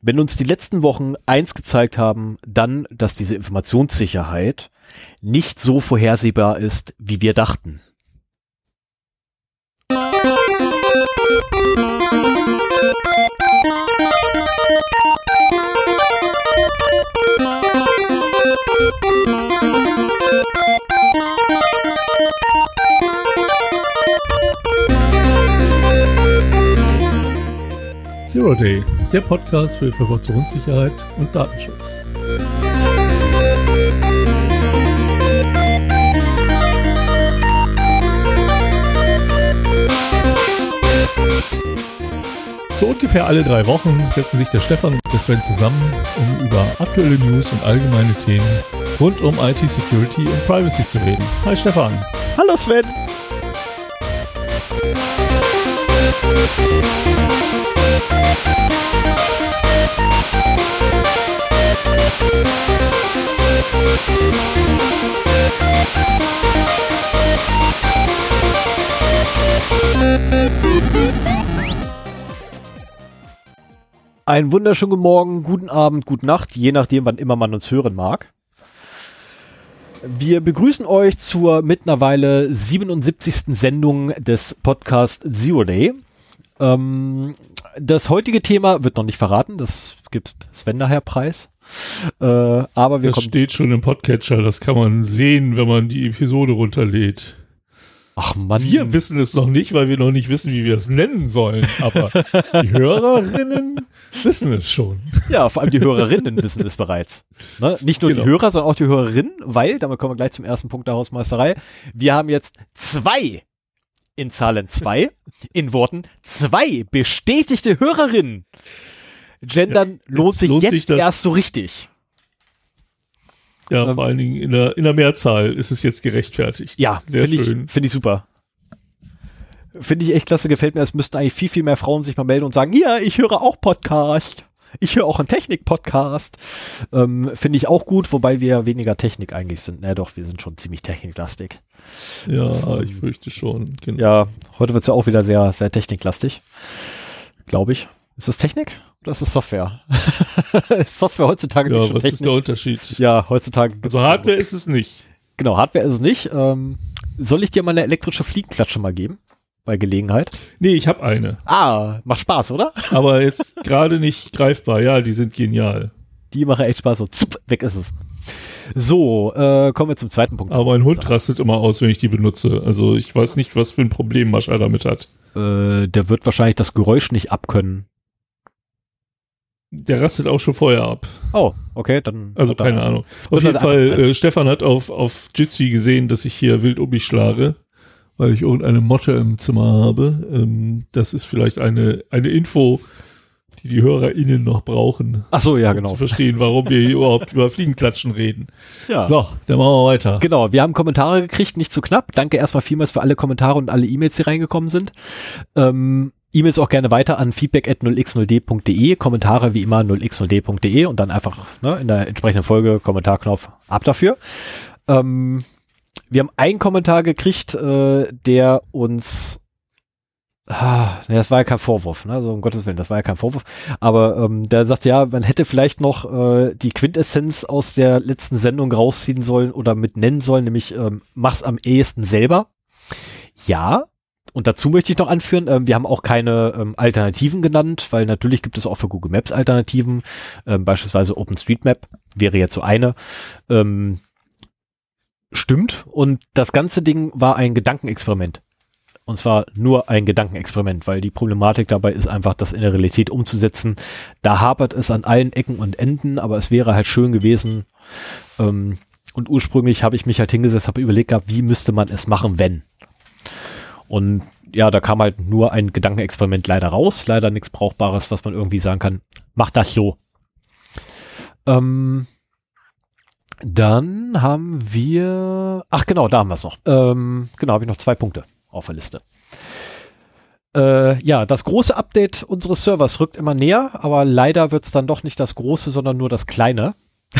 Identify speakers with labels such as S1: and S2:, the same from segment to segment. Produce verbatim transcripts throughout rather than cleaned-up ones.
S1: Wenn uns die letzten Wochen eins gezeigt haben, dann, dass diese Informationssicherheit nicht so vorhersehbar ist, wie wir dachten.
S2: Zero Day, der Podcast für Informationssicherheit und Datenschutz. So ungefähr alle drei Wochen setzen sich der Stefan und der Sven zusammen, um über aktuelle News und allgemeine Themen rund um I T-Security und Privacy zu reden. Hi Stefan.
S1: Hallo Sven. Einen wunderschönen guten Morgen, guten Abend, gute Nacht, je nachdem, wann immer man uns hören mag. Wir begrüßen euch zur mittlerweile siebenundsiebzigsten Sendung des Podcasts Zero Day. Ähm, das heutige Thema wird noch nicht verraten, das gibt Sven nachher preis. Äh, aber wir
S2: das
S1: kommen
S2: steht schon im Podcatcher, das kann man sehen, wenn man die Episode runterlädt.
S1: Ach Mann.
S2: Wir wissen es noch nicht, weil wir noch nicht wissen, wie wir es nennen sollen. Aber die Hörerinnen wissen es schon.
S1: Ja, vor allem die Hörerinnen wissen es bereits. Ne? Nicht nur genau. Die Hörer, sondern auch die Hörerinnen, weil, damit kommen wir gleich zum ersten Punkt der Hausmeisterei, wir haben jetzt zwei, in Zahlen zwei, in Worten zwei bestätigte Hörerinnen. Gendern ja, lohnt sich lohnt jetzt sich erst so richtig.
S2: Ja,
S1: ähm,
S2: vor allen Dingen in der, in der Mehrzahl ist es jetzt gerechtfertigt.
S1: Ja,
S2: sehr
S1: find
S2: schön.
S1: Ich, finde ich super. Finde ich echt klasse, gefällt mir. Es müssten eigentlich viel, viel mehr Frauen sich mal melden und sagen, ja, ich höre auch Podcast. Ich höre auch einen Technik-Podcast. Ähm, finde ich auch gut, wobei wir weniger Technik eigentlich sind. Na doch, wir sind schon ziemlich techniklastig.
S2: Ja,
S1: das, ähm,
S2: ich fürchte schon.
S1: Genau. Ja, heute wird es ja auch wieder sehr, sehr techniklastig. Glaube ich. Ist das Technik? Oder ist das Software? Ist Software heutzutage
S2: ja,
S1: nicht schon
S2: was
S1: Technik?
S2: Ist der Unterschied?
S1: Ja, heutzutage.
S2: Also Hardware ist es nicht.
S1: Genau, Hardware ist es nicht. Ähm, soll ich dir mal eine elektrische Fliegenklatsche mal geben? Bei Gelegenheit?
S2: Nee, ich habe eine.
S1: Ah, macht Spaß, oder?
S2: Aber jetzt gerade nicht greifbar. Ja, die sind genial.
S1: Die machen echt Spaß. So, zup, weg ist es. So, äh, kommen wir zum zweiten Punkt.
S2: Aber mein Hund rastet immer aus, wenn ich die benutze. Also ich weiß nicht, was für ein Problem Mascha damit hat.
S1: Äh, der wird wahrscheinlich das Geräusch nicht abkönnen.
S2: Der rastet auch schon vorher ab.
S1: Oh, okay, dann.
S2: Also keine
S1: da,
S2: Ahnung. Auf jeden Fall, äh, Stefan hat auf, auf Jitsi gesehen, dass ich hier wild um mich schlage, weil ich irgendeine Motte im Zimmer habe. Ähm, das ist vielleicht eine, eine Info, die die HörerInnen noch brauchen.
S1: Ach so, ja,
S2: um
S1: genau.
S2: zu verstehen, warum wir hier überhaupt über Fliegenklatschen reden.
S1: Ja.
S2: So, dann machen wir weiter.
S1: Genau, wir haben Kommentare gekriegt, nicht zu knapp. Danke erstmal vielmals für alle Kommentare und alle E-Mails, die reingekommen sind. Ähm, E-Mails auch gerne weiter an feedback at null x null d punkt d e, Kommentare wie immer null x null d punkt d e und dann einfach ne, in der entsprechenden Folge Kommentarknopf ab dafür. Ähm, wir haben einen Kommentar gekriegt, äh, der uns, ah, das war ja kein Vorwurf, ne? Also um Gottes Willen, das war ja kein Vorwurf, aber ähm, der sagt, ja, man hätte vielleicht noch äh, die Quintessenz aus der letzten Sendung rausziehen sollen oder mit nennen sollen, nämlich ähm, mach's am ehesten selber. Ja. Und dazu möchte ich noch anführen, ähm, wir haben auch keine ähm, Alternativen genannt, weil natürlich gibt es auch für Google Maps Alternativen, ähm, beispielsweise OpenStreetMap wäre jetzt so eine. Ähm, stimmt. Und das ganze Ding war ein Gedankenexperiment. Und zwar nur ein Gedankenexperiment, weil die Problematik dabei ist einfach, das in der Realität umzusetzen. Da hapert es an allen Ecken und Enden, aber es wäre halt schön gewesen. Ähm, und ursprünglich habe ich mich halt hingesetzt, habe überlegt gehabt, wie müsste man es machen, wenn. Und ja, da kam halt nur ein Gedankenexperiment leider raus. Leider nichts Brauchbares, was man irgendwie sagen kann, mach das so. Ähm, dann haben wir, ach genau, da haben wir es noch. Ähm, genau, habe ich noch zwei Punkte auf der Liste. Äh, ja, das große Update unseres Servers rückt immer näher, aber leider wird es dann doch nicht das große, sondern nur das kleine.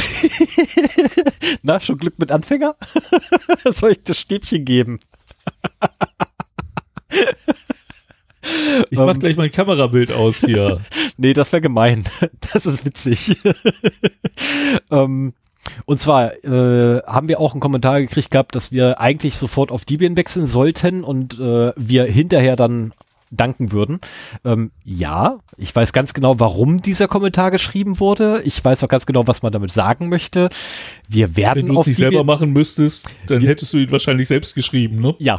S1: Na, schon Glück mit Anfänger? Soll ich das Stäbchen geben?
S2: Ich mach gleich mein Kamerabild aus hier.
S1: Nee, das wäre gemein. Das ist witzig. ähm, und zwar äh, haben wir auch einen Kommentar gekriegt gehabt, dass wir eigentlich sofort auf Debian wechseln sollten und äh, wir hinterher dann danken würden. Ähm, ja, ich weiß ganz genau, warum dieser Kommentar geschrieben wurde. Ich weiß auch ganz genau, was man damit sagen möchte. Wir werden
S2: Wenn du es nicht
S1: Debian
S2: selber machen müsstest, dann wir hättest du ihn wahrscheinlich selbst geschrieben, ne?
S1: Ja.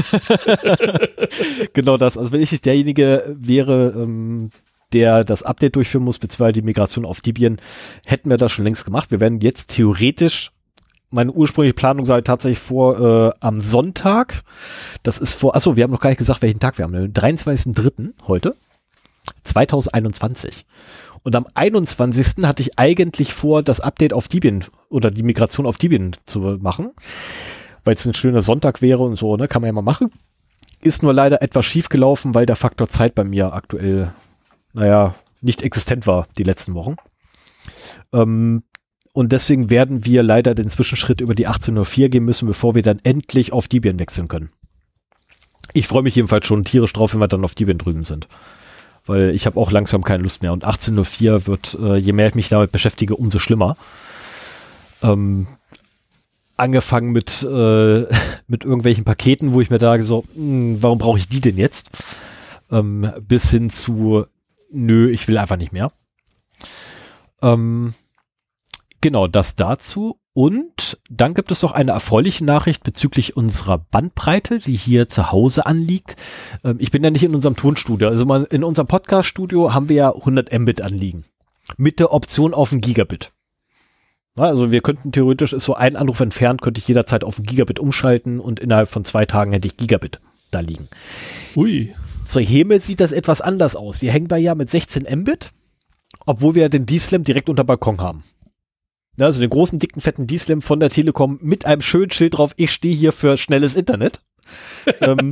S1: Genau das. Also wenn ich nicht derjenige wäre, ähm, der das Update durchführen muss, beziehungsweise die Migration auf Debian, hätten wir das schon längst gemacht. Wir werden jetzt theoretisch, meine ursprüngliche Planung sah tatsächlich vor äh, am Sonntag. Das ist vor, achso, wir haben noch gar nicht gesagt, welchen Tag wir haben. Den dreiundzwanzigsten dritten heute, zweitausendeinundzwanzig. Und am einundzwanzigsten hatte ich eigentlich vor, das Update auf Debian oder die Migration auf Debian zu machen, weil es ein schöner Sonntag wäre und so, ne, kann man ja mal machen. Ist nur leider etwas schief gelaufen, weil der Faktor Zeit bei mir aktuell, naja, nicht existent war die letzten Wochen. Ähm, Und deswegen werden wir leider den Zwischenschritt über die achtzehn Uhr vier gehen müssen, bevor wir dann endlich auf Debian wechseln können. Ich freue mich jedenfalls schon tierisch drauf, wenn wir dann auf Debian drüben sind. Weil ich habe auch langsam keine Lust mehr. Und achtzehn Uhr vier wird, äh, je mehr ich mich damit beschäftige, umso schlimmer. Ähm, angefangen mit, äh, mit irgendwelchen Paketen, wo ich mir sage, so, mh, warum brauche ich die denn jetzt? Ähm, bis hin zu, nö, ich will einfach nicht mehr. Ähm, Genau, das dazu. Und dann gibt es noch eine erfreuliche Nachricht bezüglich unserer Bandbreite, die hier zu Hause anliegt. Ähm, ich bin ja nicht in unserem Tonstudio. Also man, in unserem Podcast-Studio haben wir ja hundert Mbit anliegen. Mit der Option auf ein Gigabit. Ja, also wir könnten theoretisch, ist so ein Anruf entfernt, könnte ich jederzeit auf ein Gigabit umschalten und innerhalb von zwei Tagen hätte ich Gigabit da liegen.
S2: Ui.
S1: Zur Hemel sieht das etwas anders aus. Wir hängen da ja mit sechzehn Mbit, obwohl wir den D-Slam direkt unter Balkon haben. Ja, also den großen, dicken, fetten D-Slam von der Telekom mit einem schönen Schild drauf, ich stehe hier für schnelles Internet. ähm,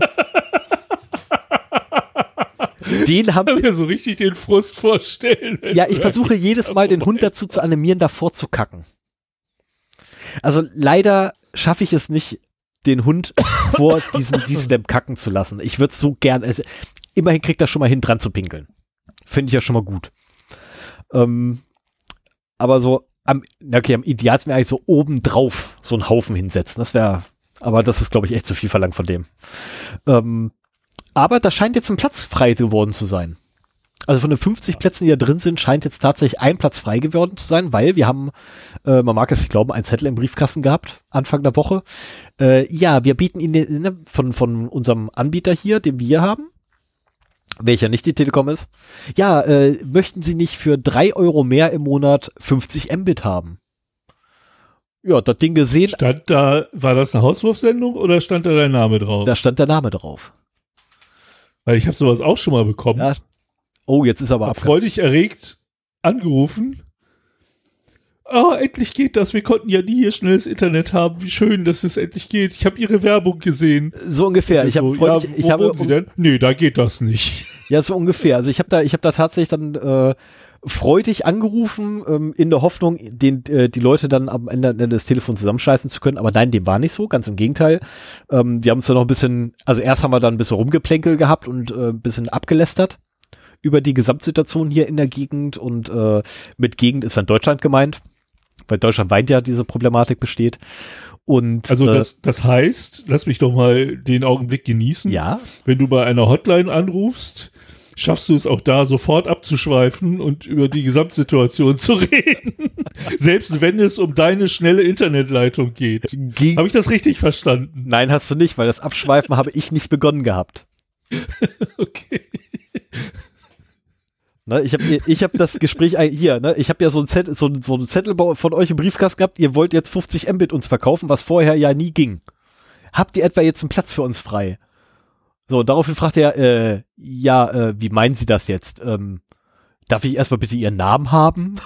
S1: den haben
S2: ich kann mir so richtig den Frust vorstellen.
S1: Ja, ich versuche jedes Mal den Hund dazu zu animieren, davor zu kacken. Also leider schaffe ich es nicht, den Hund vor diesem D-Slam kacken zu lassen. Ich würde es so gern, also, immerhin kriegt er schon mal hin, dran zu pinkeln. Finde ich ja schon mal gut. Ähm, aber so Am, okay, am idealsten wäre eigentlich so oben drauf so einen Haufen hinsetzen. Das wäre, aber das ist, glaube ich, echt zu viel verlangt von dem. Ähm, aber da scheint jetzt ein Platz frei geworden zu sein. Also von den fünfzig Plätzen, die da drin sind, scheint jetzt tatsächlich ein Platz frei geworden zu sein, weil wir haben, äh, man mag es nicht glauben, einen Zettel im Briefkasten gehabt, Anfang der Woche. Äh, ja, wir bieten Ihnen ne, von, von unserem Anbieter hier, den wir haben, welcher nicht die Telekom ist. Ja, äh, möchten Sie nicht für drei Euro mehr im Monat fünfzig Mbit haben? Ja, das Ding gesehen.
S2: Stand da, war das eine Hauswurfsendung oder stand da dein Name drauf?
S1: Da stand der Name drauf.
S2: Weil ich habe sowas auch schon mal bekommen.
S1: Ja. Oh, jetzt ist aber
S2: ab. Freudig erregt angerufen. Oh, endlich geht das. Wir konnten ja nie hier schnelles Internet haben. Wie schön, dass es endlich geht. Ich habe Ihre Werbung gesehen.
S1: So ungefähr. Ich habe
S2: so, ja, ich wo habe, Sie denn? Nee, da geht das nicht.
S1: Ja, so ungefähr. Also ich habe da, ich habe da tatsächlich dann äh, freudig angerufen, ähm, in der Hoffnung, den, äh, die Leute dann am Ende, Ende des Telefons zusammenscheißen zu können. Aber nein, dem war nicht so. Ganz im Gegenteil. Ähm, die haben uns dann noch ein bisschen, also erst haben wir dann ein bisschen Rumgeplänkel gehabt und äh, ein bisschen abgelästert über die Gesamtsituation hier in der Gegend. Und äh, mit Gegend ist dann Deutschland gemeint, weil deutschlandweit ja diese Problematik besteht. Und,
S2: also
S1: äh,
S2: das, das heißt, lass mich doch mal den Augenblick genießen.
S1: Ja.
S2: Wenn du bei einer Hotline anrufst, schaffst du es auch da sofort abzuschweifen und über die Gesamtsituation zu reden. Selbst wenn es um deine schnelle Internetleitung geht. Ge- Habe ich das richtig verstanden?
S1: Nein, hast du nicht, weil das Abschweifen habe ich nicht begonnen gehabt.
S2: Okay.
S1: Ne, ich habe ich hab das Gespräch hier, ne, ich habe ja so ein Zettel, so, so ein Zettel von euch im Briefkasten gehabt, ihr wollt jetzt fünfzig Mbit uns verkaufen, was vorher ja nie ging. Habt ihr etwa jetzt einen Platz für uns frei? So, daraufhin fragt er, äh, ja, äh, wie meinen Sie das jetzt? Ähm, darf ich erstmal bitte Ihren Namen haben?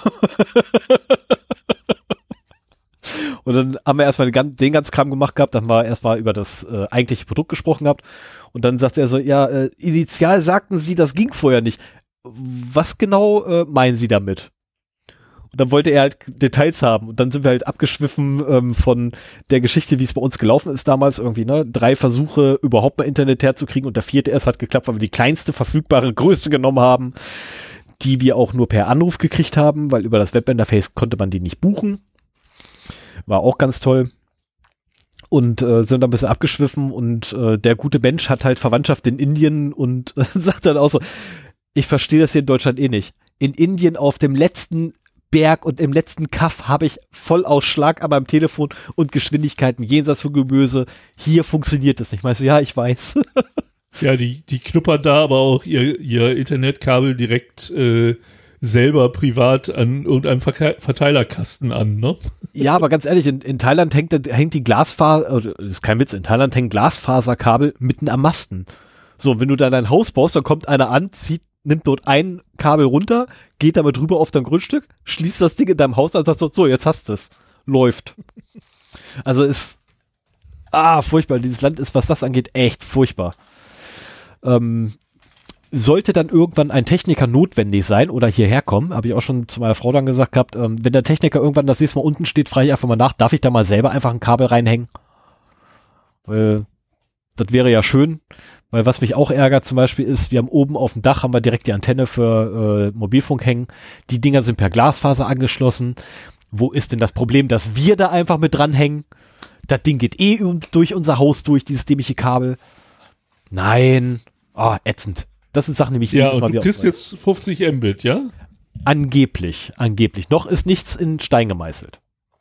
S1: Und dann haben wir erstmal den, den ganzen Kram gemacht gehabt, dann haben wir erstmal über das äh, eigentliche Produkt gesprochen gehabt und dann sagt er so, ja, äh, initial sagten Sie, das ging vorher nicht. Was genau äh, meinen Sie damit? Und dann wollte er halt Details haben. Und dann sind wir halt abgeschwiffen ähm, von der Geschichte, wie es bei uns gelaufen ist damals irgendwie, ne? Drei Versuche, überhaupt mal Internet herzukriegen und der vierte erst hat geklappt, weil wir die kleinste verfügbare Größe genommen haben, die wir auch nur per Anruf gekriegt haben, weil über das Webinterface konnte man die nicht buchen. War auch ganz toll. Und äh, sind dann ein bisschen abgeschwiffen und äh, der gute Mensch hat halt Verwandtschaft in Indien und äh, sagt dann auch so, ich verstehe das hier in Deutschland eh nicht. In Indien auf dem letzten Berg und im letzten Kaff habe ich Vollausschlag an meinem Telefon und Geschwindigkeiten jenseits von Geböse. Hier funktioniert das nicht. Meinst du, ja, ich weiß.
S2: Ja, die, die knuppern da aber auch ihr, ihr Internetkabel direkt äh, selber privat an irgendeinem Ver- Verteilerkasten an, ne?
S1: Ja, aber ganz ehrlich, in, in Thailand hängt, hängt die Glasfaser, das ist kein Witz, in Thailand hängen Glasfaserkabel mitten am Masten. So, wenn du da dein Haus baust, dann kommt einer an, zieht, nimmt dort ein Kabel runter, geht damit rüber auf dein Grundstück, schließt das Ding in deinem Haus an und sagt so, so, jetzt hast du es. Läuft. Also ist, ah, furchtbar. Dieses Land ist, was das angeht, echt furchtbar. Ähm, sollte dann irgendwann ein Techniker notwendig sein oder hierher kommen, habe ich auch schon zu meiner Frau dann gesagt gehabt, ähm, wenn der Techniker irgendwann das nächste Mal unten steht, frage ich einfach mal nach, darf ich da mal selber einfach ein Kabel reinhängen? Weil das wäre ja schön, weil was mich auch ärgert zum Beispiel ist, wir haben oben auf dem Dach haben wir direkt die Antenne für äh, Mobilfunk hängen. Die Dinger sind per Glasfaser angeschlossen. Wo ist denn das Problem, dass wir da einfach mit dranhängen? Das Ding geht eh durch unser Haus durch, dieses dämliche Kabel. Nein. Oh, ätzend. Das sind Sachen, die mich
S2: ja,
S1: jedes Mal
S2: und du kriegst jetzt fünfzig Mbit, ja?
S1: Angeblich, angeblich. Noch ist nichts in Stein gemeißelt.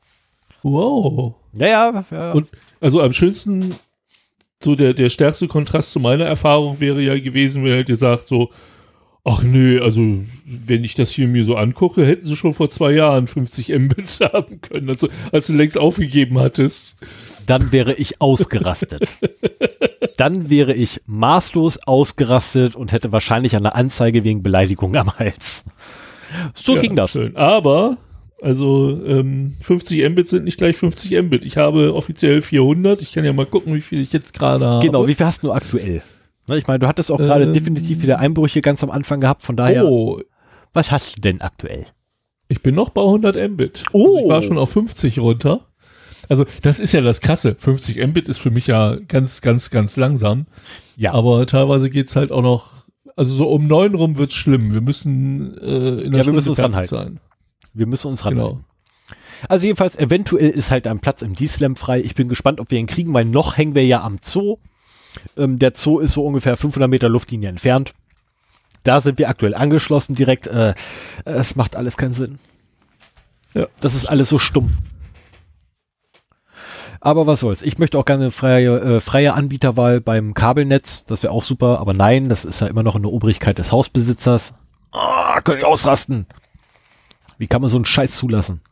S2: Wow.
S1: Ja, ja, ja.
S2: Und also am schönsten, so der, der stärkste Kontrast zu meiner Erfahrung wäre ja gewesen, wenn er dir sagt so, ach nö, also wenn ich das hier mir so angucke, hätten sie schon vor zwei Jahren fünfzig Mbit haben können, also als du längst aufgegeben hattest.
S1: Dann wäre ich ausgerastet. Dann wäre ich maßlos ausgerastet und hätte wahrscheinlich eine Anzeige wegen Beleidigung am Hals. So
S2: ja,
S1: ging das.
S2: Schön. Aber, also ähm, fünfzig Mbit sind nicht gleich fünfzig Mbit. Ich habe offiziell vierhundert. Ich kann ja mal gucken, wie viel ich jetzt gerade habe.
S1: Genau, wie viel hast du aktuell? Ich meine, du hattest auch gerade ähm, definitiv wieder Einbrüche ganz am Anfang gehabt, von daher.
S2: Oh.
S1: Was hast du denn aktuell?
S2: Ich bin noch bei hundert Mbit.
S1: Oh.
S2: Also ich war schon auf fünfzig runter. Also das ist ja das Krasse. fünfzig Mbit ist für mich ja ganz, ganz, ganz langsam.
S1: Ja.
S2: Aber teilweise geht's halt auch noch, also so um neun rum wird's schlimm. Wir müssen äh, in der
S1: ja,
S2: Stunde
S1: wir müssen uns
S2: fertig
S1: ranhalten.
S2: sein.
S1: Wir müssen uns ranhalten.
S2: Genau.
S1: Also jedenfalls, eventuell ist halt ein Platz im D-Slam frei. Ich bin gespannt, ob wir ihn kriegen, weil noch hängen wir ja am Zoo. Ähm, der Zoo ist so ungefähr fünfhundert Meter Luftlinie entfernt. Da sind wir aktuell angeschlossen direkt. Äh, es macht alles keinen Sinn.
S2: Ja.
S1: Das ist alles so stumpf. Aber was soll's. Ich möchte auch gerne freie, äh, freie Anbieterwahl beim Kabelnetz. Das wäre auch super. Aber nein, das ist ja immer noch in der Obrigkeit des Hausbesitzers. Ah, oh, könnte ich ausrasten. Wie kann man so einen Scheiß zulassen?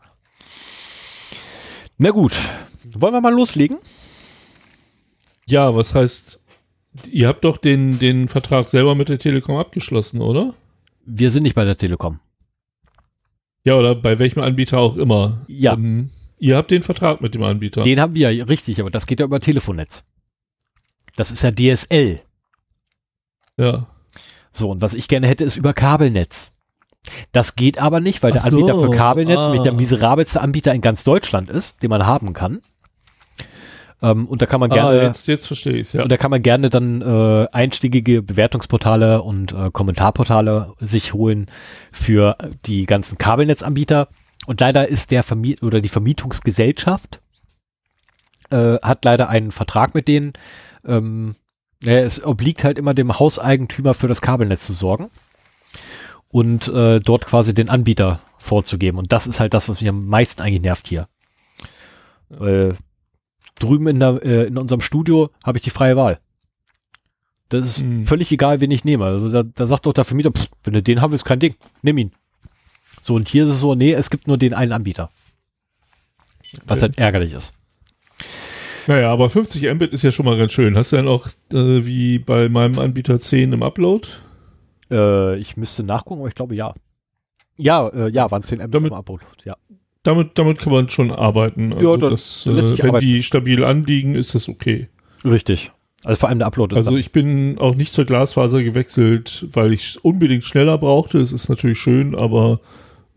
S1: Na gut. Wollen wir mal loslegen?
S2: Ja, was heißt, ihr habt doch den, den Vertrag selber mit der Telekom abgeschlossen, oder?
S1: Wir sind nicht bei der Telekom.
S2: Ja, oder bei welchem Anbieter auch immer.
S1: Ja.
S2: Ähm, ihr habt den Vertrag mit dem Anbieter.
S1: Den haben wir ja, richtig, aber das geht ja über Telefonnetz. Das ist ja D S L.
S2: Ja.
S1: So, und was ich gerne hätte, ist über Kabelnetz. Das geht aber nicht, weil
S2: Ach
S1: der
S2: so.
S1: Anbieter für Kabelnetz
S2: Ah.
S1: nämlich der miserabelste Anbieter in ganz Deutschland ist, den man haben kann. Ähm, und da kann man gerne,
S2: ah, jetzt, jetzt verstehe ich es, ja.
S1: und da kann man gerne dann äh, einstiegige Bewertungsportale und äh, Kommentarportale sich holen für die ganzen Kabelnetzanbieter. Und leider ist der Vermiet oder die Vermietungsgesellschaft äh, hat leider einen Vertrag mit denen. Ähm, ja, es obliegt halt immer dem Hauseigentümer für das Kabelnetz zu sorgen und äh, dort quasi den Anbieter vorzugeben. Und das ist halt das, was mich am meisten eigentlich nervt hier. Ja. Weil drüben in, der, äh, in unserem Studio habe ich die freie Wahl. Das ist mhm. völlig egal, wen ich nehme. Also da, da sagt doch der Vermieter, pff, wenn du den haben willst, kein Ding, nimm ihn. So, und hier ist es so, nee, es gibt nur den einen Anbieter. Was okay. halt ärgerlich ist.
S2: Naja, aber fünfzig Mbit ist ja schon mal ganz schön. Hast du denn auch äh, wie bei meinem Anbieter zehn im Upload?
S1: Äh, ich müsste nachgucken, aber ich glaube ja. Ja, äh, ja, waren zehn Mbit
S2: damit,
S1: im Upload, ja.
S2: Damit, damit kann man schon arbeiten. Also
S1: ja, dann,
S2: das,
S1: dann lässt sich
S2: äh, wenn
S1: arbeiten.
S2: die stabil anliegen, ist das okay.
S1: Richtig. Also vor allem der Upload ist
S2: Also ich bin auch nicht zur Glasfaser gewechselt, weil ich unbedingt schneller brauchte. Es ist natürlich schön, aber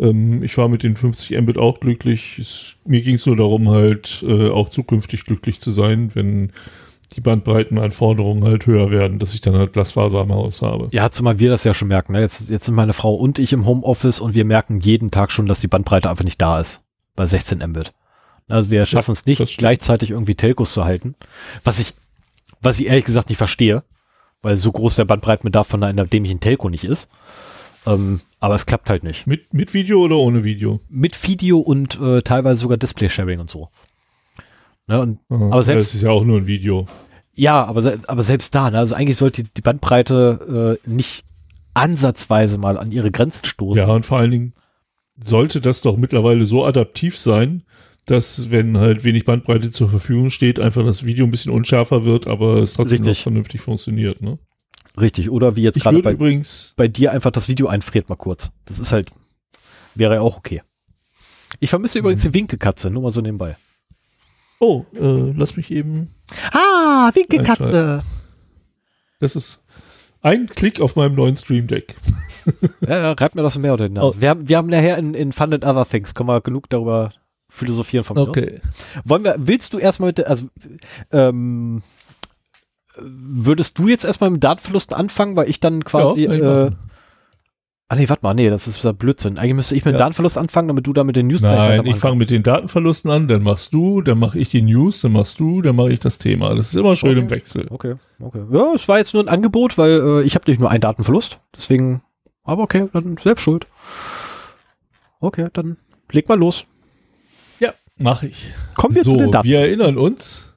S2: Ähm, ich war mit den fünfzig Mbit auch glücklich. Es, mir ging es nur darum, halt äh, auch zukünftig glücklich zu sein, wenn die Bandbreitenanforderungen halt höher werden, dass ich dann halt Glasfaser am Haus habe.
S1: Ja, zumal wir das ja schon merken. Ne? Jetzt, jetzt sind meine Frau und ich im Homeoffice und wir merken jeden Tag schon, dass die Bandbreite einfach nicht da ist. Bei sechzehn Mbit. Also wir schaffen es nicht, gleichzeitig irgendwie Telcos zu halten. Was ich, was ich ehrlich gesagt nicht verstehe, weil so groß der Bandbreitenbedarf von einer dämlichen Telco nicht ist. Ähm, aber es klappt halt nicht.
S2: Mit, mit Video oder ohne Video?
S1: Mit Video und äh, teilweise sogar Display-Sharing und so. Ne, und,
S2: Aha,
S1: aber selbst,
S2: das ist ja auch nur ein Video.
S1: Ja, aber, aber selbst da, ne, also eigentlich sollte die Bandbreite äh, nicht ansatzweise mal an ihre Grenzen stoßen.
S2: Ja, und vor allen Dingen sollte das doch mittlerweile so adaptiv sein, dass, wenn halt wenig Bandbreite zur Verfügung steht, einfach das Video ein bisschen unschärfer wird, aber es trotzdem noch vernünftig funktioniert, ne?
S1: Richtig, oder wie jetzt
S2: Ich
S1: gerade
S2: würde
S1: bei,
S2: übrigens
S1: bei dir einfach das Video einfriert mal kurz. Das ist halt, wäre ja auch okay. Ich vermisse übrigens die Winkekatze, nur mal so nebenbei.
S2: Oh, äh, lass mich eben.
S1: Ah, Winkekatze.
S2: Das ist ein Klick auf meinem neuen Stream Deck.
S1: Ja, ja, reibt mir das mehr unter den Nase. Oh. Wir haben, wir haben nachher in, in Fun and Other Things, können wir genug darüber philosophieren von mir.
S2: Okay.
S1: Wollen wir, willst du erstmal mit, der, also, ähm, würdest du jetzt erstmal mit Datenverlusten anfangen, weil ich dann quasi, ja, äh, ah nee, warte mal, nee, das ist ja Blödsinn. Eigentlich müsste ich mit ja. Datenverlust anfangen, damit du da mit den News
S2: Nein, ich fange mit den Datenverlusten an, dann machst du, dann mache ich die News, dann machst du, dann mache ich das Thema. Das ist immer schön
S1: okay.
S2: im Wechsel.
S1: Okay, okay. Ja, es war jetzt nur ein Angebot, weil äh, ich habe nicht nur einen Datenverlust, deswegen, aber okay, dann selbst schuld. Okay, dann leg mal los.
S2: Ja, mache ich.
S1: Kommen wir
S2: so,
S1: zu den Daten.
S2: Wir erinnern uns,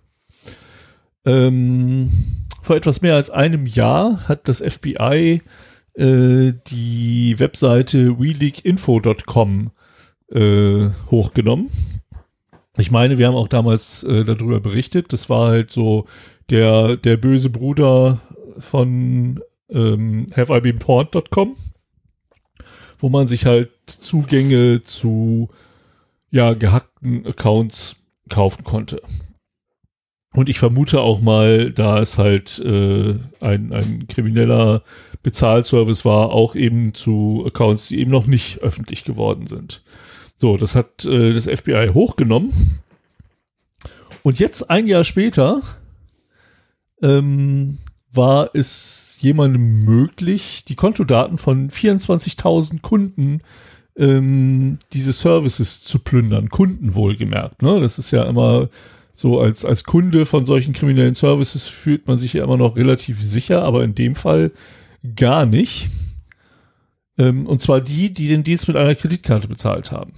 S2: ähm, vor etwas mehr als einem Jahr hat das F B I die Webseite we leak info dot com äh, hochgenommen. Ich meine, wir haben auch damals äh, darüber berichtet. Das war halt so der, der böse Bruder von ähm, have I been porned dot com, wo man sich halt Zugänge zu ja, gehackten Accounts kaufen konnte. Und ich vermute auch mal, da es halt äh, ein, ein krimineller Bezahlservice war, auch eben zu Accounts, die eben noch nicht öffentlich geworden sind. So, das hat äh, das F B I hochgenommen. Und jetzt, ein Jahr später, ähm, war es jemandem möglich, die Kontodaten von vierundzwanzigtausend Kunden ähm, diese Services zu plündern. Kunden wohlgemerkt, ne? Das ist ja immer so, als, als Kunde von solchen kriminellen Services fühlt man sich ja immer noch relativ sicher, aber in dem Fall gar nicht. Ähm, und zwar die, die den Dienst mit einer Kreditkarte bezahlt haben.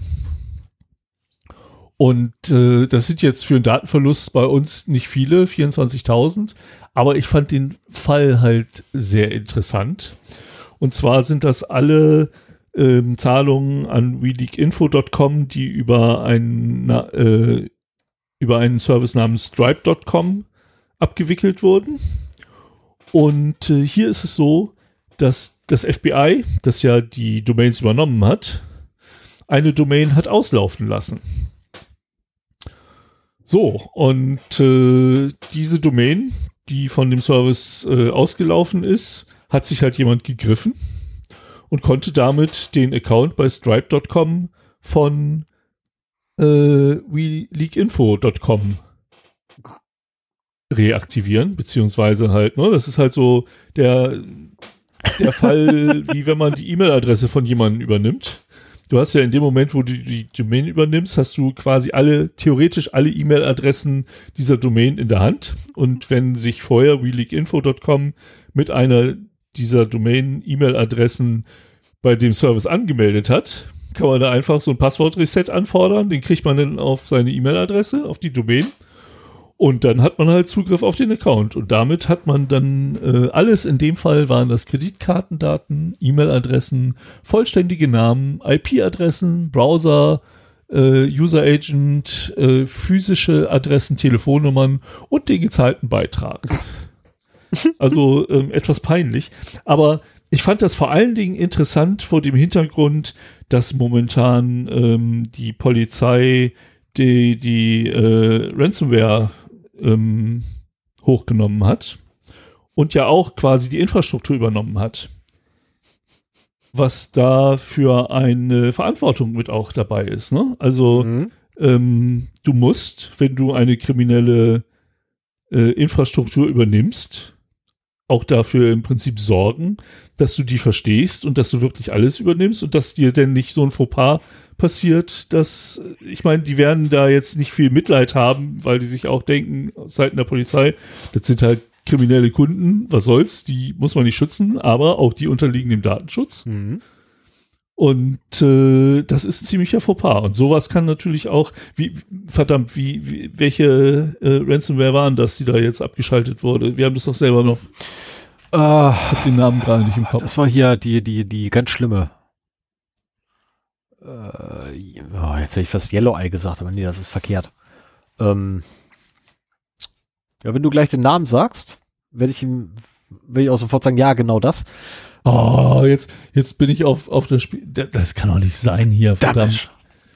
S2: Und äh, das sind jetzt für einen Datenverlust bei uns nicht viele, vierundzwanzigtausend, aber ich fand den Fall halt sehr interessant. Und zwar sind das alle ähm, Zahlungen an we leak info dot com, die über einen na, äh, über einen Service namens stripe dot com abgewickelt wurden. Und äh, hier ist es so, dass das F B I, das ja die Domains übernommen hat, eine Domain hat auslaufen lassen. So, und äh, diese Domain, die von dem Service äh, ausgelaufen ist, hat sich halt jemand gegriffen und konnte damit den Account bei stripe dot com von Uh, we leak info dot com reaktivieren, beziehungsweise halt, ne, das ist halt so der, der Fall, wie wenn man die E-Mail-Adresse von jemandem übernimmt. Du hast ja in dem Moment, wo du die Domain übernimmst, hast du quasi alle, theoretisch alle E-Mail-Adressen dieser Domain in der Hand. Und wenn sich vorher we leak info dot com mit einer dieser Domain-E-Mail-Adressen bei dem Service angemeldet hat, kann man da einfach so ein Passwort-Reset anfordern, den kriegt man dann auf seine E-Mail-Adresse, auf die Domain und dann hat man halt Zugriff auf den Account und damit hat man dann äh, alles, in dem Fall waren das Kreditkartendaten, E-Mail-Adressen, vollständige Namen, I P-Adressen, Browser, äh, User-Agent, äh, physische Adressen, Telefonnummern und den gezahlten Beitrag. Also ähm, etwas peinlich, aber ich fand das vor allen Dingen interessant vor dem Hintergrund, dass momentan ähm, die Polizei die, die äh, Ransomware ähm, hochgenommen hat und ja auch quasi die Infrastruktur übernommen hat. was da für eine Verantwortung mit auch dabei ist. Ne? Also mhm. ähm, du musst, wenn du eine kriminelle äh, Infrastruktur übernimmst, auch dafür im Prinzip sorgen, dass du die verstehst und dass du wirklich alles übernimmst und dass dir denn nicht so ein Fauxpas passiert, dass, ich meine, die werden da jetzt nicht viel Mitleid haben, weil die sich auch denken, Seiten der Polizei, das sind halt kriminelle Kunden, was soll's, die muss man nicht schützen, aber auch die unterliegen dem Datenschutz. Mhm. Und äh, das ist ein ziemlicher Fauxpas. Und sowas kann natürlich auch, wie verdammt, wie, wie welche äh, Ransomware waren das, die da jetzt abgeschaltet wurde? Wir haben das doch selber noch.
S1: Uh, ich hab den Namen gerade nicht im Kopf. Das war hier die, die, die ganz schlimme. Uh, oh, jetzt hätte ich fast Yellow Eye gesagt, aber nee, das ist verkehrt. Ähm, ja, wenn du gleich den Namen sagst, werde ich ihm, werde ich auch sofort sagen, ja, genau das.
S2: Oh, jetzt, jetzt bin ich auf, auf das Spiel. Das kann doch nicht sein hier, verdammt.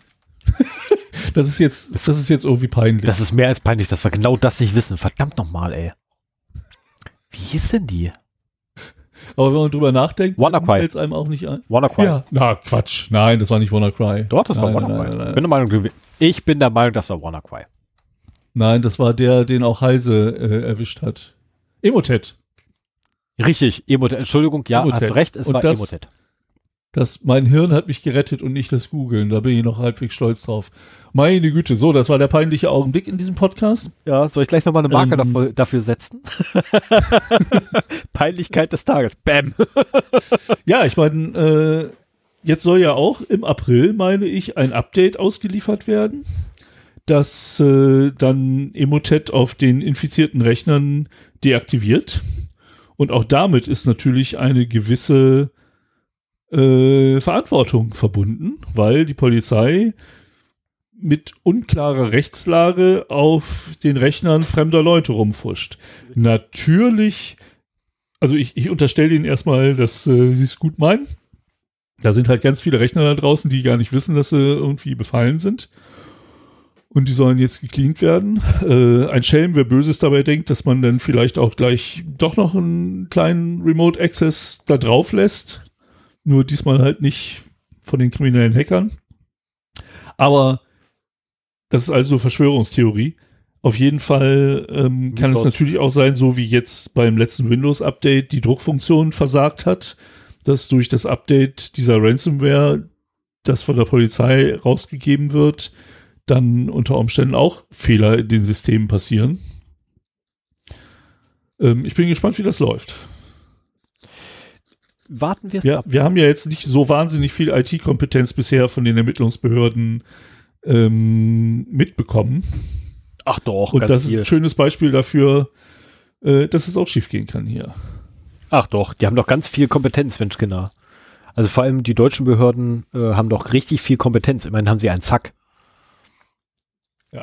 S2: Das ist jetzt, das ist jetzt irgendwie peinlich.
S1: Das ist mehr als peinlich, dass wir genau das nicht wissen. Verdammt nochmal, ey. Wie hieß denn die?
S2: Aber wenn man drüber nachdenkt,
S1: fällt
S2: es einem auch nicht ein.
S1: WannaCry.
S2: Ja, na, Quatsch. Nein, das war nicht WannaCry.
S1: Doch, das
S2: nein,
S1: war WannaCry. Nein, nein, nein. Bin der Meinung, ich bin der Meinung, das war WannaCry.
S2: Nein, das war der, den auch Heise äh, erwischt hat. Emotet.
S1: Richtig, Emotet. Entschuldigung, ja, Emotet. Hast du recht, es
S2: und
S1: war
S2: das,
S1: Emotet.
S2: Das, mein Hirn hat mich gerettet und nicht das Googeln. Da bin ich noch halbwegs stolz drauf. Meine Güte, so, das war der peinliche Augenblick in diesem Podcast.
S1: Ja, soll ich gleich nochmal eine Marke ähm, dafür, dafür setzen? Peinlichkeit des Tages. Bam.
S2: Ja, ich meine, äh, jetzt soll ja auch im April, meine ich, ein Update ausgeliefert werden, das äh, dann Emotet auf den infizierten Rechnern deaktiviert. Und auch damit ist natürlich eine gewisse Äh, Verantwortung verbunden, weil die Polizei mit unklarer Rechtslage auf den Rechnern fremder Leute rumfuscht. Natürlich, also ich, ich unterstelle ihnen erstmal, dass äh, sie es gut meinen. Da sind halt ganz viele Rechner da draußen, die gar nicht wissen, dass sie irgendwie befallen sind. Und die sollen jetzt gecleant werden. Äh, ein Schelm, wer Böses dabei denkt, dass man dann vielleicht auch gleich doch noch einen kleinen Remote Access da drauf lässt. Nur diesmal halt nicht von den kriminellen Hackern. Aber das ist also Verschwörungstheorie. Auf jeden Fall ähm, kann es natürlich auch sein, so wie jetzt beim letzten Windows-Update die Druckfunktion versagt hat, dass durch das Update dieser Ransomware, das von der Polizei rausgegeben wird, dann unter Umständen auch Fehler in den Systemen passieren. Ähm, ich bin gespannt, wie das läuft.
S1: Warten wir es
S2: ja,
S1: ab.
S2: Wir haben ja jetzt nicht so wahnsinnig viel I T-Kompetenz bisher von den Ermittlungsbehörden ähm, mitbekommen.
S1: Ach doch.
S2: Und das viel. Ist ein schönes Beispiel dafür, äh, dass es auch schief gehen kann hier.
S1: Ach doch, die haben doch ganz viel Kompetenz, Menschkinder. Also vor allem die deutschen Behörden äh, haben doch richtig viel Kompetenz. Immerhin haben sie einen Zack.
S2: Ja.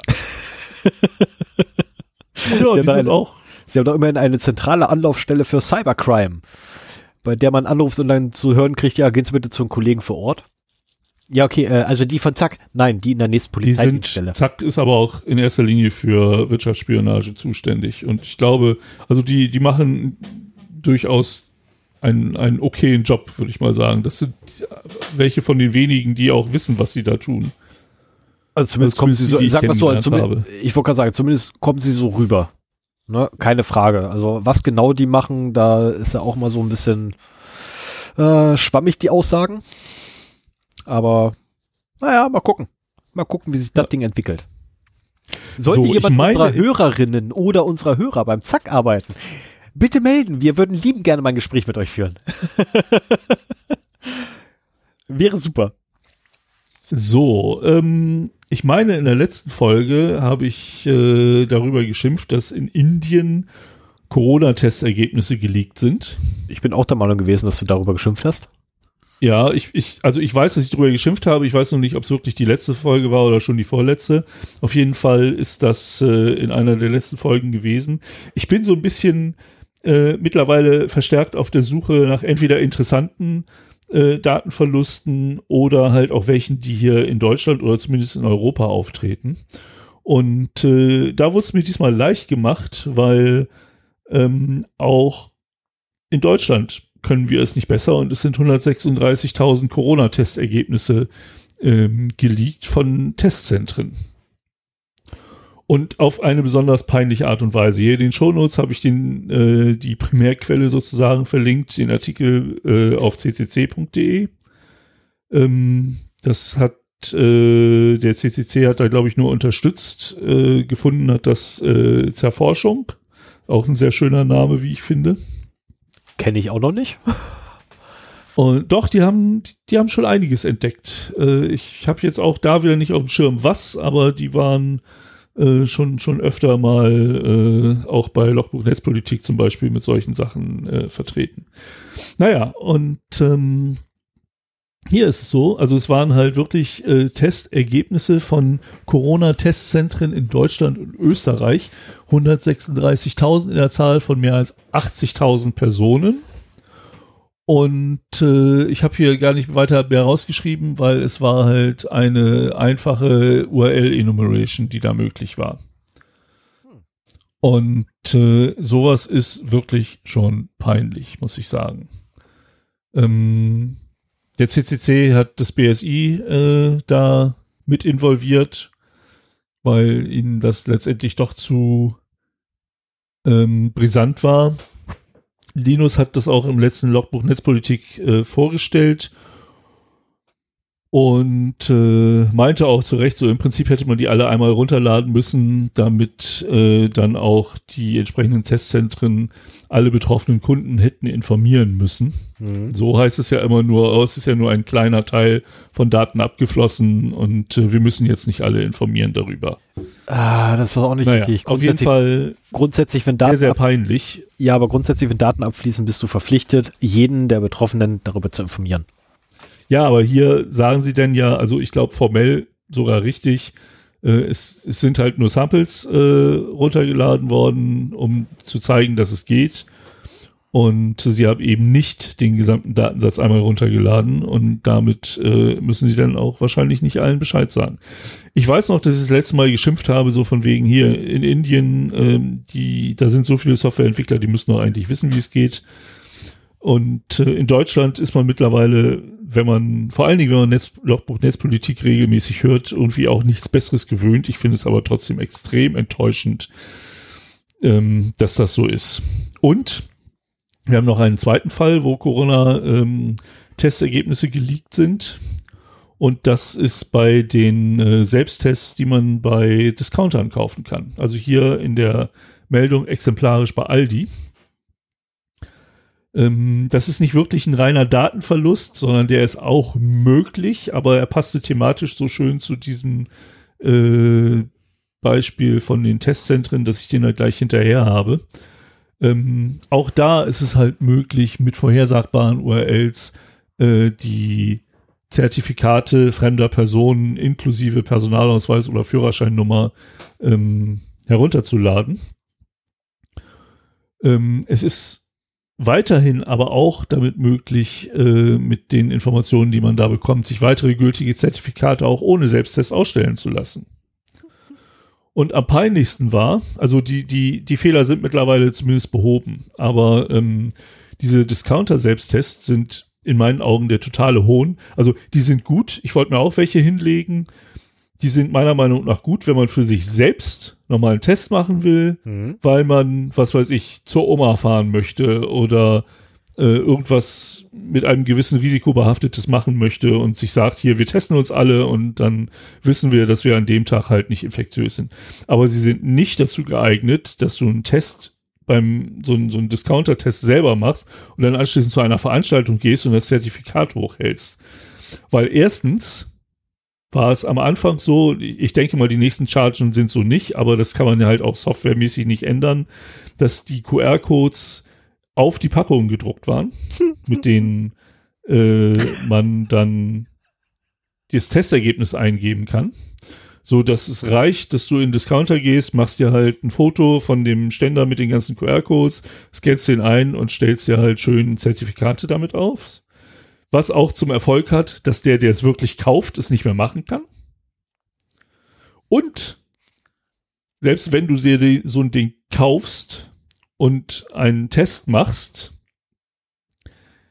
S2: Ja, die sind
S1: eine,
S2: auch.
S1: Sie haben doch immerhin eine zentrale Anlaufstelle für Cybercrime, bei der man anruft und dann zu hören kriegt, ja, gehen Sie bitte zum Kollegen vor Ort. Ja, okay, äh, also die von Zack, nein, die in der nächsten Polizeidienststelle.
S2: Zack ist aber auch in erster Linie für Wirtschaftsspionage zuständig und ich glaube, also die, die machen durchaus einen, einen okayen Job, würde ich mal sagen. Das sind welche von den wenigen, die auch wissen, was sie da tun.
S1: Also zumindest, also zumindest kommen sie so, ich sag mal so, zumindest, ich wollte gerade sagen, zumindest kommen sie so rüber. Ne, keine Frage. Also was genau die machen, da ist ja auch mal so ein bisschen äh, schwammig die Aussagen. Aber naja, mal gucken. Mal gucken, wie sich das ja. Ding entwickelt. Sollte so, jemand meine, unserer Hörerinnen oder unserer Hörer beim Zack arbeiten, bitte melden. Wir würden lieben gerne mal ein Gespräch mit euch führen. Wäre super.
S2: So, ähm, ich meine, in der letzten Folge habe ich äh, darüber geschimpft, dass in Indien Corona-Testergebnisse geleakt sind.
S1: Ich bin auch der Meinung gewesen, dass du darüber geschimpft hast.
S2: Ja, ich, ich, also ich weiß, dass ich darüber geschimpft habe. Ich weiß noch nicht, ob es wirklich die letzte Folge war oder schon die vorletzte. Auf jeden Fall ist das äh, in einer der letzten Folgen gewesen. Ich bin so ein bisschen äh, mittlerweile verstärkt auf der Suche nach entweder interessanten Äh, Datenverlusten oder halt auch welchen, die hier in Deutschland oder zumindest in Europa auftreten. Und äh, da wurde es mir diesmal leicht gemacht, weil ähm, auch in Deutschland können wir es nicht besser und es sind hundertsechsunddreißigtausend Corona-Testergebnisse ähm, geleakt von Testzentren. Und auf eine besonders peinliche Art und Weise. Hier in den Shownotes habe ich den, äh, die Primärquelle sozusagen verlinkt, den Artikel äh, auf c c c punkt d e. Ähm, das hat äh, der C C C hat da, glaube ich, nur unterstützt, äh, gefunden hat das äh, Zerforschung. Auch ein sehr schöner Name, wie ich finde.
S1: Kenne ich auch noch nicht.
S2: Und doch, die haben, die haben schon einiges entdeckt. Äh, ich habe jetzt auch da wieder nicht auf dem Schirm was, aber die waren Äh, schon, schon öfter mal äh, auch bei Logbuch Netzpolitik zum Beispiel mit solchen Sachen äh, vertreten. Naja, und ähm, hier ist es so, also es waren halt wirklich äh, Testergebnisse von Corona-Testzentren in Deutschland und Österreich, hundertsechsunddreißigtausend in der Zahl von mehr als achtzigtausend Personen. Und äh, ich habe hier gar nicht weiter mehr rausgeschrieben, weil es war halt eine einfache U R L-Enumeration, die da möglich war. Und äh, sowas ist wirklich schon peinlich, muss ich sagen. Ähm, der C C C hat das B S I äh, da mit involviert, weil ihnen das letztendlich doch zu ähm, brisant war. Linus hat das auch im letzten Logbuch Netzpolitik äh, vorgestellt und äh, meinte auch zu Recht, so im Prinzip hätte man die alle einmal runterladen müssen, damit äh, dann auch die entsprechenden Testzentren alle betroffenen Kunden hätten informieren müssen. Mhm. So heißt es ja immer nur, oh, es ist ja nur ein kleiner Teil von Daten abgeflossen und äh, wir müssen jetzt nicht alle informieren darüber.
S1: Ah, das ist auch nicht
S2: naja,
S1: richtig.
S2: Auf jeden Fall
S1: grundsätzlich, wenn Daten
S2: sehr, sehr peinlich.
S1: Ja, aber grundsätzlich, wenn Daten abfließen, bist du verpflichtet, jeden der Betroffenen darüber zu informieren.
S2: Ja, aber hier sagen sie denn ja, also ich glaube formell sogar richtig, äh, es, es sind halt nur Samples äh, runtergeladen worden, um zu zeigen, dass es geht. Und sie haben eben nicht den gesamten Datensatz einmal runtergeladen und damit äh, müssen sie dann auch wahrscheinlich nicht allen Bescheid sagen. Ich weiß noch, dass ich das letzte Mal geschimpft habe, so von wegen hier in Indien, ähm, die, da sind so viele Softwareentwickler, die müssen doch eigentlich wissen, wie es geht. Und äh, in Deutschland ist man mittlerweile, wenn man, vor allen Dingen, wenn man Netz, Logbuch Netzpolitik regelmäßig hört, irgendwie auch nichts Besseres gewöhnt. Ich finde es aber trotzdem extrem enttäuschend, ähm, dass das so ist. Und wir haben noch einen zweiten Fall, wo Corona-Testergebnisse ähm, geleakt sind. Und das ist bei den äh, Selbsttests, die man bei Discountern kaufen kann. Also hier in der Meldung exemplarisch bei Aldi. Ähm, das ist nicht wirklich ein reiner Datenverlust, sondern der ist auch möglich, aber er passte thematisch so schön zu diesem äh, Beispiel von den Testzentren, dass ich den halt gleich hinterher habe. Ähm, auch da ist es halt möglich, mit vorhersagbaren U R Ls äh, die Zertifikate fremder Personen inklusive Personalausweis oder Führerscheinnummer ähm, herunterzuladen. Ähm, es ist weiterhin aber auch damit möglich, äh, mit den Informationen, die man da bekommt, sich weitere gültige Zertifikate auch ohne Selbsttest ausstellen zu lassen. Und am peinlichsten war, also die, die, die Fehler sind mittlerweile zumindest behoben, aber ähm, diese Discounter-Selbsttests sind in meinen Augen der totale Hohn. Also die sind gut, ich wollte mir auch welche hinlegen, die sind meiner Meinung nach gut, wenn man für sich selbst nochmal einen Test machen will, mhm. weil man, was weiß ich, zur Oma fahren möchte oder äh, irgendwas mit einem gewissen Risiko behaftetes machen möchte und sich sagt, hier, wir testen uns alle und dann wissen wir, dass wir an dem Tag halt nicht infektiös sind. Aber sie sind nicht dazu geeignet, dass du einen Test beim, so, so einen Discounter-Test selber machst und dann anschließend zu einer Veranstaltung gehst und das Zertifikat hochhältst. Weil erstens war es am Anfang so, ich denke mal, die nächsten Chargen sind so nicht, aber das kann man ja halt auch softwaremäßig nicht ändern, dass die Q R-Codes auf die Packungen gedruckt waren, mit denen äh, man dann das Testergebnis eingeben kann, so dass es reicht, dass du in den Discounter gehst, machst dir halt ein Foto von dem Ständer mit den ganzen Q R-Codes, scannst den ein und stellst dir halt schön Zertifikate damit auf. Was auch zum Erfolg hat, dass der, der es wirklich kauft, es nicht mehr machen kann. Und selbst wenn du dir die, so ein Ding kaufst und einen Test machst,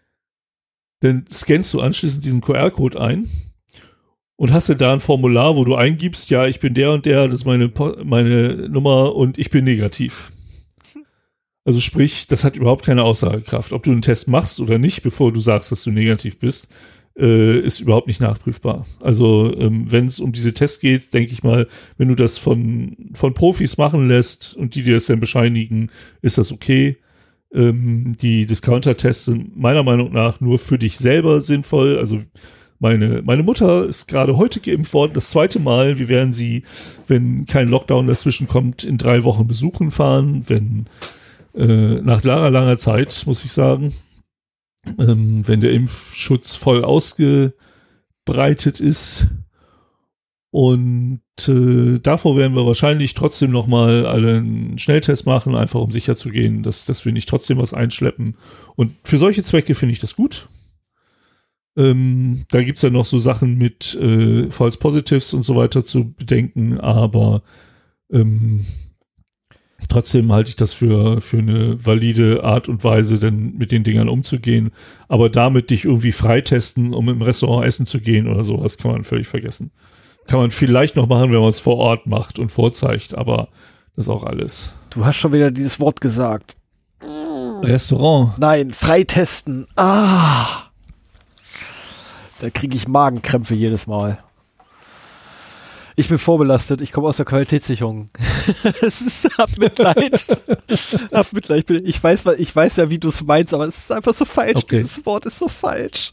S2: dann scannst du anschließend diesen Q R-Code ein und hast dann da ein Formular, wo du eingibst, ja, ich bin der und der, das ist meine, meine Nummer und ich bin negativ. Also sprich, das hat überhaupt keine Aussagekraft. Ob du einen Test machst oder nicht, bevor du sagst, dass du negativ bist, äh, ist überhaupt nicht nachprüfbar. Also ähm, wenn es um diese Tests geht, denke ich mal, wenn du das von, von Profis machen lässt und die dir das dann bescheinigen, ist das okay. Ähm, die Discounter-Tests sind meiner Meinung nach nur für dich selber sinnvoll. Also meine, meine Mutter ist gerade heute geimpft worden, das zweite Mal. Wir werden sie, wenn kein Lockdown dazwischen kommt, in drei Wochen besuchen fahren, wenn äh, nach langer, langer Zeit, muss ich sagen, ähm, wenn der Impfschutz voll ausgebreitet ist. Und äh, davor werden wir wahrscheinlich trotzdem nochmal alle einen Schnelltest machen, einfach um sicher zu gehen, dass, dass wir nicht trotzdem was einschleppen. Und für solche Zwecke finde ich das gut. Ähm, da gibt es ja noch so Sachen mit äh, False Positives und so weiter zu bedenken, aber ähm, trotzdem halte ich das für, für eine valide Art und Weise, denn mit den Dingern umzugehen. Aber damit dich irgendwie freitesten, um im Restaurant essen zu gehen oder sowas, kann man völlig vergessen. Kann man vielleicht noch machen, wenn man es vor Ort macht und vorzeigt, aber das ist auch alles.
S1: Du hast schon wieder dieses Wort gesagt.
S2: Restaurant.
S1: Nein, freitesten. Ah. Da kriege ich Magenkrämpfe jedes Mal. Ich bin vorbelastet, ich komme aus der Qualitätssicherung. Es ist, hab Mitleid. hab Mitleid. Ich, bin, ich, weiß, ich weiß ja, wie du es meinst, aber es ist einfach so falsch.
S2: Okay.
S1: Dieses Wort ist so falsch.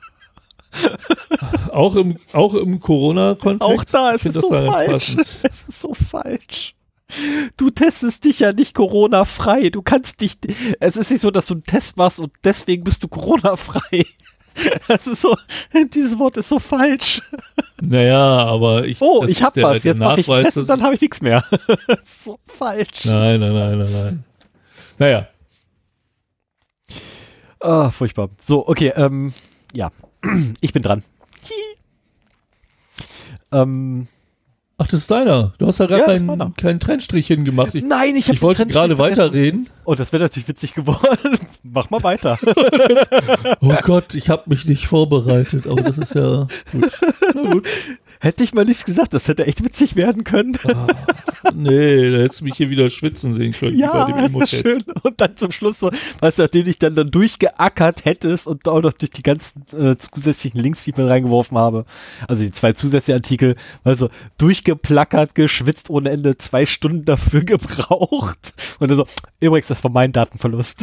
S2: Auch im, auch im Corona-Kontext?
S1: Auch da, es ist so falsch. Es ist so falsch. Du testest dich ja nicht Corona-frei. Du kannst nicht, es ist nicht so, dass du einen Test machst und deswegen bist du Corona-frei. Das ist so, dieses Wort ist so falsch.
S2: Naja, aber ich...
S1: Oh, ich hab was, jetzt mache ich einen Test und dann
S2: ich
S1: habe ich nichts mehr. Das ist so falsch.
S2: Nein, nein, nein, nein, nein. Naja.
S1: Ah, furchtbar. So, okay, ähm, ja. Ich bin dran. ähm,
S2: Ach, das ist deiner. Du hast ja gar
S1: Ja, das ist
S2: keinen,
S1: meiner.
S2: keinen Trennstrich hingemacht. Ich,
S1: Nein, ich habe
S2: ich wollte gerade weiterreden.
S1: Oh, das wäre natürlich witzig geworden. Mach mal weiter.
S2: Oh Gott, ich habe mich nicht vorbereitet, aber das ist ja gut. Na gut.
S1: Hätte ich mal nichts gesagt, das hätte echt witzig werden können.
S2: Ah, nee, da hättest du mich hier wieder schwitzen sehen können.
S1: Ja,
S2: wie bei dem
S1: das ist schön. Und dann zum Schluss so, weißt du, nachdem ich dann, dann durchgeackert hättest und auch noch durch die ganzen äh, zusätzlichen Links, die ich mir reingeworfen habe, also die zwei zusätzlichen Artikel, also durchgeplackert, geschwitzt ohne Ende, zwei Stunden dafür gebraucht. Und dann so, übrigens, das war mein Datenverlust.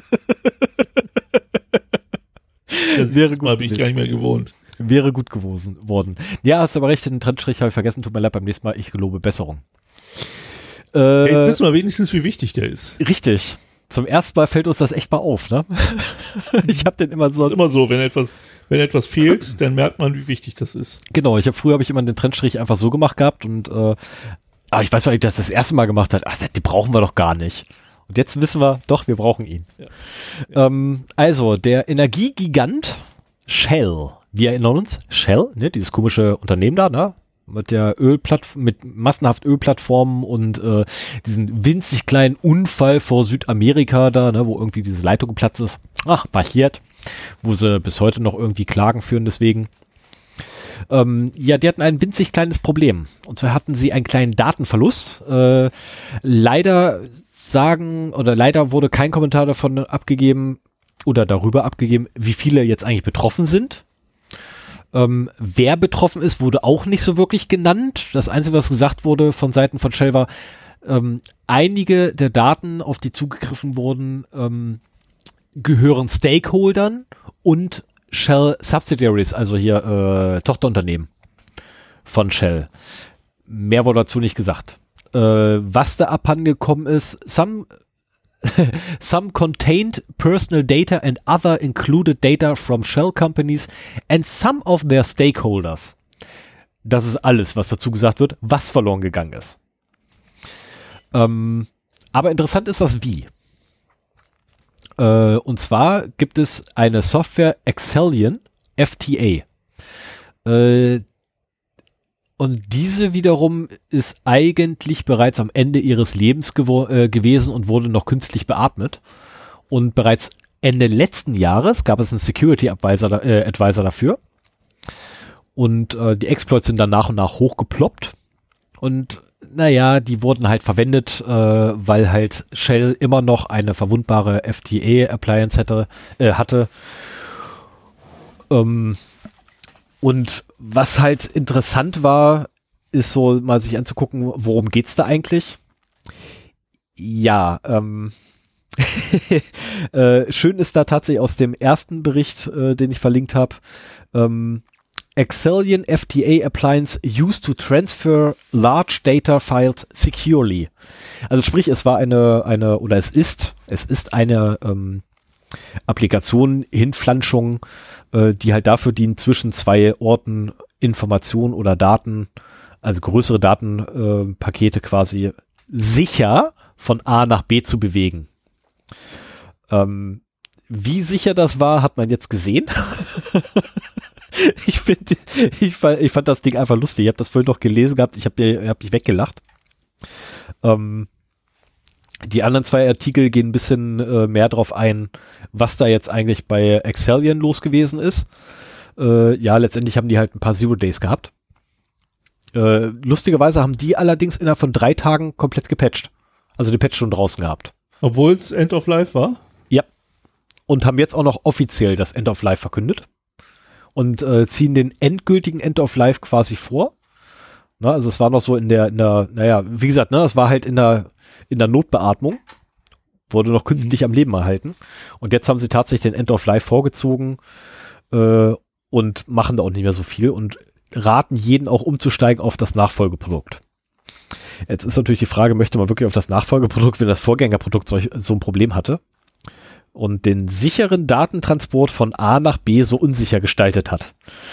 S2: Das wäre gut. Mal bin ich gar nicht mehr gewohnt.
S1: Wäre gut gewesen, worden. Ja, hast du aber recht, den Trennstrich habe ich vergessen, tut mir leid, beim nächsten Mal, ich gelobe Besserung. Äh,
S2: hey, jetzt wissen wir wenigstens, wie wichtig der ist.
S1: Richtig. Zum ersten Mal fällt uns das echt mal auf, ne? Ich habe den immer so...
S2: Das ist immer so, wenn etwas, wenn etwas fehlt, dann merkt man, wie wichtig das ist.
S1: Genau, ich habe früher habe ich immer den Trennstrich einfach so gemacht gehabt und äh, aber ich weiß noch nicht, dass das das erste Mal gemacht hat, ach, die brauchen wir doch gar nicht. Und jetzt wissen wir, doch, wir brauchen ihn.
S2: Ja. Ja.
S1: Ähm, also, der Energiegigant Shell. Wir erinnern uns, Shell, ne, dieses komische Unternehmen da, ne, mit der Ölplattform, mit massenhaft Ölplattformen und äh, diesen winzig kleinen Unfall vor Südamerika da, ne, wo irgendwie diese Leitung geplatzt ist. Ach, passiert. Wo sie bis heute noch irgendwie Klagen führen deswegen. Ähm, ja, die hatten ein winzig kleines Problem. Und zwar hatten sie einen kleinen Datenverlust. Äh, leider sagen, oder leider wurde kein Kommentar davon abgegeben oder darüber abgegeben, wie viele jetzt eigentlich betroffen sind. Ähm, wer betroffen ist, wurde auch nicht so wirklich genannt. Das Einzige, was gesagt wurde von Seiten von Shell war, ähm, einige der Daten, auf die zugegriffen wurden, ähm, gehören Stakeholdern und Shell Subsidiaries, also hier äh, Tochterunternehmen von Shell. Mehr wurde dazu nicht gesagt. Äh, was da abhandengekommen ist, some Some contained personal data and other included data from Shell companies and some of their stakeholders. Das ist alles, was dazu gesagt wird, was verloren gegangen ist. Ähm, aber interessant ist das Wie. Äh, und zwar gibt es eine Software Excellion F T A. Äh, Und diese wiederum ist eigentlich bereits am Ende ihres Lebens gewo- äh, gewesen und wurde noch künstlich beatmet. Und bereits Ende letzten Jahres gab es einen Security Advisor, äh, Advisor dafür. Und äh, die Exploits sind dann nach und nach hochgeploppt. Und naja, die wurden halt verwendet, äh, weil halt Shell immer noch eine verwundbare F T A-Appliance hätte, äh, hatte. Ähm, und was halt interessant war, ist so mal sich anzugucken, worum geht's da eigentlich? Ja, ähm, äh, schön ist da tatsächlich aus dem ersten Bericht, äh, den ich verlinkt habe, ähm, Excellion F T A Appliance used to transfer large data files securely. Also sprich, es war eine, eine, oder es ist, es ist eine ähm, Applikation, Hinflanschung, äh, die halt dafür dient, zwischen zwei Orten Informationen oder Daten, also größere Datenpakete äh, Pakete quasi sicher von A nach B zu bewegen. Ähm, wie sicher das war, hat man jetzt gesehen. Ich finde, ich fand, ich fand das Ding einfach lustig. Ich habe das vorhin noch gelesen gehabt. Ich habe hab mich weggelacht. Ähm, die anderen zwei Artikel gehen ein bisschen äh, mehr drauf ein, was da jetzt eigentlich bei Excellion los gewesen ist. Äh, ja, letztendlich haben die halt ein paar Zero Days gehabt. Äh, lustigerweise haben die allerdings innerhalb von drei Tagen komplett gepatcht. Also die Patch schon draußen gehabt.
S2: Obwohl es End of Life war?
S1: Ja. Und haben jetzt auch noch offiziell das End of Life verkündet. Und äh, ziehen den endgültigen End of Life quasi vor. Na, also es war noch so in der, in der, naja, wie gesagt, ne, es war halt in der, in der Notbeatmung. Wurde noch künstlich mhm. am Leben erhalten. Und jetzt haben sie tatsächlich den End of Life vorgezogen äh, und machen da auch nicht mehr so viel und raten jeden auch umzusteigen auf das Nachfolgeprodukt. Jetzt ist natürlich die Frage, möchte man wirklich auf das Nachfolgeprodukt, wenn das Vorgängerprodukt solch, so ein Problem hatte und den sicheren Datentransport von A nach B so unsicher gestaltet hat.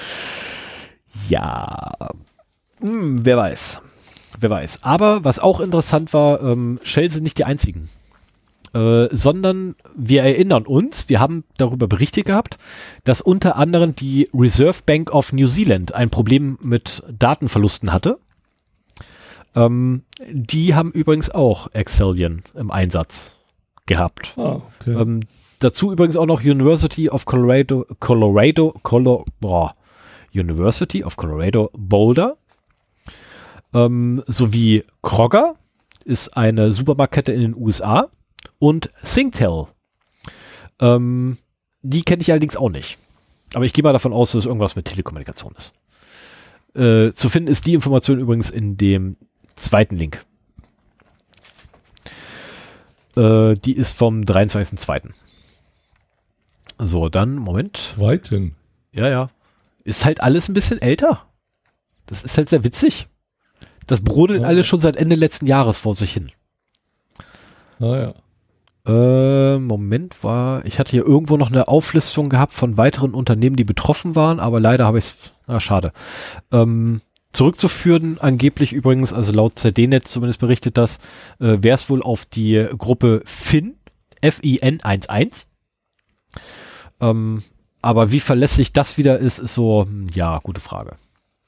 S1: Ja, hm, wer weiß. Wer weiß. Aber was auch interessant war, ähm, Shell sind nicht die einzigen. Äh, sondern wir erinnern uns, wir haben darüber berichtet gehabt, dass unter anderem die Reserve Bank of New Zealand ein Problem mit Datenverlusten hatte. Ähm, die haben übrigens auch Excellion im Einsatz gehabt.
S2: Ah, okay.
S1: Ähm, dazu übrigens auch noch University of Colorado, Colorado, Colo, boah, University of Colorado Boulder, ähm, sowie Kroger ist eine Supermarktkette in den U S A und Singtel. Ähm, die kenne ich allerdings auch nicht. Aber ich gehe mal davon aus, dass es irgendwas mit Telekommunikation ist. Äh, zu finden ist die Information übrigens in dem zweiten Link. Äh, die ist vom dreiundzwanzigsten zweiten So, dann, Moment.
S2: Zweiten?
S1: Ja, ja. Ist halt alles ein bisschen älter. Das ist halt sehr witzig. Das brodelt ah, alles schon seit Ende letzten Jahres vor sich hin.
S2: Ah ja.
S1: Äh, Moment, war, ich hatte hier irgendwo noch eine Auflistung gehabt von weiteren Unternehmen, die betroffen waren, aber leider habe ich es, na schade. Ähm, zurückzuführen, angeblich übrigens, also laut Z D Net zumindest berichtet das, äh, wäre es wohl auf die Gruppe Fin, F I N elf. Ähm, aber wie verlässlich das wieder ist, ist so, ja, gute Frage.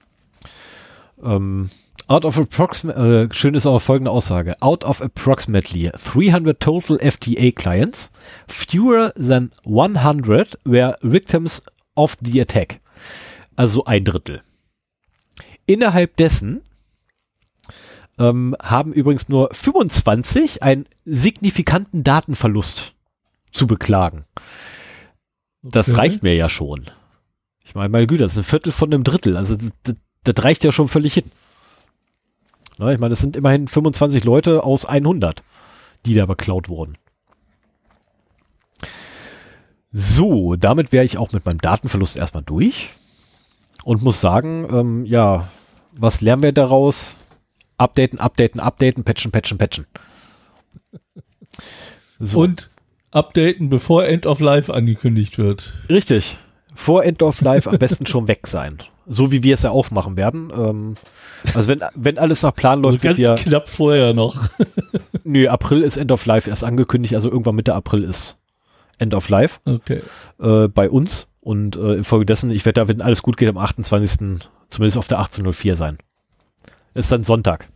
S1: Ähm, Out of approximately, äh, schön ist auch folgende Aussage. Out of approximately three hundred total F T A clients, fewer than one hundred were victims of the attack. Also ein Drittel. Innerhalb dessen ähm, haben übrigens nur fünfundzwanzig einen signifikanten Datenverlust zu beklagen. Das okay. reicht mir ja schon. Ich meine, meine Güte, das ist ein Viertel von einem Drittel. Also das, das reicht ja schon völlig hin. Na, ich meine, das sind immerhin fünfundzwanzig Leute aus hundert, die da beklaut wurden. So, damit wäre ich auch mit meinem Datenverlust erstmal durch und muss sagen, ähm, ja, was lernen wir daraus? Updaten, updaten, updaten, patchen, patchen, patchen.
S2: So. Und updaten, bevor End of Life angekündigt wird.
S1: Richtig. Vor End of Life am besten schon weg sein. So wie wir es ja auch machen werden. Ähm, also wenn, wenn alles nach Plan läuft,
S2: also ganz
S1: wir,
S2: knapp vorher noch.
S1: Nö, April ist End of Life erst angekündigt, also irgendwann Mitte April ist End of Life.
S2: Okay.
S1: Äh, bei uns. Und äh, infolgedessen, ich werde da, wenn alles gut geht, am achtundzwanzigsten zumindest auf der achtzehn null vier sein. Ist dann Sonntag.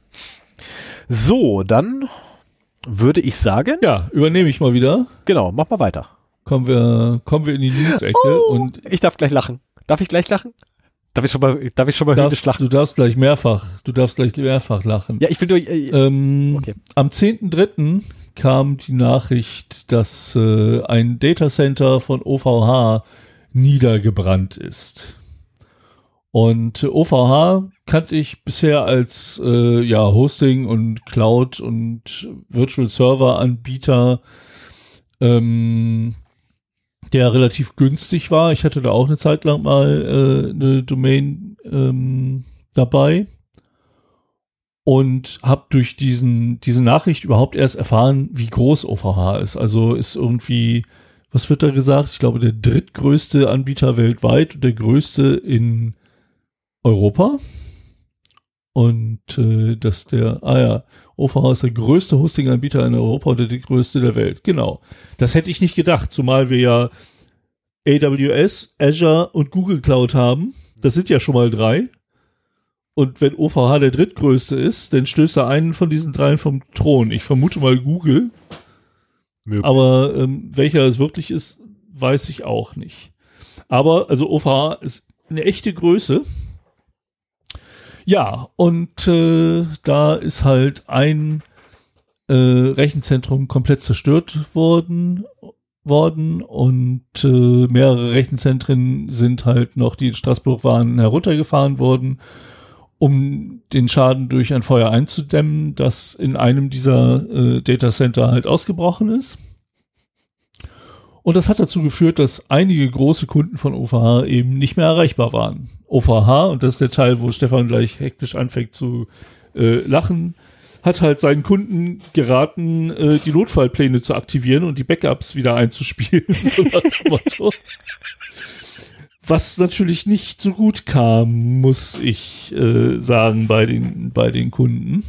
S1: So, dann würde ich sagen.
S2: Ja, übernehme ich mal wieder.
S1: Genau, mach mal weiter.
S2: kommen wir, kommen wir in die News-Ecke.
S1: Oh,
S2: und
S1: ich darf gleich lachen. Darf ich gleich lachen? Darf ich schon mal, darf ich schon mal
S2: darfst,
S1: hündisch lachen?
S2: Du darfst gleich mehrfach, du darfst gleich mehrfach lachen.
S1: Ja, ich will nur, äh,
S2: ähm,
S1: okay.
S2: Am zehnten dritten kam die Nachricht, dass äh, ein Datacenter von O V H niedergebrannt ist. Und äh, O V H kannte ich bisher als äh, ja, Hosting und Cloud und Virtual Server Anbieter, ähm, der relativ günstig war. Ich hatte da auch eine Zeit lang mal äh, eine Domain ähm, dabei und habe durch diesen diese Nachricht überhaupt erst erfahren, wie groß O V H ist. Also ist irgendwie, was wird da gesagt? Ich glaube, der drittgrößte Anbieter weltweit und der größte in Europa. Und äh, dass der, ah ja, O V H ist der größte Hosting-Anbieter in Europa und der größte der Welt. Genau. Das hätte ich nicht gedacht, zumal wir ja A W S, Azure und Google Cloud haben. Das sind ja schon mal drei. Und wenn O V H der drittgrößte ist, dann stößt er einen von diesen dreien vom Thron. Ich vermute mal Google. Möglich. Aber ähm, welcher es wirklich ist, weiß ich auch nicht. Aber, also O V H ist eine echte Größe. Ja, und äh, da ist halt ein äh, Rechenzentrum komplett zerstört worden, worden und äh, mehrere Rechenzentren sind halt noch, die in Straßburg waren, heruntergefahren worden, um den Schaden durch ein Feuer einzudämmen, das in einem dieser äh, Datacenter halt ausgebrochen ist. Und das hat dazu geführt, dass einige große Kunden von O V H eben nicht mehr erreichbar waren. O V H, und das ist der Teil, wo Stefan gleich hektisch anfängt zu äh, lachen, hat halt seinen Kunden geraten, äh, die Notfallpläne zu aktivieren und die Backups wieder einzuspielen. So nach dem Motto. Was natürlich nicht so gut kam, muss ich äh, sagen, bei den, bei den Kunden.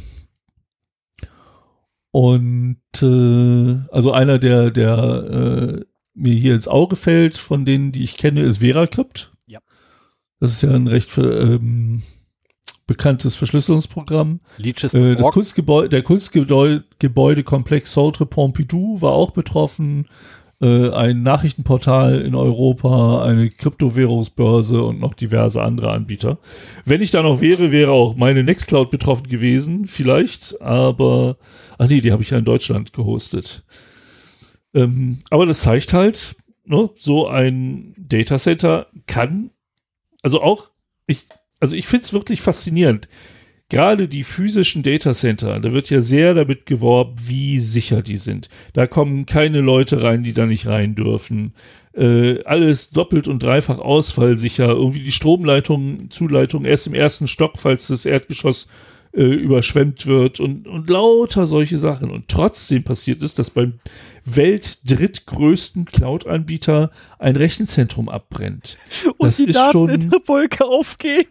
S2: Und äh, also einer der, der äh, mir hier ins Auge fällt, von denen, die ich kenne, ist VeraCrypt.
S1: Ja.
S2: Das ist ja ein recht ähm, bekanntes Verschlüsselungsprogramm.
S1: Leeches
S2: äh, das Kunstgebäude, der Kunstgebäudekomplex Centre Pompidou war auch betroffen. Äh, ein Nachrichtenportal in Europa, eine Kryptowährungsbörse und noch diverse andere Anbieter. Wenn ich da noch wäre, wäre auch meine Nextcloud betroffen gewesen, vielleicht, aber ach nee, die habe ich ja in Deutschland gehostet. Ähm, aber das zeigt halt, ne, so ein Datacenter kann, also auch, ich, also ich finde es wirklich faszinierend. Gerade die physischen Datacenter, da wird ja sehr damit geworben, wie sicher die sind. Da kommen keine Leute rein, die da nicht rein dürfen. Äh, alles doppelt und dreifach ausfallsicher. Irgendwie die Stromleitung, Zuleitung erst im ersten Stock, falls das Erdgeschoss äh, überschwemmt wird und, und lauter solche Sachen. Und trotzdem passiert es, dass beim weltdrittgrößten Cloud-Anbieter ein Rechenzentrum abbrennt.
S1: Und
S2: das
S1: die
S2: ist
S1: Daten
S2: schon
S1: in der Wolke aufgehen.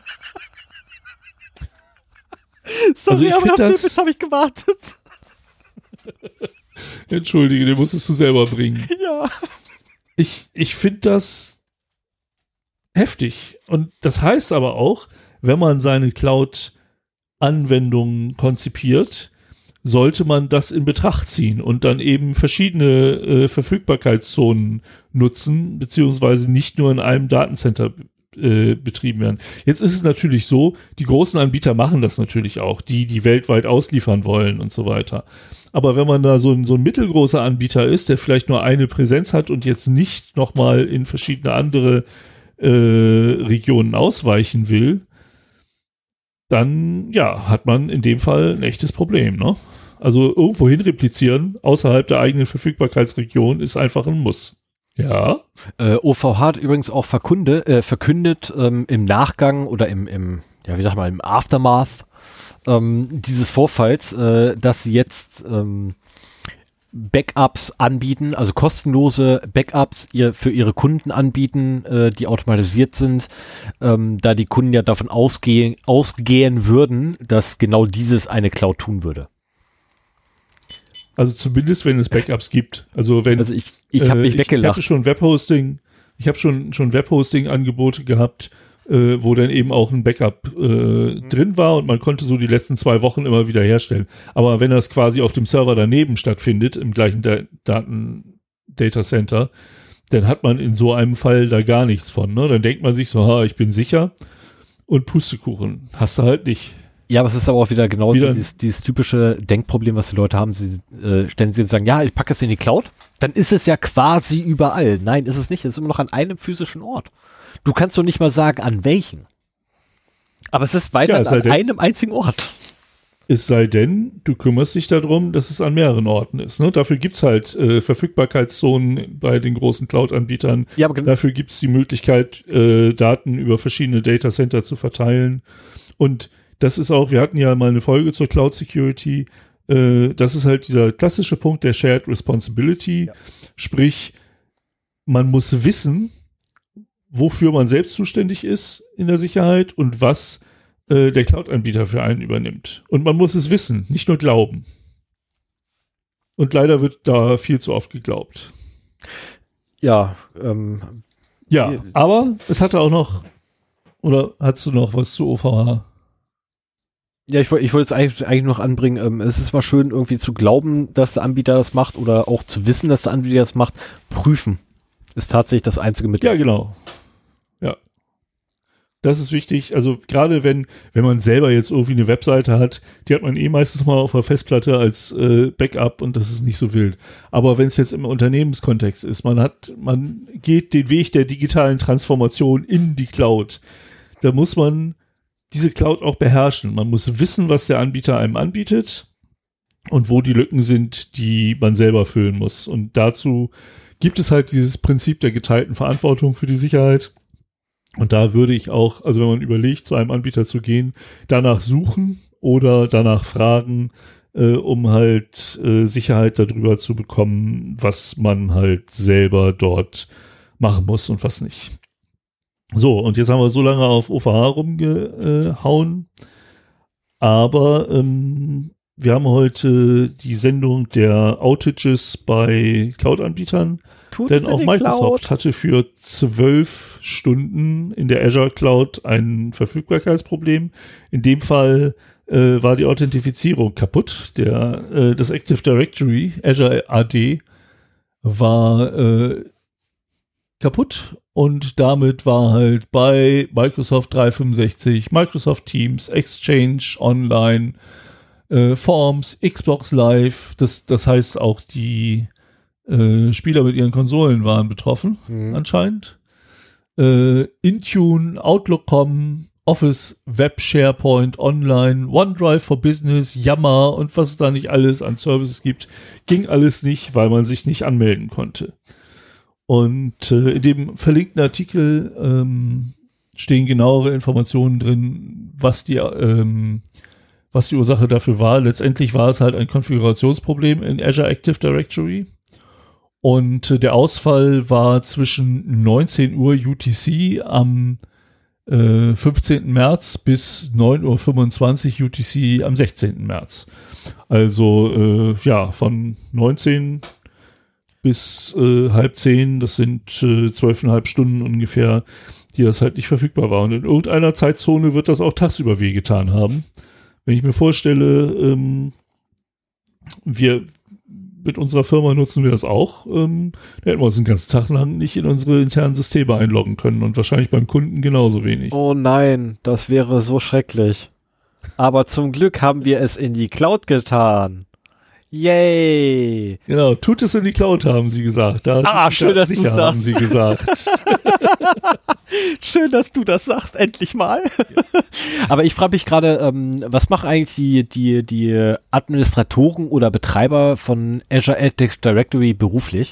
S2: also
S1: Sorry,
S2: ich
S1: aber
S2: das,
S1: bis habe ich gewartet.
S2: Entschuldige, den musstest du selber bringen.
S1: Ja.
S2: Ich, ich finde das heftig. Und das heißt aber auch, wenn man seine Cloud-Anwendungen konzipiert, sollte man das in Betracht ziehen und dann eben verschiedene äh, Verfügbarkeitszonen nutzen, beziehungsweise nicht nur in einem Datencenter äh, betrieben werden. Jetzt ist es natürlich so, die großen Anbieter machen das natürlich auch, die, die weltweit ausliefern wollen und so weiter. Aber wenn man da so ein, so ein mittelgroßer Anbieter ist, der vielleicht nur eine Präsenz hat und jetzt nicht nochmal in verschiedene andere äh, Regionen ausweichen will, dann, ja, hat man in dem Fall ein echtes Problem, ne? Also irgendwo hin replizieren, außerhalb der eigenen Verfügbarkeitsregion, ist einfach ein Muss. Ja.
S1: Äh, O V H hat übrigens auch verkunde, äh, verkündet ähm, im Nachgang oder im, im, ja, wie sag mal, im Aftermath ähm, dieses Vorfalls, äh, dass sie jetzt ähm, Backups anbieten, also kostenlose Backups ihr, für ihre Kunden anbieten, äh, die automatisiert sind, ähm, da die Kunden ja davon ausgehen, ausgehen würden, dass genau dieses eine Cloud tun würde.
S2: Also zumindest, wenn es Backups gibt. Also wenn
S1: also ich, ich habe mich
S2: äh,
S1: weggelacht.
S2: Ich hatte schon Webhosting, ich habe schon schon Webhosting-Angebote gehabt, äh, wo dann eben auch ein Backup äh, mhm. drin war und man konnte so die letzten zwei Wochen immer wieder herstellen. Aber wenn das quasi auf dem Server daneben stattfindet, im gleichen da- Daten Datacenter, dann hat man in so einem Fall da gar nichts von. Ne? Dann denkt man sich so, ha, ich bin sicher und Pustekuchen. Hast du halt nicht.
S1: Ja, aber es ist aber auch wieder genau
S2: wieder
S1: dieses, dieses typische Denkproblem, was die Leute haben. Sie äh, stellen sich und sagen, ja, ich packe es in die Cloud. Dann ist es ja quasi überall. Nein, ist es nicht. Es ist immer noch an einem physischen Ort. Du kannst doch nicht mal sagen, an welchen. Aber es ist weiterhin
S2: ja, es
S1: an einem einzigen Ort.
S2: Es sei denn, du kümmerst dich darum, dass es an mehreren Orten ist. Ne? Dafür gibt's halt äh, Verfügbarkeitszonen bei den großen Cloud-Anbietern.
S1: Ja, aber
S2: Dafür gibt's die Möglichkeit, äh, Daten über verschiedene Datacenter zu verteilen. Und das ist auch, wir hatten ja mal eine Folge zur Cloud Security. Äh, das ist halt dieser klassische Punkt der Shared Responsibility. Ja. Sprich, man muss wissen, wofür man selbst zuständig ist in der Sicherheit und was äh, der Cloud-Anbieter für einen übernimmt. Und man muss es wissen, nicht nur glauben. Und leider wird da viel zu oft geglaubt.
S1: Ja, ähm.
S2: Ja, aber es hatte auch noch, oder hast du noch was zu O V H?
S1: Ja, ich wollte ich wollte es eigentlich, eigentlich noch anbringen. Ähm, es ist mal schön, irgendwie zu glauben, dass der Anbieter das macht oder auch zu wissen, dass der Anbieter das macht. Prüfen ist tatsächlich das einzige Mittel.
S2: Ja, genau. Ja. Das ist wichtig. Also gerade wenn, wenn man selber jetzt irgendwie eine Webseite hat, die hat man eh meistens mal auf der Festplatte als äh, Backup und das ist nicht so wild. Aber wenn es jetzt im Unternehmenskontext ist, man hat, man geht den Weg der digitalen Transformation in die Cloud, da muss man diese Cloud auch beherrschen. Man muss wissen, was der Anbieter einem anbietet und wo die Lücken sind, die man selber füllen muss. Und dazu gibt es halt dieses Prinzip der geteilten Verantwortung für die Sicherheit. Und da würde ich auch, also wenn man überlegt, zu einem Anbieter zu gehen, danach suchen oder danach fragen, äh, um halt äh, Sicherheit darüber zu bekommen, was man halt selber dort machen muss und was nicht. So, und jetzt haben wir so lange auf O V H rumgehauen, aber ähm, wir haben heute die Sendung der Outages bei Cloud-Anbietern, Tut denn auch Microsoft Cloud. hatte für zwölf Stunden in der Azure Cloud ein Verfügbarkeitsproblem. In dem Fall äh, war die Authentifizierung kaputt. Der, äh, das Active Directory, Azure A D, war äh, kaputt und damit war halt bei Microsoft dreihundertfünfundsechzig, Microsoft Teams, Exchange Online, äh, Forms, Xbox Live, das, das heißt auch die äh, Spieler mit ihren Konsolen waren betroffen, mhm. anscheinend. Äh, Intune, Outlook Punkt com, Office, Web, SharePoint, Online, OneDrive for Business, Yammer und was es da nicht alles an Services gibt, ging alles nicht, weil man sich nicht anmelden konnte. Und äh, in dem verlinkten Artikel ähm, stehen genauere Informationen drin, was die, ähm, was die Ursache dafür war. Letztendlich war es halt ein Konfigurationsproblem in Azure Active Directory. Und äh, der Ausfall war zwischen neunzehn Uhr U T C am äh, fünfzehnten März bis neun Uhr fünfundzwanzig U T C am sechzehnten März. Also äh, ja, von neunzehn bis äh, halb zehn, das sind äh, zwölfeinhalb Stunden ungefähr, die das halt nicht verfügbar war. Und in irgendeiner Zeitzone wird das auch tagsüber wehgetan haben. Wenn ich mir vorstelle, ähm, wir mit unserer Firma nutzen wir das auch, ähm, da hätten wir uns den ganzen Tag lang nicht in unsere internen Systeme einloggen können und wahrscheinlich beim Kunden genauso wenig.
S1: Oh nein, das wäre so schrecklich. Aber zum Glück haben wir es in die Cloud getan. Yay!
S2: Genau, tut es in die Cloud, haben sie gesagt. Da
S1: ah, schön, dass
S2: sicher,
S1: du sagst.
S2: haben sie gesagt.
S1: Schön, dass du das sagst, endlich mal. Ja. Aber ich frage mich gerade, ähm, was machen eigentlich die, die, die Administratoren oder Betreiber von Azure Active Directory beruflich?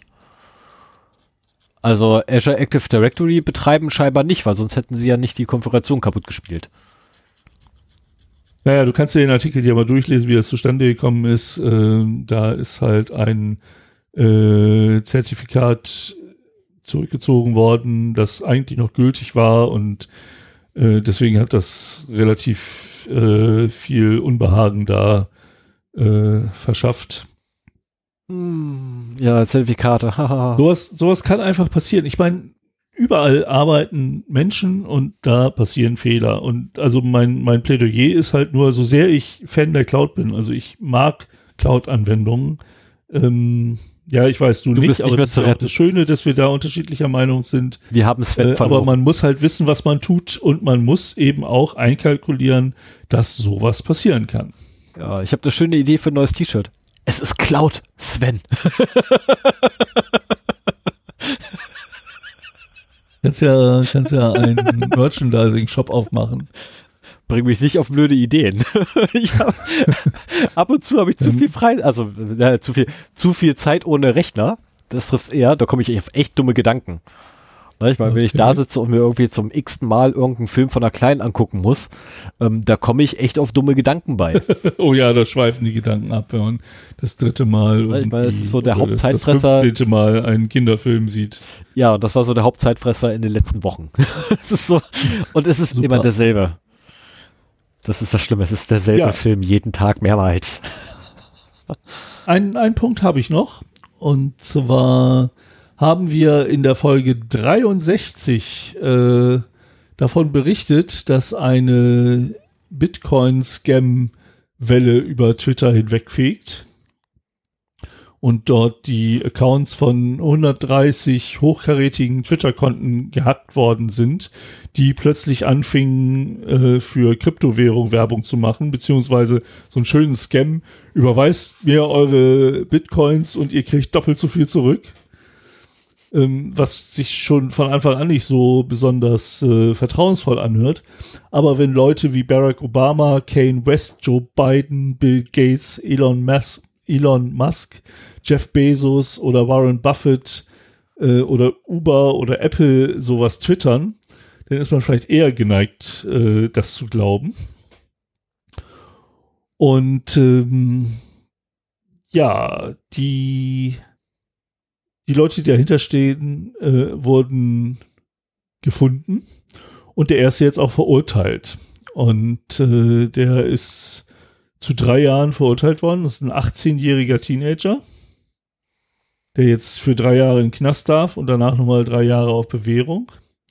S1: Also Azure Active Directory betreiben scheinbar nicht, weil sonst hätten sie ja nicht die Konfiguration kaputt gespielt.
S2: Naja, du kannst dir den Artikel ja mal durchlesen, wie das zustande gekommen ist. Ähm, da ist halt ein äh, Zertifikat zurückgezogen worden, das eigentlich noch gültig war und äh, deswegen hat das relativ äh, viel Unbehagen da äh, verschafft.
S1: Ja, Zertifikate.
S2: sowas, sowas kann einfach passieren. Ich meine, überall arbeiten Menschen und da passieren Fehler. Und also mein, mein Plädoyer ist halt nur, so sehr ich Fan der Cloud bin, also ich mag Cloud-Anwendungen, ähm, Ja, ich weiß, du,
S1: du
S2: nicht,
S1: bist nicht
S2: aber
S1: mehr
S2: das
S1: zu
S2: ist auch
S1: retten.
S2: Das Schöne, dass wir da unterschiedlicher Meinung sind.
S1: Wir haben Sven
S2: äh,
S1: verloren.
S2: Aber man muss halt wissen, was man tut und man muss eben auch einkalkulieren, dass sowas passieren kann.
S1: Ja, ich habe eine schöne Idee für ein neues T-Shirt. Es ist Cloud, Sven.
S2: Kannst ja, kannst ja einen Merchandising-Shop aufmachen.
S1: Bring mich nicht auf blöde Ideen. ich hab, ab und zu habe ich zu viel frei, also äh, zu viel, zu viel Zeit ohne Rechner. Das trifft eher, da komme ich auf echt dumme Gedanken. Ne, ich meine, okay. Wenn ich da sitze und mir irgendwie zum x-ten Mal irgendeinen Film von einer Kleinen angucken muss, ähm, da komme ich echt auf dumme Gedanken bei.
S2: Oh ja, da schweifen die Gedanken ab, wenn man das dritte Mal
S1: ich meine, das ist so der Hauptzeitfresser.
S2: Das, das fünfzehnte Mal einen Kinderfilm sieht.
S1: Ja, das war so der Hauptzeitfresser in den letzten Wochen. Es ist so, und es ist Super. Immer derselbe. Das ist das Schlimme, es ist derselbe ja. Film jeden Tag mehrmals.
S2: Ein, ein Punkt habe ich noch, und zwar haben wir in der Folge dreiundsechzig äh, davon berichtet, dass eine Bitcoin-Scam-Welle über Twitter hinwegfegt und dort die Accounts von hundertdreißig hochkarätigen Twitter-Konten gehackt worden sind, die plötzlich anfingen, äh, für Kryptowährung Werbung zu machen, beziehungsweise so einen schönen Scam: überweist mir eure Bitcoins und ihr kriegt doppelt so viel zurück. Ähm, was sich schon von Anfang an nicht so besonders äh, vertrauensvoll anhört. Aber wenn Leute wie Barack Obama, Kanye West, Joe Biden, Bill Gates, Elon Musk, Elon Musk, Jeff Bezos oder Warren Buffett äh, oder Uber oder Apple sowas twittern, dann ist man vielleicht eher geneigt, äh, das zu glauben. Und ähm, ja, die die Leute, die dahinter stehen, äh, wurden gefunden und der erste jetzt auch verurteilt. Und äh, der ist zu drei Jahren verurteilt worden. Das ist ein achtzehnjähriger Teenager, der jetzt für drei Jahre in den Knast darf und danach nochmal drei Jahre auf Bewährung.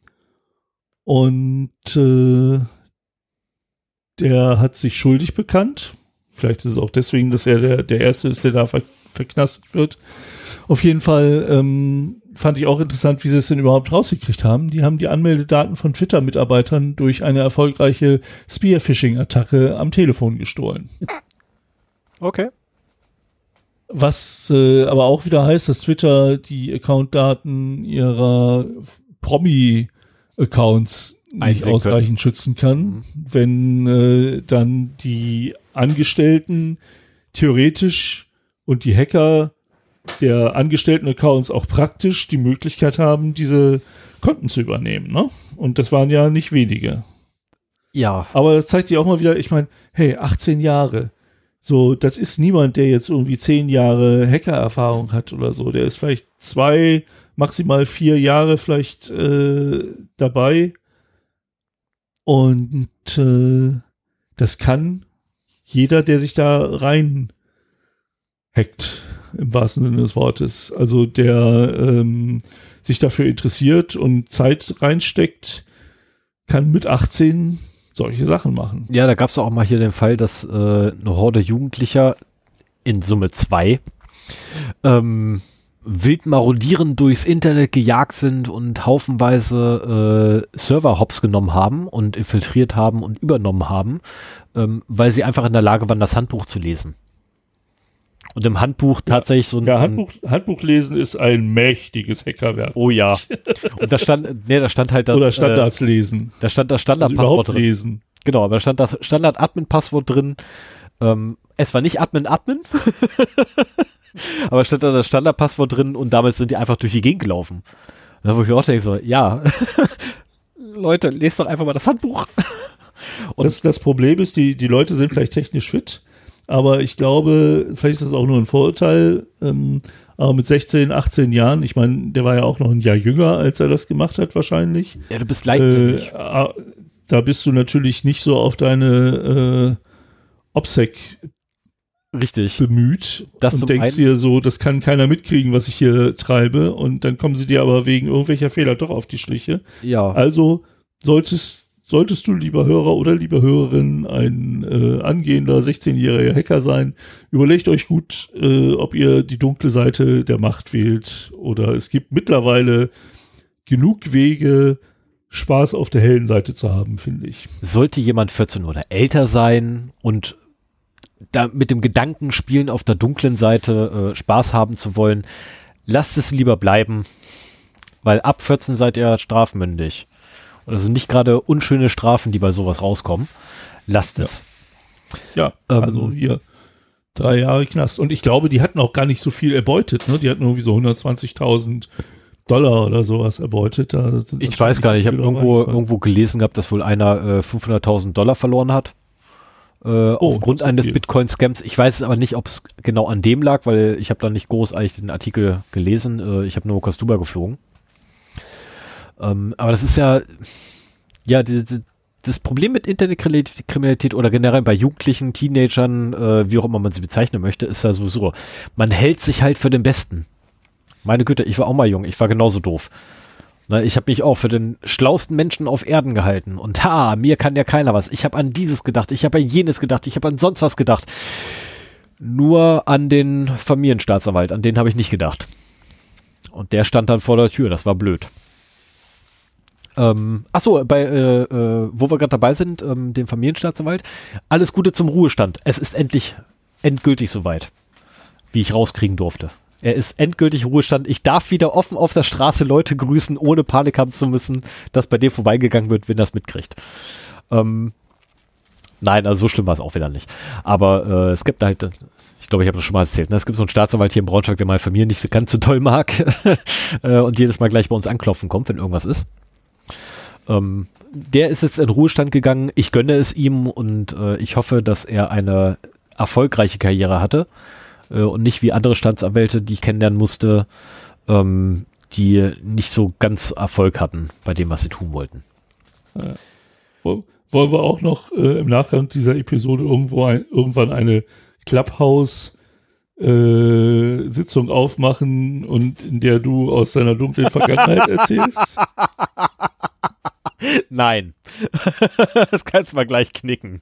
S2: Und äh, der hat sich schuldig bekannt. Vielleicht ist es auch deswegen, dass er der, der Erste ist, der da ver- verknastet wird. Auf jeden Fall ähm, fand ich auch interessant, wie sie es denn überhaupt rausgekriegt haben. Die haben die Anmeldedaten von Twitter-Mitarbeitern durch eine erfolgreiche Spearphishing-Attacke am Telefon gestohlen.
S1: Okay.
S2: Was äh, aber auch wieder heißt, dass Twitter die Account-Daten ihrer Promi-Accounts nicht ausreichend schützen kann, mhm. wenn äh, dann die Angestellten theoretisch und die Hacker der Angestellten-Accounts auch praktisch die Möglichkeit haben, diese Konten zu übernehmen, ne? Und das waren ja nicht wenige.
S1: Ja.
S2: Aber das zeigt sich auch mal wieder, ich meine, hey, achtzehn Jahre. So, das ist niemand, der jetzt irgendwie zehn Jahre Hacker-Erfahrung hat oder so. Der ist vielleicht zwei, maximal vier Jahre vielleicht äh, dabei. Und äh, das kann jeder, der sich da rein hackt, im wahrsten Sinne des Wortes. Also der ähm, sich dafür interessiert und Zeit reinsteckt, kann mit achtzehn solche Sachen machen.
S1: Ja, da gab es auch mal hier den Fall, dass äh, eine Horde Jugendlicher, in Summe zwei, ähm, wild marodierend durchs Internet gejagt sind und haufenweise äh, Server hops genommen haben und infiltriert haben und übernommen haben, ähm, weil sie einfach in der Lage waren, das Handbuch zu lesen. Und im Handbuch tatsächlich so ein...
S2: Ja, Handbuch, Handbuch lesen ist ein mächtiges Hackerwerk.
S1: Oh ja. Und da stand, nee, da stand halt das...
S2: Oder Standards äh, lesen.
S1: Da stand das Standardpasswort drin.
S2: Lesen.
S1: Genau, aber da stand das Standard-Admin-Passwort drin. Ähm, es war nicht Admin-Admin, aber stand da das Standardpasswort drin und damit sind die einfach durch die Gegend gelaufen. Da wo ich mir auch denke, so, ja, Leute, lest doch einfach mal das Handbuch.
S2: Und das, das Problem ist, die, die Leute sind vielleicht technisch fit, aber ich glaube, vielleicht ist das auch nur ein Vorurteil, ähm, aber mit sechzehn, achtzehn Jahren, ich meine, der war ja auch noch ein Jahr jünger, als er das gemacht hat wahrscheinlich.
S1: Ja, du bist leichtsinnig.
S2: Äh, da bist du natürlich nicht so auf deine äh, OPSEC
S1: richtig
S2: bemüht
S1: das
S2: und denkst dir so, das kann keiner mitkriegen, was ich hier treibe, und dann kommen sie dir aber wegen irgendwelcher Fehler doch auf die Schliche.
S1: Ja.
S2: Also solltest solltest du, lieber Hörer oder liebe Hörerin, ein äh, angehender sechzehnjähriger Hacker sein, überlegt euch gut, äh, ob ihr die dunkle Seite der Macht wählt, oder es gibt mittlerweile genug Wege, Spaß auf der hellen Seite zu haben, finde ich.
S1: Sollte jemand vierzehn oder älter sein und da mit dem Gedanken spielen, auf der dunklen Seite äh, Spaß haben zu wollen, lasst es lieber bleiben, weil ab vierzehn seid ihr strafmündig. Also nicht gerade unschöne Strafen, die bei sowas rauskommen. Lasst es.
S2: Ja, ja ähm, also hier drei Jahre Knast. Und ich glaube, die hatten auch gar nicht so viel erbeutet. Ne? Die hatten irgendwie so hundertzwanzigtausend Dollar oder sowas erbeutet. Da
S1: ich weiß gar nicht. Ich habe irgendwo, irgendwo gelesen gehabt, dass wohl einer äh, fünfhunderttausend Dollar verloren hat. Äh, oh, aufgrund eines Bitcoin-Scams. Ich weiß aber nicht, ob es genau an dem lag, weil ich habe da nicht großartig den Artikel gelesen. Äh, ich habe nur kurz drüber geflogen. Ähm, aber das ist ja, ja, die, die, das Problem mit Internetkriminalität oder generell bei Jugendlichen, Teenagern, äh, wie auch immer man sie bezeichnen möchte, ist ja sowieso, man hält sich halt für den Besten. Meine Güte, ich war auch mal jung, ich war genauso doof. Na, ich habe mich auch für den schlauesten Menschen auf Erden gehalten. Und ha, mir kann ja keiner was. Ich habe an dieses gedacht, ich habe an jenes gedacht, ich habe an sonst was gedacht. Nur an den Familienstaatsanwalt, an den habe ich nicht gedacht. Und der stand dann vor der Tür, das war blöd. Ähm, achso, bei, äh, äh, wo wir gerade dabei sind, ähm, dem Familienstaatsanwalt, alles Gute zum Ruhestand. Es ist endlich, endgültig soweit, wie ich rauskriegen durfte. Er ist endgültig Ruhestand. Ich darf wieder offen auf der Straße Leute grüßen, ohne Panik haben zu müssen, dass bei dem vorbeigegangen wird, wenn er es mitkriegt. Ähm, nein, also so schlimm war es auch wieder nicht. Aber äh, es gibt halt, ich glaube, ich habe das schon mal erzählt, ne? Es gibt so einen Staatsanwalt hier in Braunschweig, der meine Familie nicht ganz so toll mag äh, und jedes Mal gleich bei uns anklopfen kommt, wenn irgendwas ist. Ähm, der ist jetzt in Ruhestand gegangen. Ich gönne es ihm und äh, ich hoffe, dass er eine erfolgreiche Karriere hatte äh, und nicht wie andere Staatsanwälte, die ich kennenlernen musste, ähm, die nicht so ganz Erfolg hatten bei dem, was sie tun wollten.
S2: Ja. Wollen wir auch noch äh, im Nachgang dieser Episode irgendwo ein, irgendwann eine Clubhouse äh, Sitzung aufmachen und in der du aus deiner dunklen Vergangenheit erzählst?
S1: Nein. Das kannst du mal gleich knicken.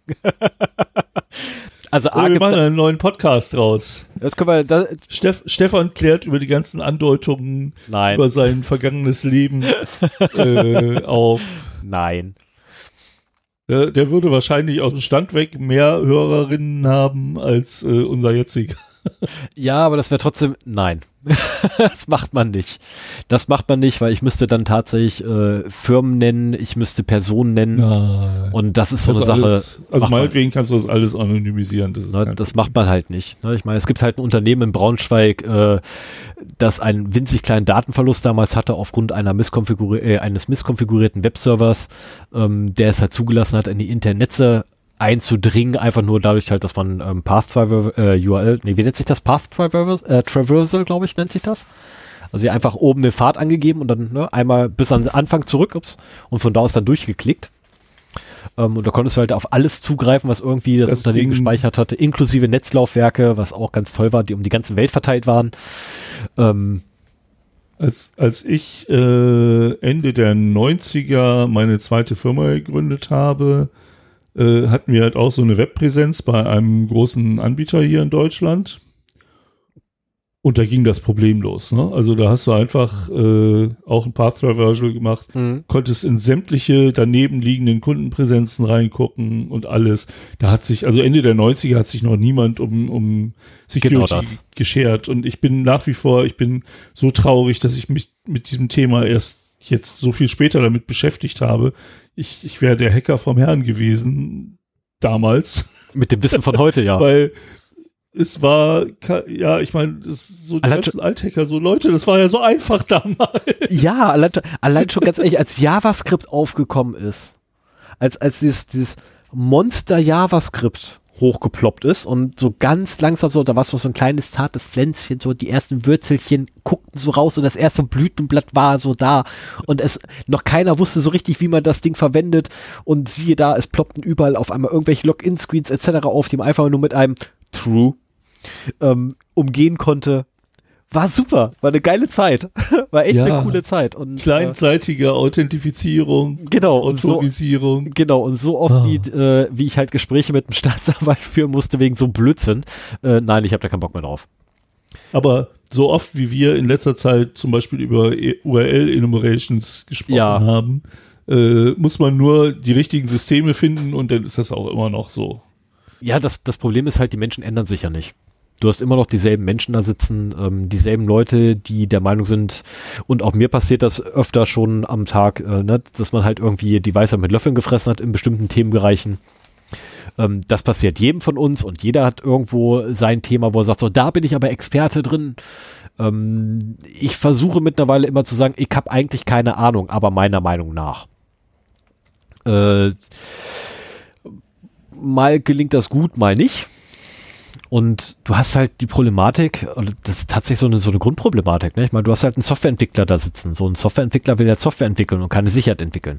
S1: Also
S2: A, wir machen einen neuen Podcast raus.
S1: Das können wir, das
S2: Steff, Stefan klärt über die ganzen Andeutungen
S1: Nein.
S2: über sein vergangenes Leben äh, auf.
S1: Nein.
S2: Der, der würde wahrscheinlich aus dem Stand weg mehr Hörerinnen haben als äh, unser jetziger.
S1: Ja, aber das wäre trotzdem, nein. Das macht man nicht. Das macht man nicht, weil ich müsste dann tatsächlich äh, Firmen nennen, ich müsste Personen nennen. Nein. Und das ist so
S2: also
S1: eine Sache.
S2: Alles, also meinetwegen kannst du das alles anonymisieren. Das, ist
S1: ne, das macht man halt nicht. Ne? Ich meine, es gibt halt ein Unternehmen in Braunschweig, äh, das einen winzig kleinen Datenverlust damals hatte aufgrund einer misskonfiguri- äh, eines misskonfigurierten Webservers, ähm, der es halt zugelassen hat, in die internen Netze einzudringen, einfach nur dadurch halt, dass man ähm, Path Traversal, äh, U R L, nee, wie nennt sich das? Path Traversal, äh, Traversal, glaube ich, nennt sich das. Also hier einfach oben den Pfad angegeben und dann ne, einmal bis an den Anfang zurück, ups, und von da aus dann durchgeklickt. Ähm, und da konntest du halt auf alles zugreifen, was irgendwie das, das Unternehmen gespeichert hatte, inklusive Netzlaufwerke, was auch ganz toll war, die um die ganze Welt verteilt waren. Ähm,
S2: Als, als ich äh, Ende der neunziger meine zweite Firma gegründet habe, äh, hatten wir halt auch so eine Webpräsenz bei einem großen Anbieter hier in Deutschland. Und da ging das problemlos. Ne? Also da hast du einfach äh, auch ein Path Traversal gemacht, mhm. konntest in sämtliche daneben liegenden Kundenpräsenzen reingucken und alles. Da hat sich, also Ende der neunziger hat sich noch niemand um, um Security genau geschert. Und ich bin nach wie vor, ich bin so traurig, dass ich mich mit diesem Thema erst jetzt so viel später damit beschäftigt habe. Ich, ich wäre der Hacker vom Herrn gewesen damals.
S1: Mit dem Wissen von heute, ja.
S2: Weil es war, ja, ich meine, so die allein ganzen Althacker, so Leute, das war ja so einfach damals.
S1: Ja, allein, allein schon ganz ehrlich, als JavaScript aufgekommen ist, als, als dieses, dieses Monster JavaScript hochgeploppt ist und so ganz langsam so, da war so ein kleines zartes Pflänzchen, so die ersten Würzelchen guckten so raus und das erste Blütenblatt war so da und es, noch keiner wusste so richtig, wie man das Ding verwendet und siehe da, es ploppten überall auf einmal irgendwelche Login-Screens et cetera auf, die man einfach nur mit einem True ähm, umgehen konnte. war super, war eine geile Zeit, war echt
S2: Ja.
S1: eine coole Zeit. Und,
S2: Kleinseitige Authentifizierung,
S1: äh, genau, und so,
S2: Autorisierung.
S1: genau, und so oft,
S2: Ah.
S1: wie, äh, wie ich halt Gespräche mit dem Staatsanwalt führen musste wegen so einem Blödsinn. Äh, nein, ich habe da keinen Bock mehr drauf.
S2: Aber so oft, wie wir in letzter Zeit zum Beispiel über U R L-Enumerations gesprochen
S1: Ja.
S2: haben, äh, muss man nur die richtigen Systeme finden und dann ist das auch immer noch so.
S1: Ja, das, das Problem ist halt, die Menschen ändern sich ja nicht. Du hast immer noch dieselben Menschen da sitzen, ähm, dieselben Leute, die der Meinung sind, und auch mir passiert das öfter schon am Tag, äh, ne, dass man halt irgendwie die Weisheit mit Löffeln gefressen hat in bestimmten Themenbereichen. Ähm, das passiert jedem von uns und jeder hat irgendwo sein Thema, wo er sagt, so, da bin ich aber Experte drin. Ähm, ich versuche mittlerweile immer zu sagen, ich habe eigentlich keine Ahnung, aber meiner Meinung nach. Äh, mal gelingt das gut, mal nicht. Und du hast halt die Problematik, und das ist tatsächlich so eine, so eine Grundproblematik, ne? Ich meine, du hast halt einen Softwareentwickler da sitzen. So ein Softwareentwickler will ja Software entwickeln und keine Sicherheit entwickeln.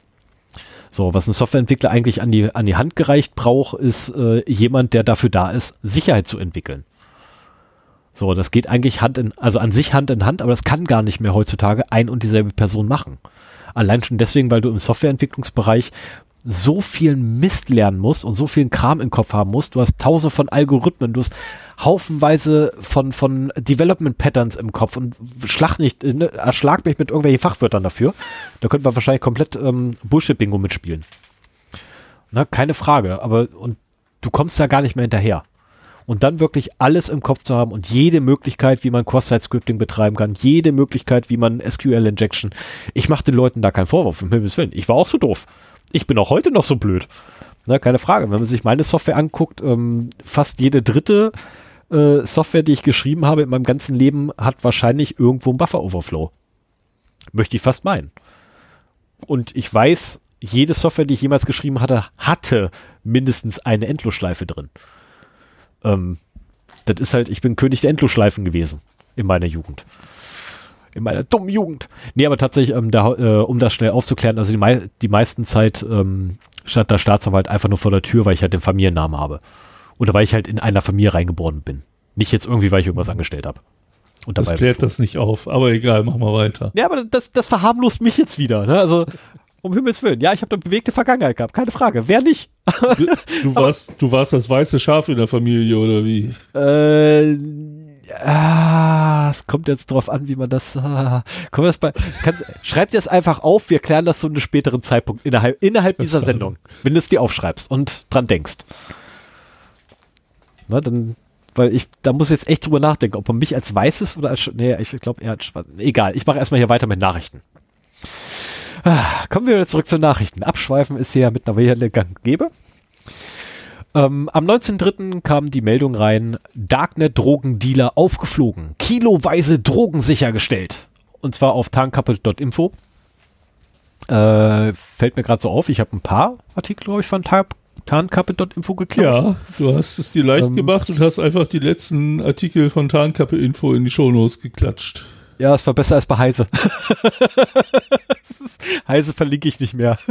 S1: So, was ein Softwareentwickler eigentlich an die, an die Hand gereicht braucht, ist äh, jemand, der dafür da ist, Sicherheit zu entwickeln. So, das geht eigentlich Hand in, also an sich Hand in Hand, aber das kann gar nicht mehr heutzutage ein und dieselbe Person machen. Allein schon deswegen, weil du im Softwareentwicklungsbereich so viel Mist lernen musst und so viel Kram im Kopf haben musst. Du hast tausende von Algorithmen, du hast haufenweise von, von Development Patterns im Kopf und schlag nicht, ne, erschlag mich mit irgendwelchen Fachwörtern dafür. Da könnten wir wahrscheinlich komplett ähm, Bullshit-Bingo mitspielen. Na, keine Frage, aber und du kommst da gar nicht mehr hinterher. Und dann wirklich alles im Kopf zu haben und jede Möglichkeit, wie man Cross-Site-Scripting betreiben kann, jede Möglichkeit, wie man S Q L-Injection. Ich mache den Leuten da keinen Vorwurf, um Himmels Willen. Ich war auch so doof. Ich bin auch heute noch so blöd. Na, keine Frage. Wenn man sich meine Software anguckt, ähm, fast jede dritte äh, Software, die ich geschrieben habe in meinem ganzen Leben, hat wahrscheinlich irgendwo einen Buffer-Overflow. Möchte ich fast meinen. Und ich weiß, jede Software, die ich jemals geschrieben hatte, hatte mindestens eine Endlosschleife drin. Ähm, das ist halt, ich bin König der Endlosschleifen gewesen in meiner Jugend. In meiner dummen Jugend. Nee, aber tatsächlich, ähm, da, äh, um das schnell aufzuklären, also die, mei- die meisten Zeit ähm, stand der Staatsanwalt einfach nur vor der Tür, weil ich halt den Familiennamen habe. Oder weil ich halt in einer Familie reingeboren bin. Nicht jetzt irgendwie, weil ich irgendwas angestellt habe. Und dabei
S2: Das klärt das nicht auf, aber egal, machen wir weiter.
S1: Ja, aber das, das verharmlost mich jetzt wieder. Ne? Also, um Himmels Willen. Ja, ich habe eine bewegte Vergangenheit gehabt, keine Frage. Wer nicht?
S2: Du, du, warst, du warst das weiße Schaf in der Familie, oder wie?
S1: Äh, ah, es kommt jetzt drauf an, wie man das. Ah, komm, das bei, kannst, schreib dir das einfach auf, wir klären das zu einem späteren Zeitpunkt innerhalb, innerhalb dieser Sendung, wenn du es dir aufschreibst und dran denkst. Na, dann, weil ich, da muss ich jetzt echt drüber nachdenken, ob man mich als weißes oder als, nee, ich glaube eher als schwarz. Egal, ich mache erstmal hier weiter mit Nachrichten. Ah, kommen wir wieder zurück zu Nachrichten. Abschweifen ist hier mittlerweile gang und gäbe. Ähm, am neunzehnten dritten kam die Meldung rein, Darknet-Drogendealer aufgeflogen, kiloweise Drogen sichergestellt. Und zwar auf tarnkappe punkt info. Äh, fällt mir gerade so auf, ich habe ein paar Artikel, glaube ich, von Tar- tarnkappe punkt info geklaut.
S2: Ja, du hast es dir leicht
S1: Ähm,
S2: gemacht und hast einfach die letzten Artikel von Tarnkappe Info in die Shownotes geklatscht.
S1: Ja, es war besser als bei Heise. Heise verlinke ich nicht mehr.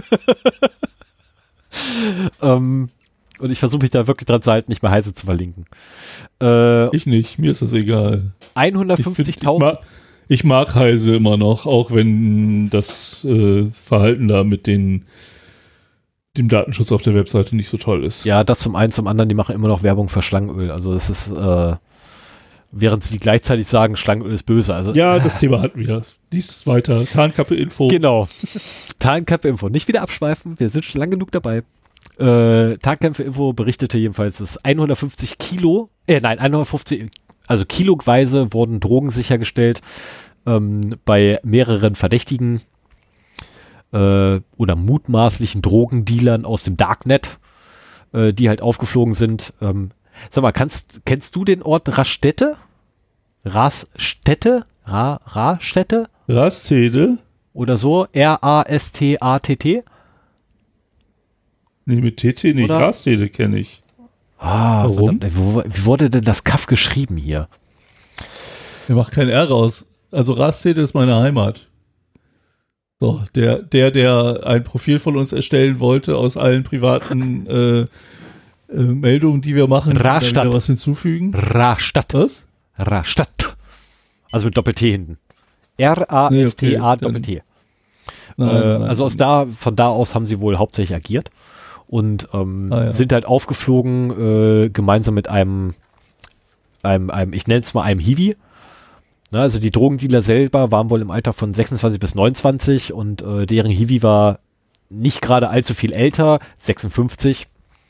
S1: ähm, und ich versuche mich da wirklich dran zu halten, nicht mehr Heise zu verlinken. Äh,
S2: Ich nicht, mir ist das egal.
S1: hundertfünfzigtausend.
S2: Ich, ich mag Heise immer noch, auch wenn das äh, Verhalten da mit den, dem Datenschutz auf der Webseite nicht so toll ist.
S1: Ja, das zum einen, zum anderen, die machen immer noch Werbung für Schlangenöl. Also das ist, äh, während sie gleichzeitig sagen, Schlangenöl ist böse. Also,
S2: Ja, das Thema hatten wir. Dies weiter. Tarnkappe Info.
S1: Genau. Tarnkappe Info. Nicht wieder abschweifen, wir sind schon lang genug dabei. Äh, Tarnkappe Info berichtete jedenfalls, dass hundertfünfzig Kilo, äh nein, hundertfünfzig, also kiloweise wurden Drogen sichergestellt ähm, bei mehreren Verdächtigen äh, oder mutmaßlichen Drogendealern aus dem Darknet, äh, die halt aufgeflogen sind. Ähm, sag mal, kannst, kennst du den Ort Raststätte? Raststätte? Ra, Raststätte?
S2: Rastede?
S1: Oder so? R A S T A T T?
S2: Nee, mit T T nicht.
S1: Oder?
S2: Rastede kenne ich.
S1: Ah,
S2: Warum?
S1: verdammt, wo, wie wurde denn das Kaff geschrieben hier?
S2: Der macht kein R raus. Also Rastede ist meine Heimat. So, der, der, der ein Profil von uns erstellen wollte aus allen privaten äh, äh, Meldungen, die wir machen,
S1: Rastatt.
S2: da wieder was hinzufügen.
S1: Rastatt.
S2: Was?
S1: Rastatt. Also mit Doppel-T hinten. R A S T A Doppel-T.
S2: Nein,
S1: äh,
S2: nein,
S1: also aus da, von da aus haben sie wohl hauptsächlich agiert und ähm,
S2: ah, ja.
S1: sind halt aufgeflogen, äh, gemeinsam mit einem, einem, einem ich nenne es mal einem Hiwi. Na, also die Drogendealer selber waren wohl im Alter von sechsundzwanzig bis neunundzwanzig und äh, deren Hiwi war nicht gerade allzu viel älter, sechsundfünfzig.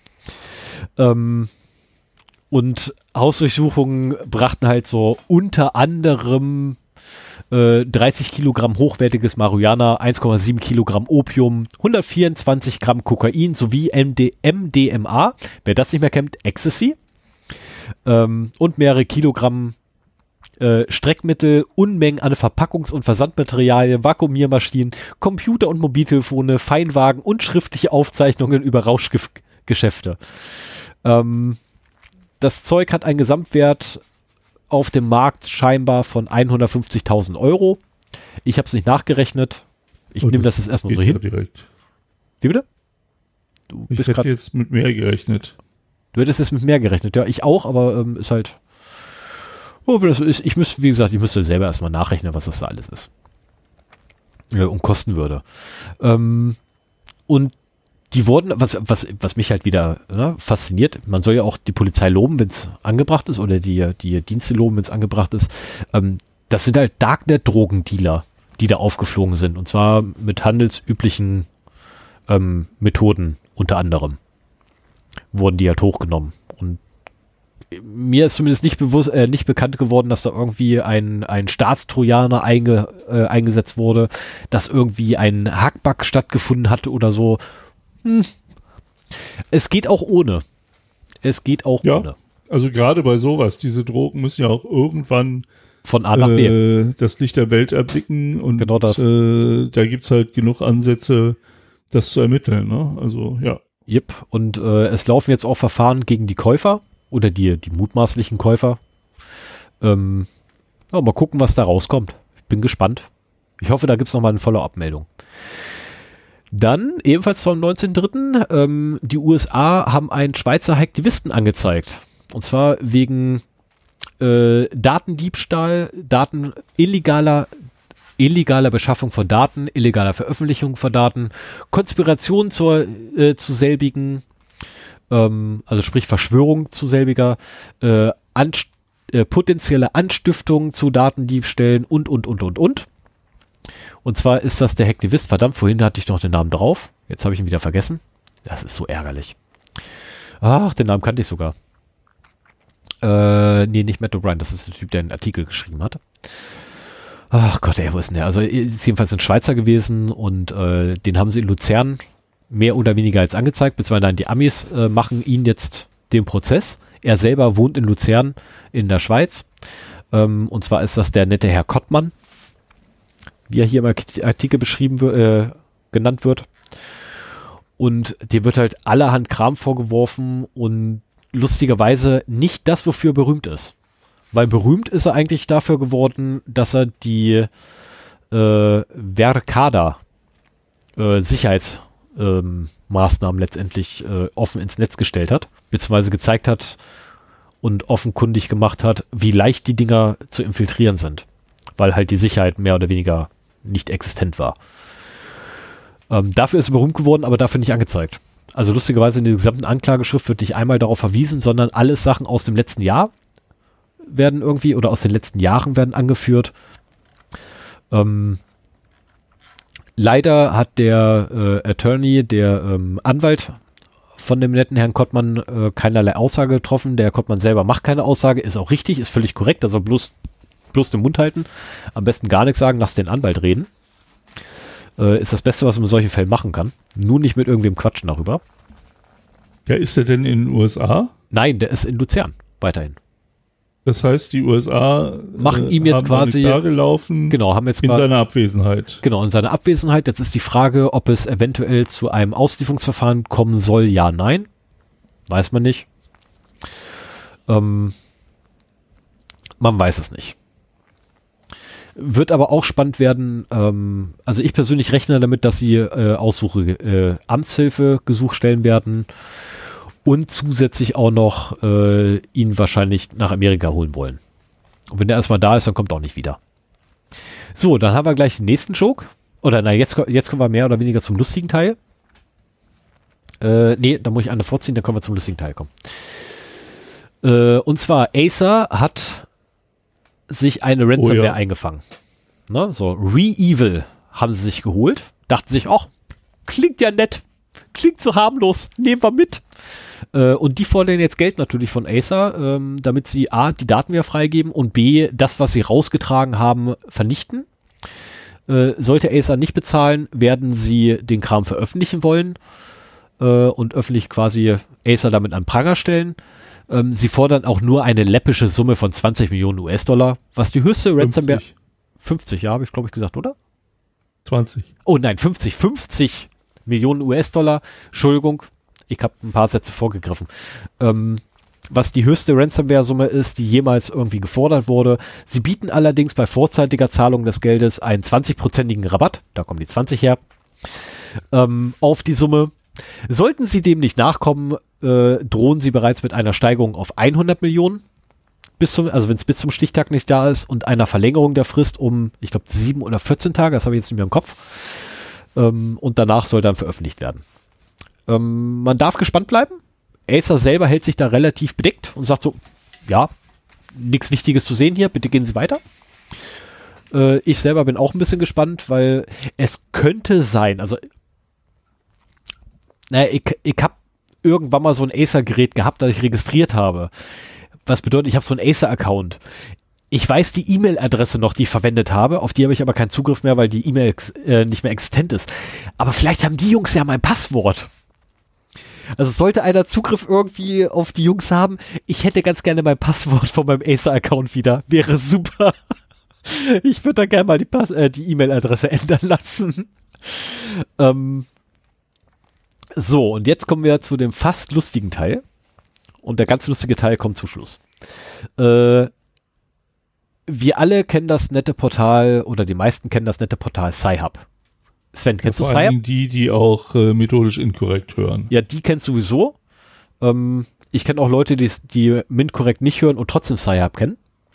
S1: Ähm, und Hausdurchsuchungen brachten halt so unter anderem äh, dreißig Kilogramm hochwertiges Marihuana, eins Komma sieben Kilogramm Opium, hundertvierundzwanzig Gramm Kokain sowie M D M A, wer das nicht mehr kennt, Ecstasy, ähm, und mehrere Kilogramm äh, Streckmittel, Unmengen an Verpackungs- und Versandmaterialien, Vakuumiermaschinen, Computer- und Mobiltelefone, Feinwagen und schriftliche Aufzeichnungen über Rauschgiftgeschäfte. Ähm, das Zeug hat einen Gesamtwert auf dem Markt scheinbar von hundertfünfzigtausend Euro. Ich habe es nicht nachgerechnet. Ich nehme das jetzt erstmal so hin.
S2: Direkt.
S1: Wie bitte? Du
S2: ich
S1: bist
S2: hätte
S1: grad,
S2: jetzt mit mehr gerechnet.
S1: Du hättest jetzt mit mehr gerechnet. Ja, ich auch, aber ähm, ist halt... Oh, das ist, ich müsste, wie gesagt, ich müsste selber erstmal nachrechnen, was das da alles ist. Ja, und kosten würde. Ähm, und die wurden, was, was, was mich halt wieder ne, fasziniert, man soll ja auch die Polizei loben, wenn es angebracht ist, oder die, die Dienste loben, wenn es angebracht ist. Ähm, das sind halt Darknet-Drogendealer, die da aufgeflogen sind. Und zwar mit handelsüblichen ähm, Methoden unter anderem. Wurden die halt hochgenommen. Und mir ist zumindest nicht bewusst, äh, nicht bekannt geworden, dass da irgendwie ein, ein Staatstrojaner einge, äh, eingesetzt wurde, dass irgendwie ein Hackback stattgefunden hatte oder so. Hm. Es geht auch ohne. Es geht auch
S2: ja,
S1: ohne.
S2: Also gerade bei sowas, diese Drogen müssen ja auch irgendwann
S1: von A nach
S2: äh,
S1: B
S2: das Licht der Welt erblicken und
S1: genau das.
S2: Äh, da gibt es halt genug Ansätze, das zu ermitteln. Ne? Also ja.
S1: Yep. Und äh, es laufen jetzt auch Verfahren gegen die Käufer oder die, die mutmaßlichen Käufer. Ähm, ja, mal gucken, was da rauskommt. Ich bin gespannt. Ich hoffe, da gibt es nochmal eine Follow-up-Meldung. Dann, ebenfalls vom neunzehnten dritten Ähm, die U S A haben einen Schweizer Aktivisten angezeigt. Und zwar wegen äh, Datendiebstahl, Daten illegaler, illegaler Beschaffung von Daten, illegaler Veröffentlichung von Daten, Konspiration zur, äh, zu selbigen, ähm, also sprich Verschwörung zu selbiger, äh, Anst äh, potenzielle Anstiftung zu Datendiebstählen und, und, und, und, und. Und zwar ist das der Hacktivist. Verdammt, vorhin hatte ich noch den Namen drauf. Jetzt habe ich ihn wieder vergessen. Das ist so ärgerlich. Ach, den Namen kannte ich sogar. Äh, nee, nicht Matt O'Brien. Das ist der Typ, der einen Artikel geschrieben hat. Ach Gott, ey, wo ist denn der? Also ist jedenfalls ein Schweizer gewesen und äh, den haben sie in Luzern mehr oder weniger als angezeigt, beziehungsweise die Amis äh, machen ihn jetzt den Prozess. Er selber wohnt in Luzern in der Schweiz. Ähm, und zwar ist das der nette Herr Kottmann, wie er hier im Artikel beschrieben wird, äh, genannt wird. Und dem wird halt allerhand Kram vorgeworfen und lustigerweise nicht das, wofür er berühmt ist. Weil berühmt ist er eigentlich dafür geworden, dass er die äh, Verkada äh, Sicherheitsmaßnahmen ähm, letztendlich äh, offen ins Netz gestellt hat, beziehungsweise gezeigt hat und offenkundig gemacht hat, wie leicht die Dinger zu infiltrieren sind. Weil halt die Sicherheit mehr oder weniger nicht existent war. Ähm, dafür ist er berühmt geworden, aber dafür nicht angezeigt. Also lustigerweise in der gesamten Anklageschrift wird nicht einmal darauf verwiesen, sondern alles Sachen aus dem letzten Jahr werden irgendwie, oder aus den letzten Jahren werden angeführt. Ähm, leider hat der äh, Attorney, der ähm, Anwalt von dem netten Herrn Kottmann äh, keinerlei Aussage getroffen. Der Kottmann selber macht keine Aussage, ist auch richtig, ist völlig korrekt, also bloß bloß den Mund halten, am besten gar nichts sagen, lass den Anwalt reden. Äh, ist das Beste, was man in solchen Fällen machen kann. Nur nicht mit irgendwem quatschen darüber.
S2: Ja, ist der denn in den U S A?
S1: Nein, der ist in Luzern, weiterhin.
S2: Das heißt, die U S A
S1: machen ihm jetzt
S2: haben
S1: quasi
S2: gelaufen
S1: genau, haben jetzt
S2: in seiner Abwesenheit.
S1: Genau, in seiner Abwesenheit. Jetzt ist die Frage, ob es eventuell zu einem Auslieferungsverfahren kommen soll, ja, nein. Weiß man nicht. Ähm, man weiß es nicht. Wird aber auch spannend werden, ähm, also ich persönlich rechne damit, dass sie äh, Aussuche, äh, Amtshilfe gesucht stellen werden und zusätzlich auch noch äh, ihn wahrscheinlich nach Amerika holen wollen. Und wenn der erstmal da ist, dann kommt er auch nicht wieder. So, dann haben wir gleich den nächsten Joke. Oder nein, jetzt, jetzt kommen wir mehr oder weniger zum lustigen Teil. Äh, nee, da muss ich eine vorziehen, dann können wir zum lustigen Teil kommen. Äh, und zwar, Acer hat sich eine Ransomware oh ja. eingefangen. Ne? So, Re-Evil haben sie sich geholt. Dachten sich, ach, klingt ja nett. Klingt so harmlos. Nehmen wir mit. Äh, und die fordern jetzt Geld natürlich von Acer, ähm, damit sie A, die Daten wieder freigeben und B, das, was sie rausgetragen haben, vernichten. Äh, sollte Acer nicht bezahlen, werden sie den Kram veröffentlichen wollen äh, und öffentlich quasi Acer damit an Pranger stellen. Ähm, sie fordern auch nur eine läppische Summe von zwanzig Millionen U S-Dollar, was die höchste Ransomware... fünfzig, fünfzig ja, habe ich glaube ich gesagt, oder?
S2: zwanzig.
S1: Oh nein, fünfzig, fünfzig Millionen U S-Dollar. Entschuldigung, ich habe ein paar Sätze vorgegriffen. Ähm, was die höchste Ransomware-Summe ist, die jemals irgendwie gefordert wurde. Sie bieten allerdings bei vorzeitiger Zahlung des Geldes einen zwanzig-prozentigen Rabatt, da kommen die zwanzig her, ähm, auf die Summe. Sollten sie dem nicht nachkommen, äh, drohen sie bereits mit einer Steigerung auf hundert Millionen, bis zum, also wenn es bis zum Stichtag nicht da ist, und einer Verlängerung der Frist um, ich glaube, sieben oder vierzehn Tage, das habe ich jetzt nicht mehr im Kopf. Ähm, und danach soll dann veröffentlicht werden. Ähm, man darf gespannt bleiben. Acer selber hält sich da relativ bedeckt und sagt so, ja, nichts Wichtiges zu sehen hier, bitte gehen Sie weiter. Äh, ich selber bin auch ein bisschen gespannt, weil es könnte sein, also naja, ich, ich habe irgendwann mal so ein Acer-Gerät gehabt, das ich registriert habe. Was bedeutet, ich habe so einen Acer-Account. Ich weiß die E-Mail-Adresse noch, die ich verwendet habe, auf die habe ich aber keinen Zugriff mehr, weil die E-Mail äh, nicht mehr existent ist. Aber vielleicht haben die Jungs ja mein Passwort. Also sollte einer Zugriff irgendwie auf die Jungs haben, ich hätte ganz gerne mein Passwort von meinem Acer-Account wieder. Wäre super. Ich würde da gerne mal die, Pass- äh, die E-Mail-Adresse ändern lassen. Ähm so, und jetzt kommen wir zu dem fast lustigen Teil. Und der ganz lustige Teil kommt zum Schluss. Äh, wir alle kennen das nette Portal, oder die meisten kennen das nette Portal Sci-Hub. Sven, kennst ja, du Sci-Hub? Vor allem
S2: die, die auch äh, methodisch inkorrekt hören.
S1: Ja, die kennst du sowieso. Ähm, ich kenne auch Leute, die, die MINT-korrekt nicht hören und trotzdem Sci-Hub kennen.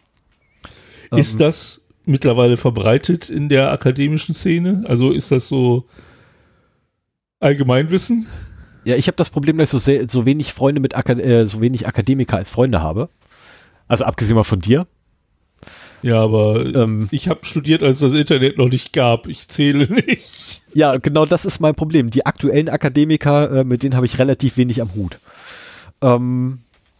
S2: Ist
S1: ähm,
S2: das mittlerweile verbreitet in der akademischen Szene? Also ist das so Allgemeinwissen?
S1: Ja, ich habe das Problem, dass ich so, sehr, so wenig Freunde mit Akad- äh, so wenig Akademiker als Freunde habe. Also abgesehen mal von dir.
S2: Ja, aber ähm, ich habe studiert, als das Internet noch nicht gab. Ich zähle nicht.
S1: Ja, genau das ist mein Problem. Die aktuellen Akademiker, äh, mit denen habe ich relativ wenig am Hut. Ähm,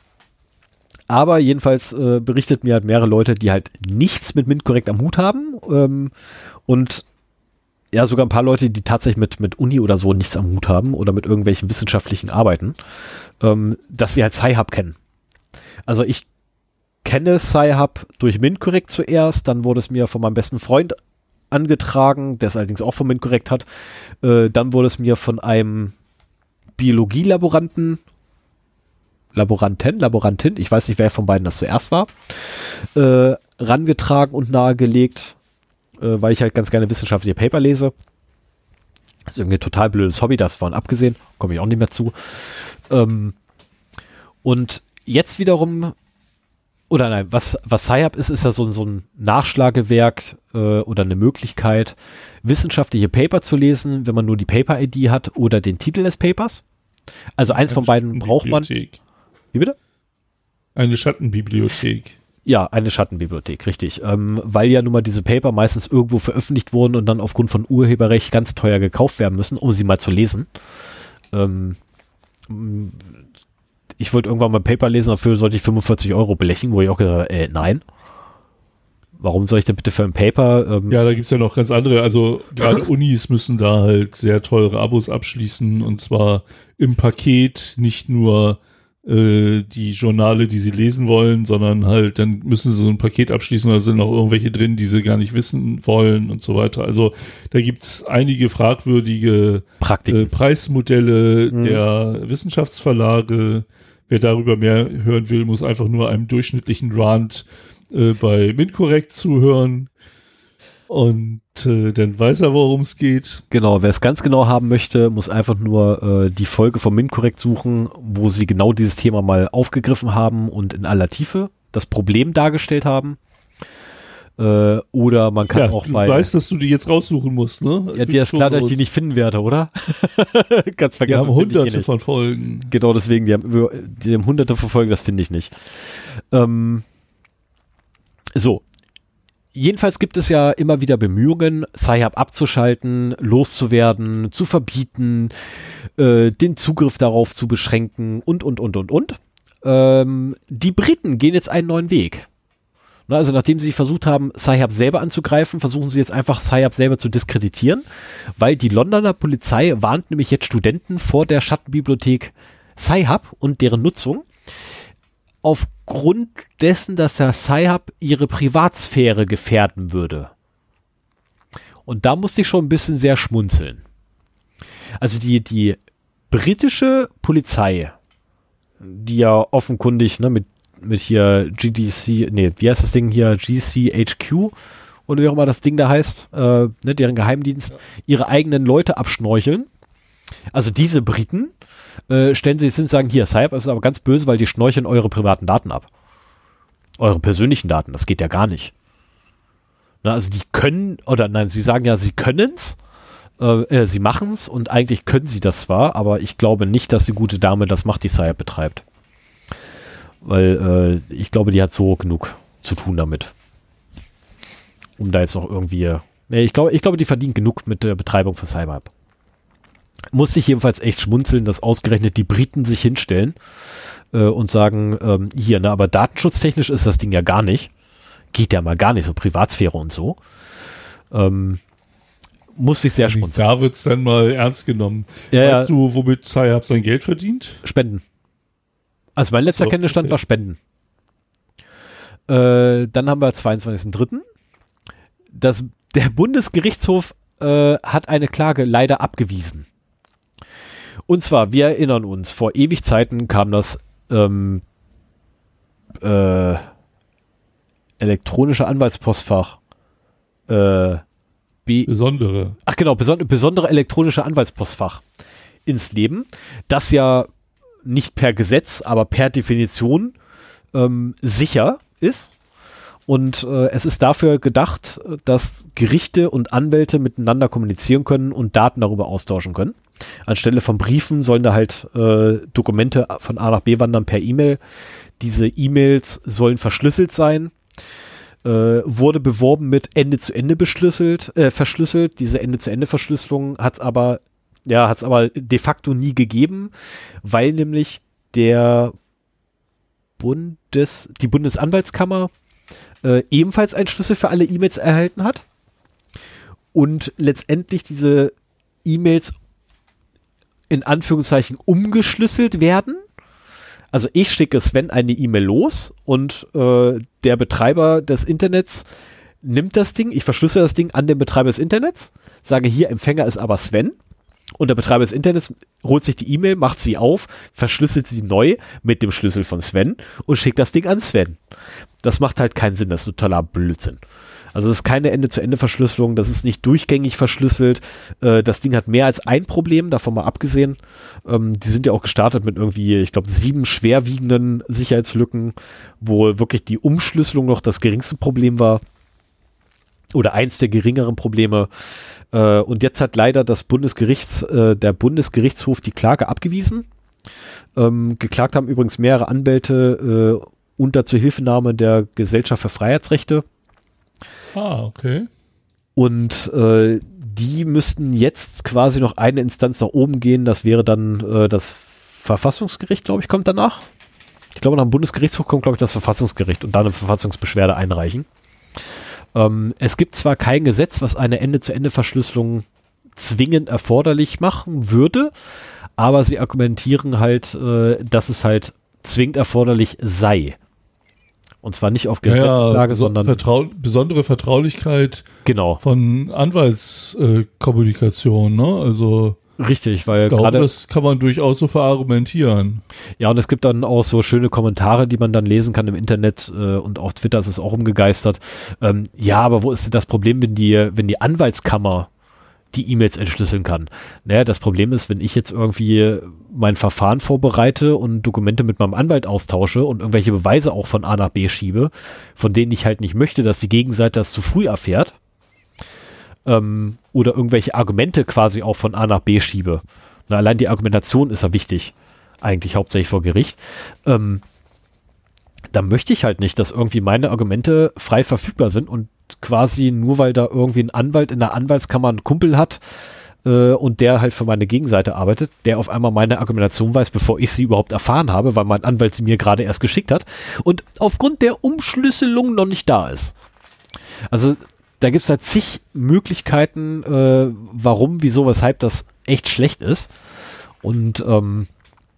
S1: aber jedenfalls äh, berichtet mir halt mehrere Leute, die halt nichts mit MINT-korrekt am Hut haben. Ähm, und ja, sogar ein paar Leute, die tatsächlich mit, mit Uni oder so nichts am Hut haben oder mit irgendwelchen wissenschaftlichen Arbeiten, ähm, dass sie halt Sci-Hub kennen. Also ich kenne Sci-Hub durch MINT-korrekt zuerst, dann wurde es mir von meinem besten Freund angetragen, der es allerdings auch von MINT-korrekt hat. Äh, dann wurde es mir von einem Biologielaboranten, Laborantin, Laborantin, ich weiß nicht, wer von beiden das zuerst war, äh, rangetragen und nahegelegt, äh, weil ich halt ganz gerne wissenschaftliche Paper lese. Das ist irgendwie ein total blödes Hobby, davon abgesehen, komme ich auch nicht mehr zu. Ähm, und jetzt wiederum Oder nein, was, was Sci-Hub ist, ist ja so, so ein Nachschlagewerk äh, oder eine Möglichkeit, wissenschaftliche Paper zu lesen, wenn man nur die Paper-I D hat oder den Titel des Papers. Also eins von beiden braucht man. Wie bitte?
S2: Eine Schattenbibliothek.
S1: Ja, eine Schattenbibliothek, richtig. Ähm, weil ja nun mal diese Paper meistens irgendwo veröffentlicht wurden und dann aufgrund von Urheberrecht ganz teuer gekauft werden müssen, um sie mal zu lesen. Ähm, Ich wollte irgendwann mal ein Paper lesen, dafür sollte ich fünfundvierzig Euro belechen, wo ich auch gesagt habe, äh, nein. Warum soll ich denn bitte für ein Paper? Ähm
S2: ja, da gibt es ja noch ganz andere, also gerade Unis müssen da halt sehr teure Abos abschließen und zwar im Paket, nicht nur äh, die Journale, die sie lesen wollen, sondern halt, dann müssen sie so ein Paket abschließen, da sind noch irgendwelche drin, die sie gar nicht wissen wollen und so weiter. Also da gibt es einige fragwürdige äh, Preismodelle mhm. der Wissenschaftsverlage. Wer darüber mehr hören will, muss einfach nur einem durchschnittlichen Rant äh, bei MINT-korrekt zuhören und äh, dann weiß er, worum es geht.
S1: Genau, wer es ganz genau haben möchte, muss einfach nur äh, die Folge von MINT-korrekt suchen, wo sie genau dieses Thema mal aufgegriffen haben und in aller Tiefe das Problem dargestellt haben. Äh, oder man kann
S2: ja,
S1: auch
S2: du
S1: bei...
S2: Du weißt, dass du die jetzt raussuchen musst, ne?
S1: Ja, dir ist klar, dass ich die nicht finden werde, oder? Ganz vergessen.
S2: Die haben hunderte von Folgen.
S1: Genau, deswegen, die haben, die haben hunderte von Folgen, das finde ich nicht. Ähm, so. Jedenfalls gibt es ja immer wieder Bemühungen, Sci-Hub abzuschalten, loszuwerden, zu verbieten, äh, den Zugriff darauf zu beschränken und, und, und, und, und. Ähm, die Briten gehen jetzt einen neuen Weg. Na, also nachdem sie versucht haben, Sci-Hub selber anzugreifen, versuchen sie jetzt einfach Sci-Hub selber zu diskreditieren, weil die Londoner Polizei warnt nämlich jetzt Studenten vor der Schattenbibliothek Sci-Hub und deren Nutzung aufgrund dessen, dass der Sci-Hub ihre Privatsphäre gefährden würde. Und da musste ich schon ein bisschen sehr schmunzeln. Also die, die britische Polizei, die ja offenkundig ne, mit mit hier G D C, nee, wie heißt das Ding hier, G C H Q oder wie auch immer das Ding da heißt, äh, ne, deren Geheimdienst, ja. ihre eigenen Leute abschnorcheln. Also diese Briten äh, stellen sich jetzt hin und sagen, hier, Sci-Hub ist aber ganz böse, weil die schnorcheln eure privaten Daten ab. Eure persönlichen Daten, das geht ja gar nicht. Na, also die können, oder nein, sie sagen ja, sie können's, äh, äh, sie machen's und eigentlich können sie das zwar, aber ich glaube nicht, dass die gute Dame das macht, die Sci-Hub betreibt. Weil äh, ich glaube, die hat so genug zu tun damit. Um da jetzt noch irgendwie... Nee, ich glaube, ich glaube, die verdient genug mit der Betreibung von Sci-Hub. Musste ich jedenfalls echt schmunzeln, dass ausgerechnet die Briten sich hinstellen äh, und sagen, ähm, hier, ne, aber datenschutztechnisch ist das Ding ja gar nicht. Geht ja mal gar nicht, so Privatsphäre und so. Ähm, musste ich sehr schmunzeln.
S2: Da wird es dann mal ernst genommen.
S1: Ja,
S2: weißt ja. du, womit Sci-Hub sein Geld verdient?
S1: Spenden. Also mein letzter so, Kenntnisstand okay. war Spenden. Äh, dann haben wir zweiundzwanzigsten dritten Das, der Bundesgerichtshof äh, hat eine Klage leider abgewiesen. Und zwar, wir erinnern uns, vor ewig Zeiten kam das ähm, äh, elektronische Anwaltspostfach äh, B
S2: besondere.
S1: Ach genau, beson besondere elektronische Anwaltspostfach ins Leben, das ja nicht per Gesetz, aber per Definition ähm, sicher ist. Und äh, es ist dafür gedacht, dass Gerichte und Anwälte miteinander kommunizieren können und Daten darüber austauschen können. Anstelle von Briefen sollen da halt äh, Dokumente von A nach B wandern per E-Mail. Diese E-Mails sollen verschlüsselt sein. Äh, wurde beworben mit Ende-zu-Ende beschlüsselt, äh, verschlüsselt. Diese Ende-zu-Ende-Verschlüsselung hat aber Ja, hat es aber de facto nie gegeben, weil nämlich der Bundes, die Bundesanwaltskammer äh, ebenfalls einen Schlüssel für alle E-Mails erhalten hat und letztendlich diese E-Mails in Anführungszeichen umgeschlüsselt werden. Also ich schicke Sven eine E-Mail los und äh, der Betreiber des Internets nimmt das Ding, ich verschlüssele das Ding an den Betreiber des Internets, sage hier, Empfänger ist aber Sven. Und der Betreiber des Internets holt sich die E-Mail, macht sie auf, verschlüsselt sie neu mit dem Schlüssel von Sven und schickt das Ding an Sven. Das macht halt keinen Sinn, das ist totaler Blödsinn. Also das ist keine Ende-zu-Ende-Verschlüsselung, das ist nicht durchgängig verschlüsselt. Äh, das Ding hat mehr als ein Problem, davon mal abgesehen. Ähm, die sind ja auch gestartet mit irgendwie, ich glaube, sieben schwerwiegenden Sicherheitslücken, wo wirklich die Umschlüsselung noch das geringste Problem war. Oder eins der geringeren Probleme. Äh, und jetzt hat leider das Bundesgerichts, äh, der Bundesgerichtshof die Klage abgewiesen. Ähm, geklagt haben übrigens mehrere Anwälte äh, unter Zuhilfenahme der Gesellschaft für Freiheitsrechte.
S2: Ah, okay.
S1: Und äh, die müssten jetzt quasi noch eine Instanz nach oben gehen. Das wäre dann äh, das Verfassungsgericht, glaube ich, kommt danach. Ich glaube, nach dem Bundesgerichtshof kommt, glaube ich, das Verfassungsgericht und dann eine Verfassungsbeschwerde einreichen. Ähm, es gibt zwar kein Gesetz, was eine Ende-zu-Ende-Verschlüsselung zwingend erforderlich machen würde, aber sie argumentieren halt, äh, dass es halt zwingend erforderlich sei. Und zwar nicht auf Gesetzeslage,
S2: ja,
S1: sondern
S2: Vertrau besondere Vertraulichkeit
S1: genau.
S2: von Anwaltskommunikation, äh, ne? Also
S1: richtig, weil
S2: gerade das kann man durchaus so verargumentieren.
S1: Ja, und es gibt dann auch so schöne Kommentare, die man dann lesen kann im Internet äh, und auf Twitter ist es auch umgegeistert. Ähm, ja, aber wo ist denn das Problem, wenn die, wenn die Anwaltskammer die E-Mails entschlüsseln kann. Naja, das Problem ist, wenn ich jetzt irgendwie mein Verfahren vorbereite und Dokumente mit meinem Anwalt austausche und irgendwelche Beweise auch von A nach B schiebe, von denen ich halt nicht möchte, dass die Gegenseite das zu früh erfährt, ähm, oder irgendwelche Argumente quasi auch von A nach B schiebe. Na, allein die Argumentation ist ja wichtig, eigentlich hauptsächlich vor Gericht. Ähm, da möchte ich halt nicht, dass irgendwie meine Argumente frei verfügbar sind und quasi nur, weil da irgendwie ein Anwalt in der Anwaltskammer einen Kumpel hat äh, und der halt für meine Gegenseite arbeitet, der auf einmal meine Argumentation weiß, bevor ich sie überhaupt erfahren habe, weil mein Anwalt sie mir gerade erst geschickt hat und aufgrund der Umschlüsselung noch nicht da ist. Also da gibt es halt zig Möglichkeiten, äh, warum, wieso, weshalb das echt schlecht ist. Und ähm,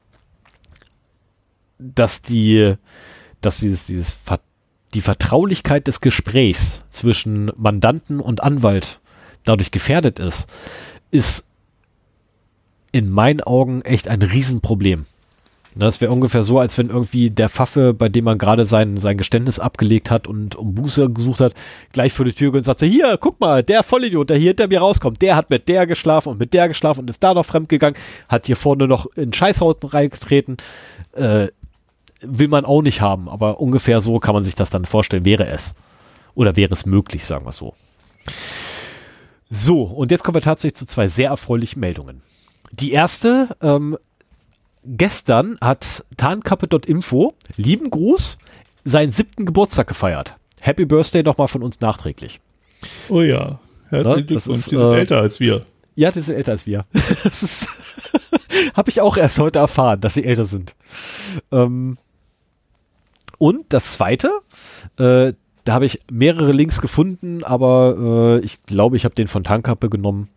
S1: dass die dass dieses, dieses Ver- die Vertraulichkeit des Gesprächs zwischen Mandanten und Anwalt dadurch gefährdet ist, ist in meinen Augen echt ein Riesenproblem. Das wäre ungefähr so, als wenn irgendwie der Pfaffe, bei dem man gerade sein, sein Geständnis abgelegt hat und um Buße gesucht hat, gleich vor die Tür geht und sagt, hier, guck mal, der Vollidiot, der hier hinter mir rauskommt, der hat mit der geschlafen und mit der geschlafen und ist da noch fremdgegangen, hat hier vorne noch in Scheißhaut reingetreten, äh, will man auch nicht haben, aber ungefähr so kann man sich das dann vorstellen, wäre es. Oder wäre es möglich, sagen wir es so. So, und jetzt kommen wir tatsächlich zu zwei sehr erfreulichen Meldungen. Die erste, ähm, gestern hat tarnkappe Punkt info, lieben Gruß, seinen siebten Geburtstag gefeiert. Happy Birthday nochmal von uns nachträglich.
S2: Oh ja, herzlichen Glückwunsch, die sind äh, älter als wir.
S1: Ja, die sind älter als wir. Das ist habe ich auch erst heute erfahren, dass sie älter sind. Ähm, und das zweite, äh, da habe ich mehrere Links gefunden, aber äh, ich glaube, ich habe den von tarnkappe genommen.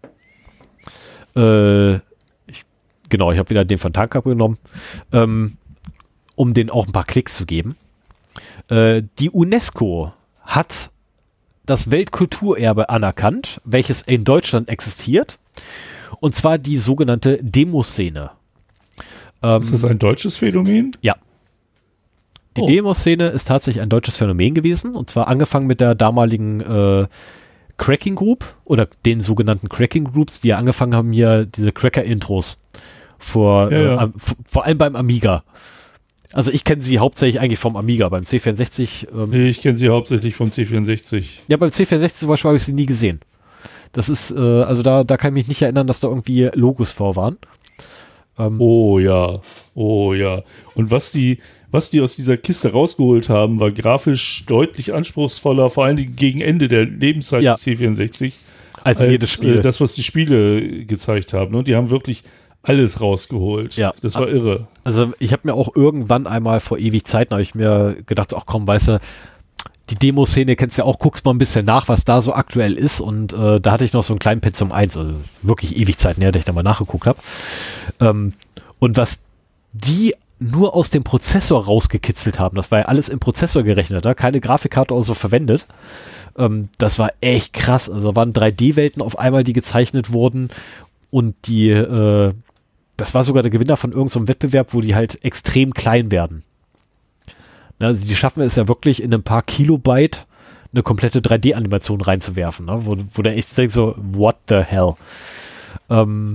S1: Äh, ich, genau, ich habe wieder den von tarnkappe genommen, ähm, um den auch ein paar Klicks zu geben. Äh, die UNESCO hat das Weltkulturerbe anerkannt, welches in Deutschland existiert, und zwar die sogenannte Demoszene. Ähm,
S2: ist das ein deutsches Phänomen?
S1: Ja. Die
S2: Oh.
S1: Demoszene ist tatsächlich ein deutsches Phänomen gewesen, und zwar angefangen mit der damaligen äh, Cracking Group oder den sogenannten Cracking Groups, die ja angefangen haben, hier diese Cracker-Intros vor,
S2: Ja,
S1: äh,
S2: ja.
S1: am- v- vor allem beim Amiga. Also ich kenne sie hauptsächlich eigentlich vom Amiga, beim C vierundsechzig. Ähm,
S2: Ich kenne sie hauptsächlich vom C vierundsechzig.
S1: Ja, beim C vierundsechzig zum Beispiel habe ich sie nie gesehen. Das ist, äh, also da, da kann ich mich nicht erinnern, dass da irgendwie Logos vor waren. Ähm,
S2: Oh ja, oh ja. Und was die, was die aus dieser Kiste rausgeholt haben, war grafisch deutlich anspruchsvoller, vor allen Dingen gegen Ende der Lebenszeit
S1: Ja.
S2: des C vierundsechzig,
S1: als, jedes Spiel.
S2: Äh, das, was die Spiele gezeigt haben. Und die haben wirklich alles rausgeholt.
S1: Ja.
S2: Das war irre.
S1: Also ich habe mir auch irgendwann einmal vor ewig Zeiten, habe ich mir gedacht, ach komm, weißt du, die Demoszene kennst du ja auch, guckst mal ein bisschen nach, was da so aktuell ist, und äh, da hatte ich noch so einen kleinen Pentium eins, also wirklich ewig Zeiten her, dass ich da mal nachgeguckt habe. Ähm, und was die nur aus dem Prozessor rausgekitzelt haben, das war ja alles im Prozessor gerechnet, ne? Keine Grafikkarte oder so verwendet. Ähm, das war echt krass, also waren drei D-Welten auf einmal, die gezeichnet wurden, und die, äh, das war sogar der Gewinner von irgendeinem so Wettbewerb, wo die halt extrem klein werden. Na, also die schaffen es ja wirklich in ein paar Kilobyte eine komplette drei D-Animation reinzuwerfen, ne? wo, wo der echt denkt so, what the hell? Ähm,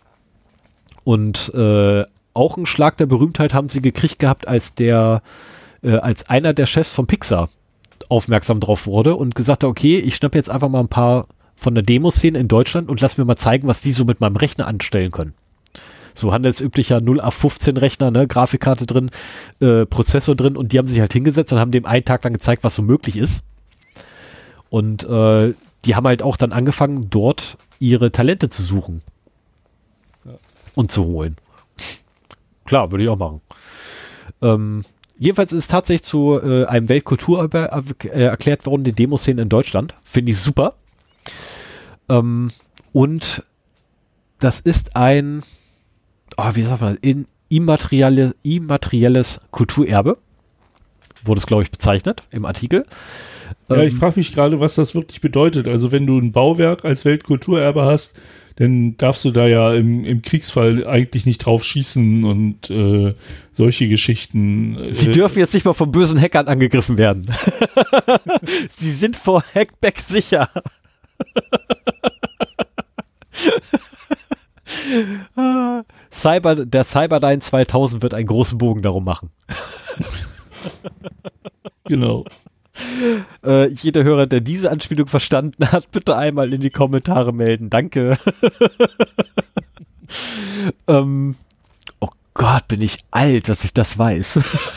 S1: und äh, auch einen Schlag der Berühmtheit haben sie gekriegt gehabt, als der, äh, als einer der Chefs von Pixar aufmerksam drauf wurde und gesagt hat, okay, ich schnappe jetzt einfach mal ein paar von der Demoszene in Deutschland und lass mir mal zeigen, was die so mit meinem Rechner anstellen können. So handelsüblicher null acht fünfzehn Rechner, ne, Grafikkarte drin, äh, Prozessor drin, und die haben sich halt hingesetzt und haben dem einen Tag lang gezeigt, was so möglich ist. Und äh, die haben halt auch dann angefangen, dort ihre Talente zu suchen.
S2: Ja.
S1: Und zu holen. Klar, würde ich auch machen. Ähm, jedenfalls ist es tatsächlich zu äh, einem Weltkulturerbe äh, erklärt worden, die Demoszene in Deutschland. Finde ich super. Ähm, und das ist ein Oh, wie sagt man, in immaterielle, immaterielles Kulturerbe, wurde es, glaube ich, bezeichnet im Artikel.
S2: Ja,
S1: Ähm,
S2: ich frage mich gerade, was das wirklich bedeutet. Also wenn du ein Bauwerk als Weltkulturerbe hast, dann darfst du da ja im, im Kriegsfall eigentlich nicht drauf schießen und äh, solche Geschichten.
S1: Sie
S2: äh,
S1: dürfen jetzt nicht mal von bösen Hackern angegriffen werden. Sie sind vor Hackback sicher. Cyber, der Cyberdyne zweitausend wird einen großen Bogen darum machen.
S2: Genau.
S1: Äh, jeder Hörer, der diese Anspielung verstanden hat, bitte einmal in die Kommentare melden. Danke. ähm, oh Gott, bin ich alt, dass ich das weiß.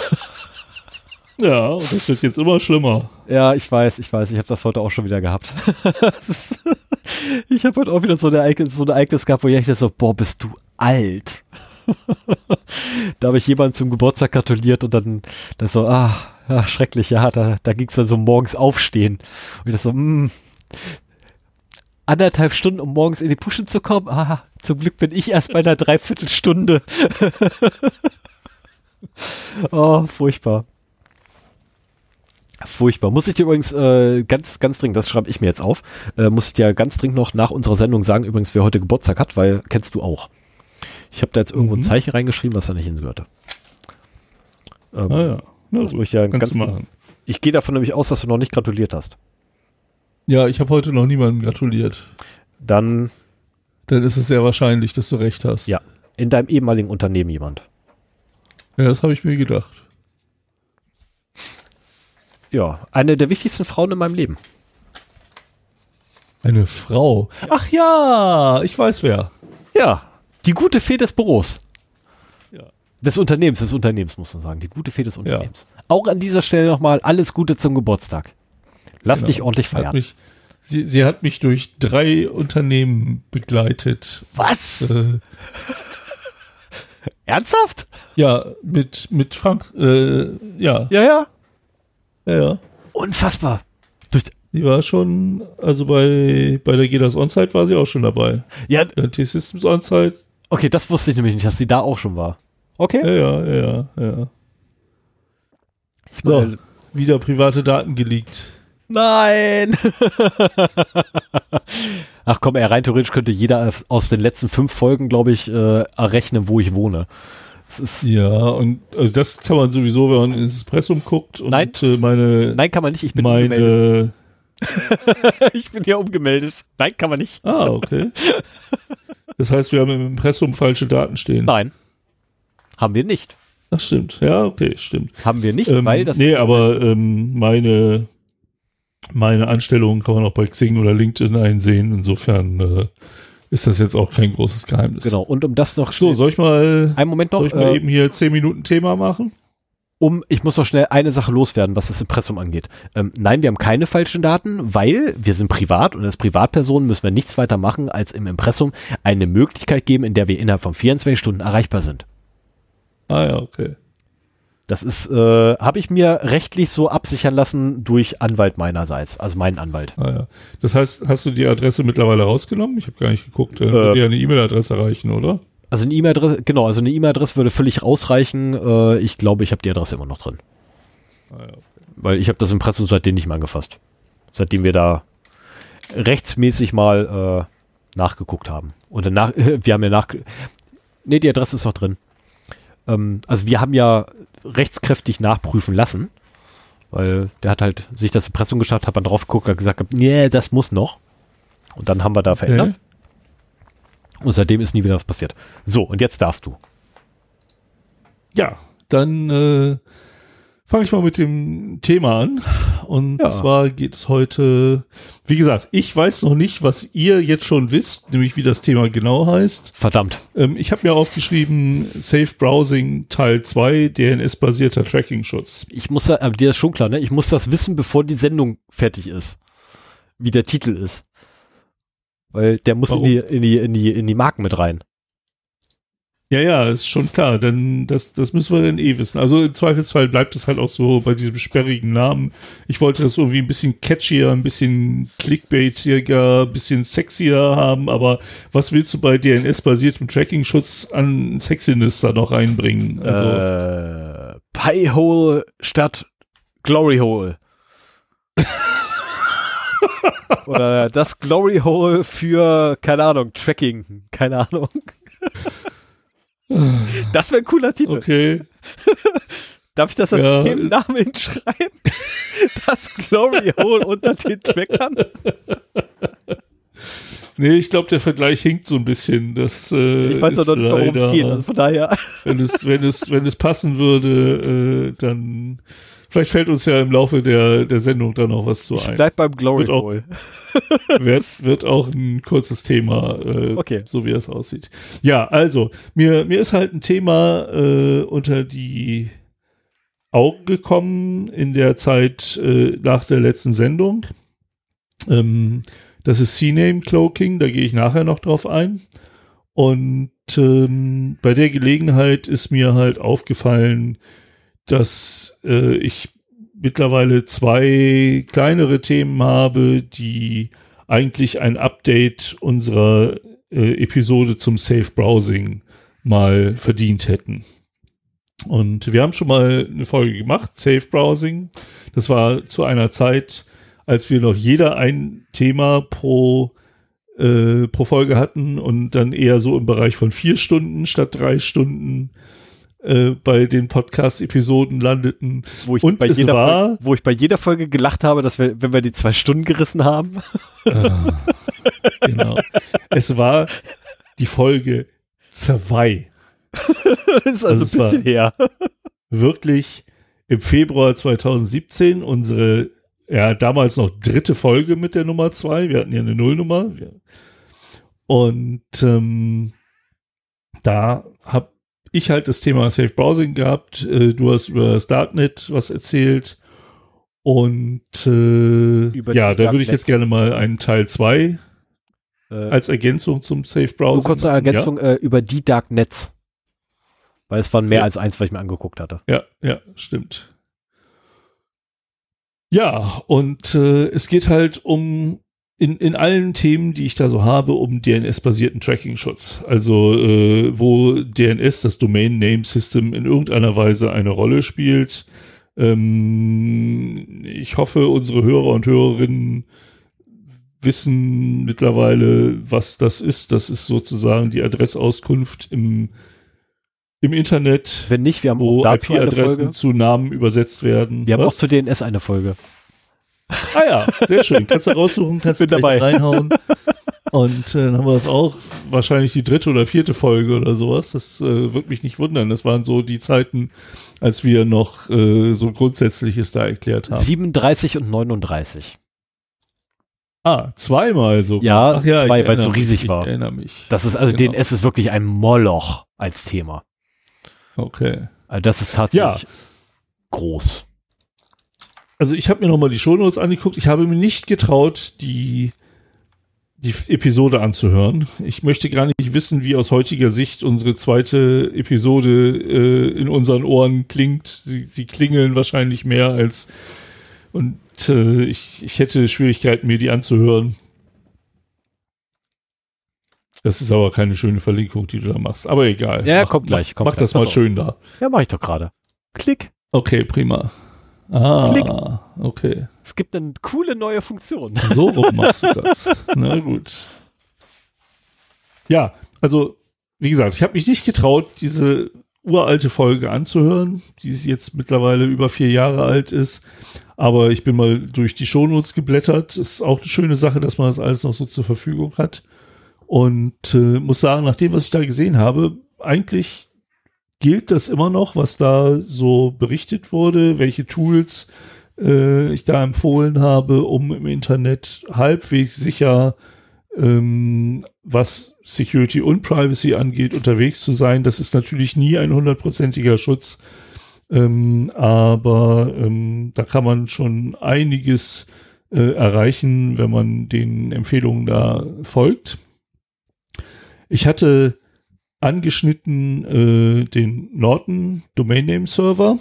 S2: Ja, und das wird jetzt immer schlimmer.
S1: Ja, ich weiß, ich weiß, ich habe das heute auch schon wieder gehabt. ist, ich habe heute auch wieder so ein Ereignis, so ein Ereignis gehabt, wo ich dachte so, boah, bist du alt. Da habe ich jemanden zum Geburtstag gratuliert und dann das so, ah, ja, schrecklich, ja, da, da ging es dann so morgens aufstehen. Und ich dachte so, mh, anderthalb Stunden, um morgens in die Puschen zu kommen. Ah, zum Glück bin ich erst bei einer Dreiviertelstunde. Oh, furchtbar. Furchtbar. Muss ich dir übrigens äh, ganz, ganz dringend, das schreibe ich mir jetzt auf, äh, muss ich dir ganz dringend noch nach unserer Sendung sagen, übrigens, wer heute Geburtstag hat, weil kennst du auch. Ich habe da jetzt irgendwo mhm. ein Zeichen reingeschrieben, was da nicht hingehörte. Ähm,
S2: ah ja. Na,
S1: das muss ich ja ganz
S2: machen.
S1: Ich gehe davon nämlich aus, dass du noch nicht gratuliert hast.
S2: Ja, ich habe heute noch niemandem gratuliert.
S1: Dann
S2: Dann ist es sehr wahrscheinlich, dass du recht hast.
S1: Ja, in deinem ehemaligen Unternehmen jemand.
S2: Ja, das habe ich mir gedacht.
S1: Ja, eine der wichtigsten Frauen in meinem Leben.
S2: Eine Frau? Ja. Ach ja, ich weiß wer.
S1: Ja, die gute Fee des Büros.
S2: Ja.
S1: Des Unternehmens, des Unternehmens muss man sagen. Die gute Fee des Unternehmens.
S2: Ja.
S1: Auch an dieser Stelle nochmal alles Gute zum Geburtstag. Lass
S2: genau.
S1: dich ordentlich feiern.
S2: Hat mich, sie, sie hat mich durch drei Unternehmen begleitet.
S1: Was?
S2: Äh,
S1: Ernsthaft?
S2: Ja, mit, mit Frank, äh, ja.
S1: Ja, ja.
S2: Ja, ja.
S1: Unfassbar. Durch
S2: die war schon, also bei, bei der G D A S Onsite war sie auch schon dabei.
S1: Ja.
S2: Der T-Systems Onsite.
S1: Okay, das wusste ich nämlich nicht, dass sie da auch schon war. Okay.
S2: Ja, ja, ja, ja.
S1: Ich
S2: So,
S1: meine,
S2: wieder private Daten geleakt.
S1: Nein! Ach komm, ey, rein theoretisch könnte jeder aus den letzten fünf Folgen, glaube ich, äh, errechnen, wo ich wohne. Das ist
S2: ja, und also das kann man sowieso, wenn man ins Impressum guckt. Und
S1: Nein,
S2: äh, meine,
S1: Nein, kann man nicht. Ich bin
S2: meine,
S1: umgemeldet. Ich bin ja umgemeldet. Nein, kann man nicht.
S2: Ah, okay. Das heißt, wir haben im Impressum falsche Daten stehen.
S1: Nein. Haben wir nicht.
S2: Ach, stimmt. Ja, okay, stimmt.
S1: Haben wir nicht,
S2: ähm,
S1: weil das...
S2: Nee, aber ähm, meine, meine Anstellungen kann man auch bei Xing oder LinkedIn einsehen. Insofern äh, ist das jetzt auch kein großes Geheimnis.
S1: Genau, und um das noch...
S2: So, soll ich mal,
S1: einen Moment noch,
S2: soll ich mal
S1: äh,
S2: eben hier zehn Minuten Thema machen?
S1: Um, ich muss noch schnell eine Sache loswerden, was das Impressum angeht. Ähm, nein, wir haben keine falschen Daten, weil wir sind privat und als Privatpersonen müssen wir nichts weiter machen, als im Impressum eine Möglichkeit geben, in der wir innerhalb von vierundzwanzig Stunden erreichbar sind.
S2: Ah ja, okay.
S1: Das ist, äh, habe ich mir rechtlich so absichern lassen durch Anwalt meinerseits, also meinen Anwalt.
S2: Ah ja. Das heißt, hast du die Adresse mittlerweile rausgenommen? Ich habe gar nicht geguckt. Äh,
S1: äh,
S2: würde ja eine E-Mail-Adresse reichen, oder?
S1: Also eine E-Mail-Adresse, genau, also eine E-Mail-Adresse würde völlig ausreichen. Äh, ich glaube, ich habe die Adresse immer noch drin.
S2: Ah ja, okay.
S1: Weil ich habe das Impressum seitdem nicht mehr angefasst. Seitdem wir da rechtsmäßig mal äh, nachgeguckt haben. Und danach, wir haben ja nach... Nee, die Adresse ist noch drin. Ähm, also wir haben ja rechtskräftig nachprüfen lassen, weil der hat halt sich das Impressum geschaut, hat man drauf geguckt, hat gesagt, nee, das muss noch. Und dann haben wir da verändert.
S2: Okay.
S1: Und seitdem ist nie wieder was passiert. So, und jetzt darfst du.
S2: Ja, dann äh, fange ich mal mit dem Thema an. Und
S1: ja.
S2: zwar geht es heute, wie gesagt, ich weiß noch nicht, was ihr jetzt schon wisst, nämlich wie das Thema genau heißt.
S1: Verdammt.
S2: Ähm, ich habe mir aufgeschrieben, Safe Browsing Teil zwei, D N S-basierter Tracking-Schutz.
S1: Ich muss da, aber dir ist schon klar, ne? Ich muss das wissen, bevor die Sendung fertig ist. Wie der Titel ist. Weil der muss in die, in die, in die, in die Marken mit rein.
S2: Ja, ja, ist schon klar, denn das, das müssen wir dann eh wissen. Also im Zweifelsfall bleibt es halt auch so bei diesem sperrigen Namen. Ich wollte das irgendwie ein bisschen catchier, ein bisschen clickbaitiger, ein bisschen sexier haben, aber was willst du bei D N S-basiertem Tracking-Schutz an Sexiness da noch reinbringen? Also,
S1: äh, Pi-Hole statt Glory-Hole. Oder das Glory Hole für, keine Ahnung, Tracking. Keine Ahnung. Das wäre ein cooler Titel.
S2: Okay.
S1: Darf ich das als
S2: ja.
S1: Namen hinschreiben? Das Glory Hole unter den Trackern?
S2: Nee, ich glaube, der Vergleich hinkt so ein bisschen. Das, äh,
S1: ich weiß doch nicht, worum es geht, also von daher.
S2: Wenn es, wenn es, wenn es passen würde, äh, dann vielleicht fällt uns ja im Laufe der, der Sendung dann noch was zu ein.
S1: Ich bleib beim Glory
S2: wird
S1: Hole.
S2: Auch, wird, wird auch ein kurzes Thema, äh,
S1: okay.
S2: so wie es aussieht. Ja, also, mir, mir ist halt ein Thema äh, unter die Augen gekommen in der Zeit äh, nach der letzten Sendung. Ähm, das ist C-Name Cloaking, da gehe ich nachher noch drauf ein. Und ähm, bei der Gelegenheit ist mir halt aufgefallen, dass äh, ich mittlerweile zwei kleinere Themen habe, die eigentlich ein Update unserer äh, Episode zum Safe Browsing mal verdient hätten. Und wir haben schon mal eine Folge gemacht, Safe Browsing. Das war zu einer Zeit, als wir noch jeder ein Thema pro, äh, pro Folge hatten und dann eher so im Bereich von vier Stunden statt drei Stunden äh, bei den Podcast-Episoden landeten.
S1: Wo ich,
S2: und
S1: bei
S2: es
S1: jeder
S2: war,
S1: Folge, wo ich bei jeder Folge gelacht habe, dass wir, wenn wir die zwei Stunden gerissen haben.
S2: Äh, genau. Es war die Folge zwei.
S1: Das ist also, also ein bisschen her.
S2: Wirklich im Februar zweitausendsiebzehn unsere, ja, damals noch dritte Folge mit der Nummer zwei. Wir hatten ja eine Nullnummer. Und ähm, da habe ich halt das Thema Safe Browsing gehabt. Äh, du hast über das Darknet was erzählt. Und äh, ja, da würde ich jetzt gerne mal einen Teil zwei äh, als Ergänzung zum Safe Browsing.
S1: Nur kurze Ergänzung ja? äh, über die Darknets. Weil es waren mehr ja. als eins, was ich mir angeguckt hatte.
S2: Ja, ja, stimmt. Ja, und äh, es geht halt um, in, in allen Themen, die ich da so habe, um D N S-basierten Tracking-Schutz. Also, äh, wo D N S, das Domain Name System, in irgendeiner Weise eine Rolle spielt. Ähm, ich hoffe, unsere Hörer und Hörerinnen wissen mittlerweile, was das ist. Das ist sozusagen die Adressauskunft im Im Internet,
S1: wenn nicht, wir haben
S2: wo
S1: I
S2: I P-Adressen zu Namen übersetzt werden.
S1: Wir Was? haben auch zu D N S eine Folge.
S2: Ah ja, sehr schön. Kannst du raussuchen, kannst du dabei reinhauen. Und äh, dann haben wir das auch, wahrscheinlich die dritte oder vierte Folge oder sowas. Das äh, würde mich nicht wundern. Das waren so die Zeiten, als wir noch äh, so Grundsätzliches da erklärt haben.
S1: siebenunddreißig und neununddreißig.
S2: Ah, zweimal so.
S1: Ja, Ach ja, zwei, weil es so riesig
S2: mich,
S1: war.
S2: Ich erinnere mich.
S1: Das ist, also genau. D N S ist wirklich ein Moloch als Thema.
S2: Okay.
S1: Also das ist tatsächlich ja. groß.
S2: Also ich habe mir nochmal die Shownotes angeguckt. Ich habe mir nicht getraut, die, die Episode anzuhören. Ich möchte gar nicht wissen, wie aus heutiger Sicht unsere zweite Episode äh, in unseren Ohren klingt. Sie, sie klingeln wahrscheinlich mehr als und äh, ich, ich hätte Schwierigkeiten, mir die anzuhören. Das ist aber keine schöne Verlinkung, die du da machst. Aber egal.
S1: Ja,
S2: mach,
S1: kommt gleich. Kommt
S2: mach
S1: gleich.
S2: das mal schön da.
S1: Ja, mach ich doch gerade. Klick.
S2: Okay, prima. Ah,
S1: Klick.
S2: Okay.
S1: Es gibt eine coole neue Funktion.
S2: So rum machst du das. Na gut. Ja, also, wie gesagt, ich habe mich nicht getraut, diese uralte Folge anzuhören, die jetzt mittlerweile über vier Jahre alt ist. Aber ich bin mal durch die Shownotes geblättert. Ist auch eine schöne Sache, dass man das alles noch so zur Verfügung hat. Und äh, muss sagen, nach dem, was ich da gesehen habe, eigentlich gilt das immer noch, was da so berichtet wurde, welche Tools äh, ich da empfohlen habe, um im Internet halbwegs sicher, ähm, was Security und Privacy angeht, unterwegs zu sein. Das ist natürlich nie ein hundertprozentiger Schutz, ähm, aber ähm, da kann man schon einiges äh, erreichen, wenn man den Empfehlungen da folgt. Ich hatte angeschnitten äh, den Norton Domain Name Server,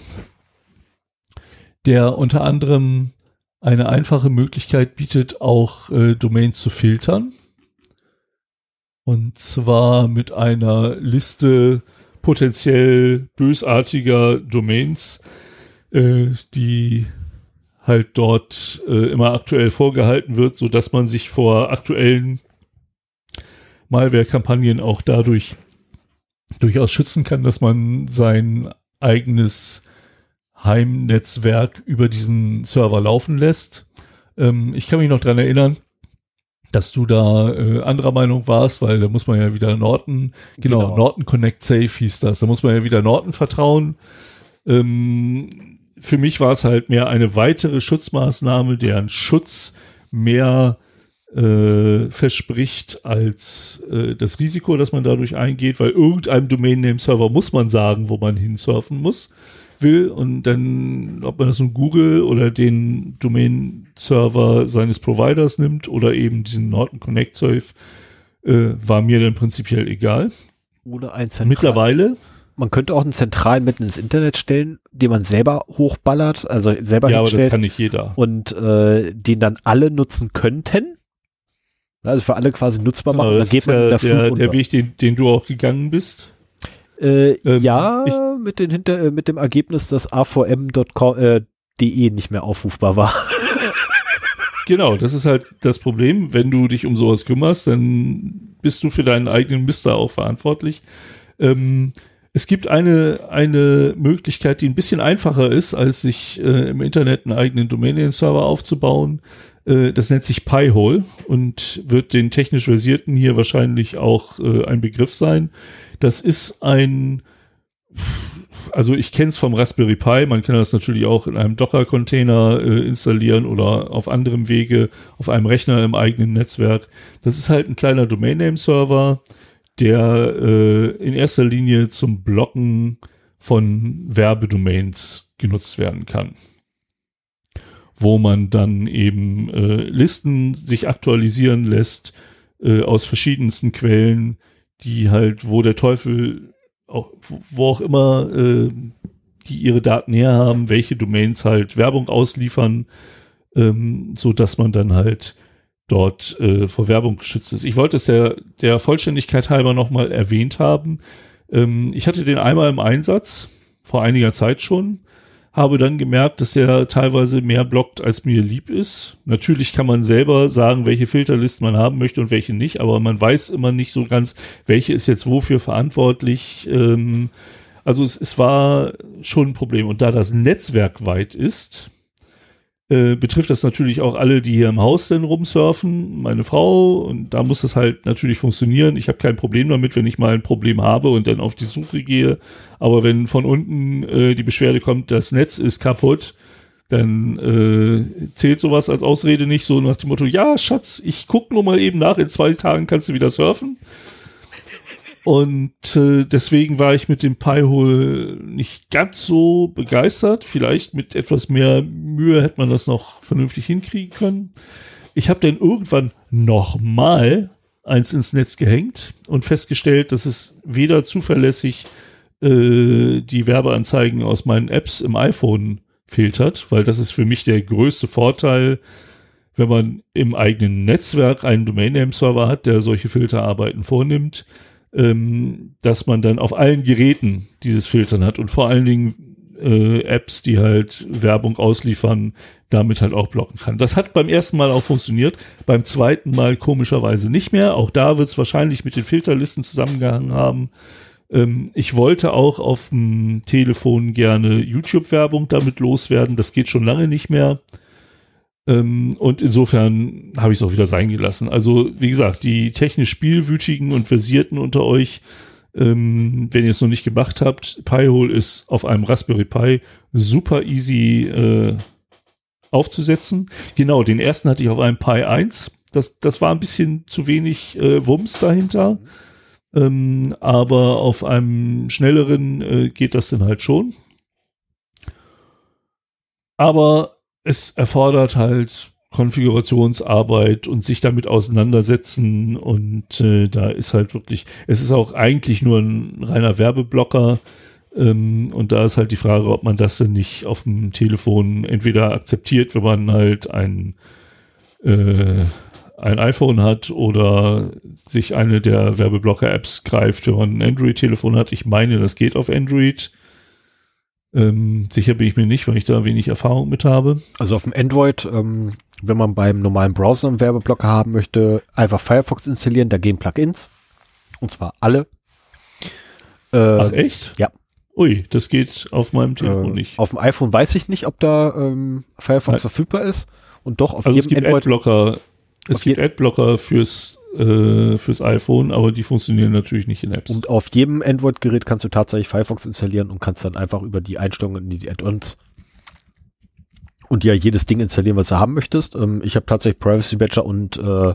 S2: der unter anderem eine einfache Möglichkeit bietet, auch äh, Domains zu filtern. Und zwar mit einer Liste potenziell bösartiger Domains, äh, die halt dort äh, immer aktuell vorgehalten wird, sodass man sich vor aktuellen Malware-Kampagnen auch dadurch durchaus schützen kann, dass man sein eigenes Heimnetzwerk über diesen Server laufen lässt. Ähm, ich kann mich noch dran erinnern, dass du da äh, anderer Meinung warst, weil da muss man ja wieder Norton, genau, genau. Norton Connect Safe hieß das, da muss man ja wieder Norton vertrauen. Ähm, für mich war es halt mehr eine weitere Schutzmaßnahme, deren Schutz mehr äh, verspricht als äh, das Risiko, das man dadurch eingeht, weil irgendeinem Domain-Name-Server muss man sagen, wo man hinsurfen muss, will, und dann, ob man das nun Google oder den Domain-Server seines Providers nimmt oder eben diesen Norton Connect Safe, äh, war mir dann prinzipiell egal.
S1: Oder ein Zentral.
S2: Mittlerweile.
S1: Man könnte auch einen zentralen mitten ins Internet stellen, den man selber hochballert, also selber
S2: ja,
S1: hinstellt.
S2: Aber das kann nicht jeder.
S1: Und äh, den dann alle nutzen könnten. Also für alle quasi nutzbar machen.
S2: Genau, das
S1: da geht
S2: ist
S1: man
S2: ja
S1: in der,
S2: der, der Weg, den, den du auch gegangen bist.
S1: Äh,
S2: ähm,
S1: ja,
S2: ich,
S1: mit, den Hinter äh, mit dem Ergebnis, dass a v m punkt d e nicht mehr aufrufbar war.
S2: Genau, das ist halt das Problem. Wenn du dich um sowas kümmerst, dann bist du für deinen eigenen Mist da auch verantwortlich. Ähm, es gibt eine, eine Möglichkeit, die ein bisschen einfacher ist, als sich äh, im Internet einen eigenen Domain-Server aufzubauen. Äh, das nennt sich Pi-hole und wird den technisch Versierten hier wahrscheinlich auch äh, ein Begriff sein. Das ist ein, also ich kenne es vom Raspberry Pi, man kann das natürlich auch in einem Docker-Container äh, installieren oder auf anderem Wege auf einem Rechner im eigenen Netzwerk. Das ist halt ein kleiner Domain-Name-Server, der äh, in erster Linie zum Blocken von Werbedomains genutzt werden kann. Wo man dann eben äh, Listen sich aktualisieren lässt äh, aus verschiedensten Quellen, die halt, wo der Teufel, auch, wo auch immer äh, die ihre Daten herhaben, welche Domains halt Werbung ausliefern, ähm, so dass man dann halt dort äh, vor Werbung geschützt ist. Ich wollte es der, der Vollständigkeit halber nochmal erwähnt haben. Ähm, ich hatte den einmal im Einsatz, vor einiger Zeit schon, habe dann gemerkt, dass der teilweise mehr blockt, als mir lieb ist. Natürlich kann man selber sagen, welche Filterlisten man haben möchte und welche nicht, aber man weiß immer nicht so ganz, welche ist jetzt wofür verantwortlich. Ähm, also es, es war schon ein Problem. Und da das Netzwerk weit ist, äh, betrifft das natürlich auch alle, die hier im Haus denn rumsurfen, meine Frau, und da muss das halt natürlich funktionieren. Ich habe kein Problem damit, wenn ich mal ein Problem habe und dann auf die Suche gehe, aber wenn von unten äh, die Beschwerde kommt, das Netz ist kaputt, dann äh, zählt sowas als Ausrede nicht, so nach dem Motto, ja Schatz, ich guck nur mal eben nach, in zwei Tagen kannst du wieder surfen. Und äh, deswegen war ich mit dem Pi-hole nicht ganz so begeistert. Vielleicht mit etwas mehr Mühe hätte man das noch vernünftig hinkriegen können. Ich habe dann irgendwann nochmal eins ins Netz gehängt und festgestellt, dass es weder zuverlässig äh, die Werbeanzeigen aus meinen Apps im iPhone filtert, weil das ist für mich der größte Vorteil, wenn man im eigenen Netzwerk einen Domain-Name-Server hat, der solche Filterarbeiten vornimmt, dass man dann auf allen Geräten dieses Filtern hat und vor allen Dingen äh, Apps, die halt Werbung ausliefern, damit halt auch blocken kann. Das hat beim ersten Mal auch funktioniert, beim zweiten Mal komischerweise nicht mehr. Auch da wird es wahrscheinlich mit den Filterlisten zusammengehangen haben. Ähm, ich wollte auch auf dem Telefon gerne YouTube-Werbung damit loswerden. Das geht schon lange nicht mehr. Ähm, und insofern habe ich es auch wieder sein gelassen. Also, wie gesagt, die technisch Spielwütigen und Versierten unter euch, ähm, wenn ihr es noch nicht gemacht habt, Pi-hole ist auf einem Raspberry Pi super easy äh, aufzusetzen. Genau, den ersten hatte ich auf einem Pi eins. Das, das war ein bisschen zu wenig äh, Wumms dahinter. Ähm, aber auf einem schnelleren äh, geht das dann halt schon. Aber es erfordert halt Konfigurationsarbeit und sich damit auseinandersetzen und äh, da ist halt wirklich, es ist auch eigentlich nur ein reiner Werbeblocker ähm, und da ist halt die Frage, ob man das denn nicht auf dem Telefon entweder akzeptiert, wenn man halt ein, äh, ein iPhone hat oder sich eine der Werbeblocker-Apps greift, wenn man ein Android-Telefon hat. Ich meine, das geht auf Android. Ähm, sicher bin ich mir nicht, weil ich da wenig Erfahrung mit habe.
S1: Also auf dem Android, ähm, wenn man beim normalen Browser einen Werbeblocker haben möchte, einfach Firefox installieren, da gehen Plugins. Und zwar alle.
S2: Äh, Ach echt?
S1: Ja.
S2: Ui, das geht auf meinem Telefon äh, nicht.
S1: Auf dem iPhone weiß ich nicht, ob da ähm, Firefox ja. verfügbar ist. Und doch auf
S2: also
S1: jedem
S2: es gibt
S1: Android
S2: Adblocker Es gibt Adblocker fürs, äh, fürs iPhone, aber die funktionieren natürlich nicht in Apps.
S1: Und auf jedem Android-Gerät kannst du tatsächlich Firefox installieren und kannst dann einfach über die Einstellungen in die Add-ons und ja jedes Ding installieren, was du haben möchtest. Ähm, ich habe tatsächlich Privacy Badger und äh,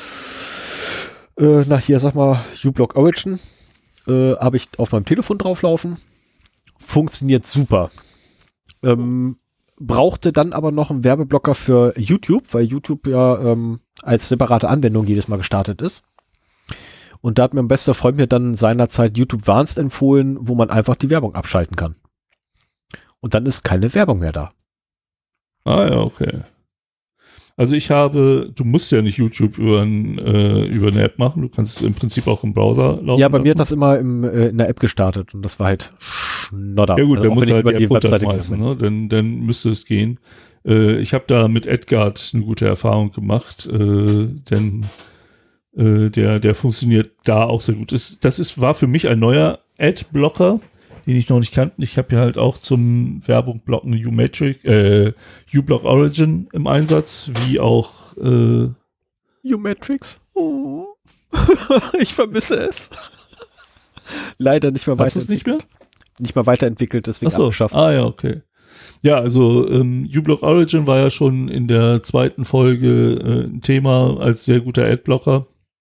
S1: äh, na hier, sag mal, uBlock Origin äh, habe ich auf meinem Telefon drauflaufen. Funktioniert super. Ähm, brauchte dann aber noch einen Werbeblocker für YouTube, weil YouTube ja ähm, als separate Anwendung jedes Mal gestartet ist. Und da hat mir mein bester Freund mir dann seinerzeit YouTube Advanced empfohlen, wo man einfach die Werbung abschalten kann. Und dann ist keine Werbung mehr da.
S2: Ah ja, okay. Also ich habe, du musst ja nicht YouTube über, ein, äh, über eine App machen, du kannst es im Prinzip auch im Browser laufen
S1: Ja, bei mir hat
S2: lassen.
S1: das immer im, äh, in der App gestartet und das war halt Schnodder.
S2: Ja gut,
S1: also
S2: dann musst du halt
S1: über
S2: die App
S1: Webseite
S2: runterschmeißen,
S1: gegangen
S2: ne? dann, dann müsste es gehen. Äh, ich habe da mit Adguard eine gute Erfahrung gemacht, äh, denn äh, der, der funktioniert da auch sehr gut. Das, das ist, war für mich ein neuer Adblocker, den ich noch nicht kannte. Ich habe ja halt auch zum Werbung blocken uMatrix, äh, uBlock Origin im Einsatz, wie auch äh,
S1: uMatrix. Oh. Ich vermisse es. Leider nicht mehr
S2: weiterentwickelt. Hast du es nicht mehr?
S1: Nicht mal weiterentwickelt, deswegen
S2: Ach so.
S1: abgeschafft.
S2: Ah ja, okay. Ja, also ähm, uBlock Origin war ja schon in der zweiten Folge äh, ein Thema als sehr guter Adblocker.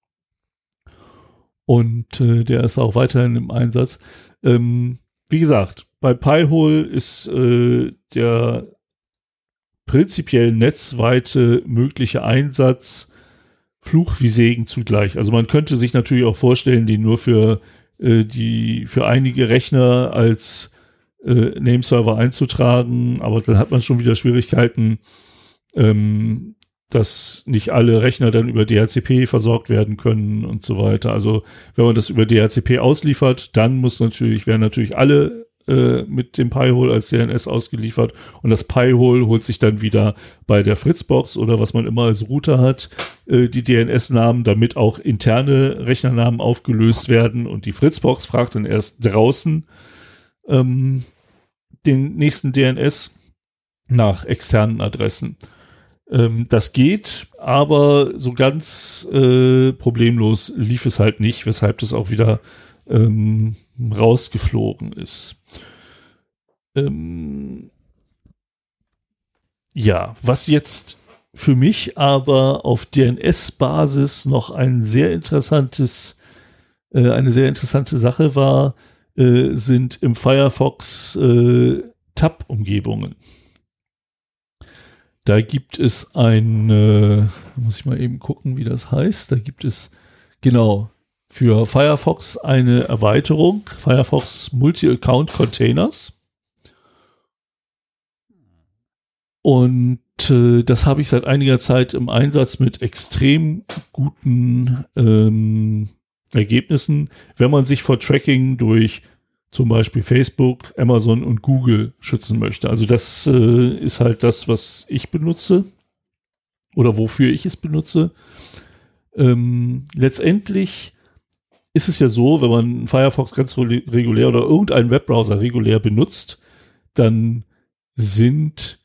S2: Und äh, der ist auch weiterhin im Einsatz. Ähm, wie gesagt, bei Pi-hole ist äh, der prinzipiell netzweite mögliche Einsatz Fluch wie Segen zugleich. Also man könnte sich natürlich auch vorstellen, die nur für äh, die für einige Rechner als äh, Nameserver einzutragen, aber dann hat man schon wieder Schwierigkeiten, ähm, dass nicht alle Rechner dann über D H C P versorgt werden können und so weiter. Also wenn man das über D H C P ausliefert, dann muss natürlich, werden natürlich alle äh, mit dem Pi-hole als D N S ausgeliefert und das Pi-hole holt sich dann wieder bei der Fritzbox oder was man immer als Router hat, äh, die D N S-Namen, damit auch interne Rechnernamen aufgelöst werden und die Fritzbox fragt dann erst draußen ähm, den nächsten D N S nach externen Adressen. Ähm, das geht, aber so ganz äh, problemlos lief es halt nicht, weshalb das auch wieder ähm, rausgeflogen ist. Ähm, ja, was jetzt für mich aber auf D N S-Basis noch ein sehr interessantes, äh, eine sehr interessante Sache war, äh, sind im Firefox äh, Tab-Umgebungen. Da gibt es ein, muss ich mal eben gucken, wie das heißt. Da gibt es, genau, für Firefox eine Erweiterung, Firefox Multi-Account Containers. Und äh, das habe ich seit einiger Zeit im Einsatz mit extrem guten ähm, Ergebnissen, wenn man sich vor Tracking durch zum Beispiel Facebook, Amazon und Google schützen möchte. Also das äh, ist halt das, was ich benutze oder wofür ich es benutze. Ähm, letztendlich ist es ja so, wenn man Firefox ganz regulär oder irgendeinen Webbrowser regulär benutzt, dann sind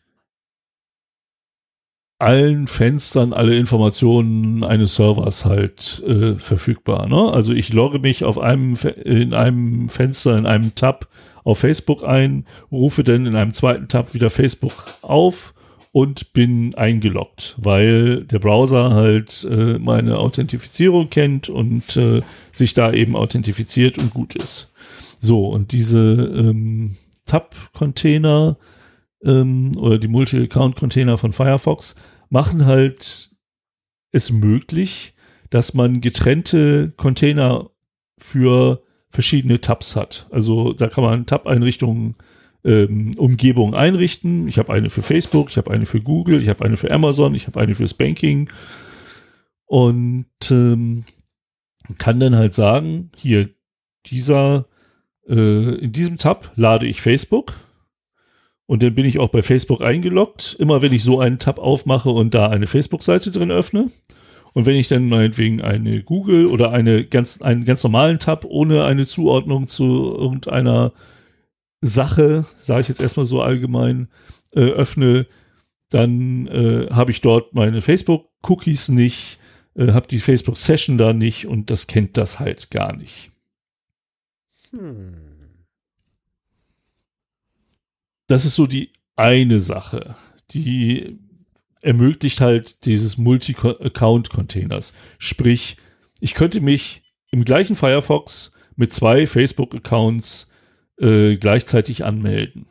S2: allen Fenstern alle Informationen eines Servers halt äh, verfügbar. Ne? Also ich logge mich auf einem in einem Fenster, in einem Tab auf Facebook ein, rufe dann in einem zweiten Tab wieder Facebook auf und bin eingeloggt, weil der Browser halt äh, meine Authentifizierung kennt und äh, sich da eben authentifiziert und gut ist. So, und diese ähm, Tab-Container ähm, oder die Multi-Account-Container von Firefox machen halt es möglich, dass man getrennte Container für verschiedene Tabs hat. Also da kann man Tab-Einrichtungen, ähm, Umgebungen einrichten. Ich habe eine für Facebook, ich habe eine für Google, ich habe eine für Amazon, ich habe eine fürs Banking und ähm, kann dann halt sagen, hier, dieser, äh, in diesem Tab lade ich Facebook. Und dann bin ich auch bei Facebook eingeloggt, immer wenn ich so einen Tab aufmache und da eine Facebook-Seite drin öffne. Und wenn ich dann meinetwegen eine Google oder eine ganz, einen ganz normalen Tab ohne eine Zuordnung zu irgendeiner Sache, sage ich jetzt erstmal so allgemein, äh, öffne, dann äh, habe ich dort meine Facebook-Cookies nicht, äh, habe die Facebook-Session da nicht und das kennt das halt gar nicht. Hm. Das ist so die eine Sache, die ermöglicht halt dieses Multi-Account-Containers. Sprich, ich könnte mich im gleichen Firefox mit zwei Facebook-Accounts äh, gleichzeitig anmelden.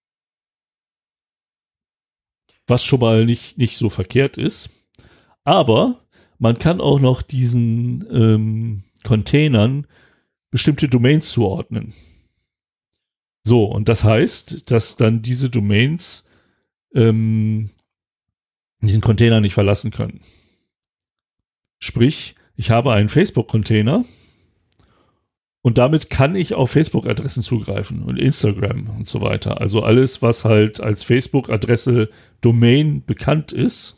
S2: Was schon mal nicht, nicht so verkehrt ist. Aber man kann auch noch diesen ähm, Containern bestimmte Domains zuordnen. So, und das heißt, dass dann diese Domains ähm, diesen Container nicht verlassen können. Sprich, ich habe einen Facebook-Container und damit kann ich auf Facebook-Adressen zugreifen und Instagram und so weiter. Also alles, was halt als Facebook-Adresse Domain bekannt ist.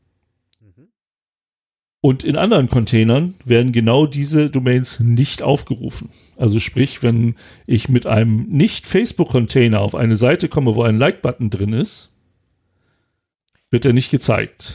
S2: Und in anderen Containern werden genau diese Domains nicht aufgerufen. Also sprich, wenn ich mit einem Nicht-Facebook-Container auf eine Seite komme, wo ein Like-Button drin ist, wird er nicht gezeigt.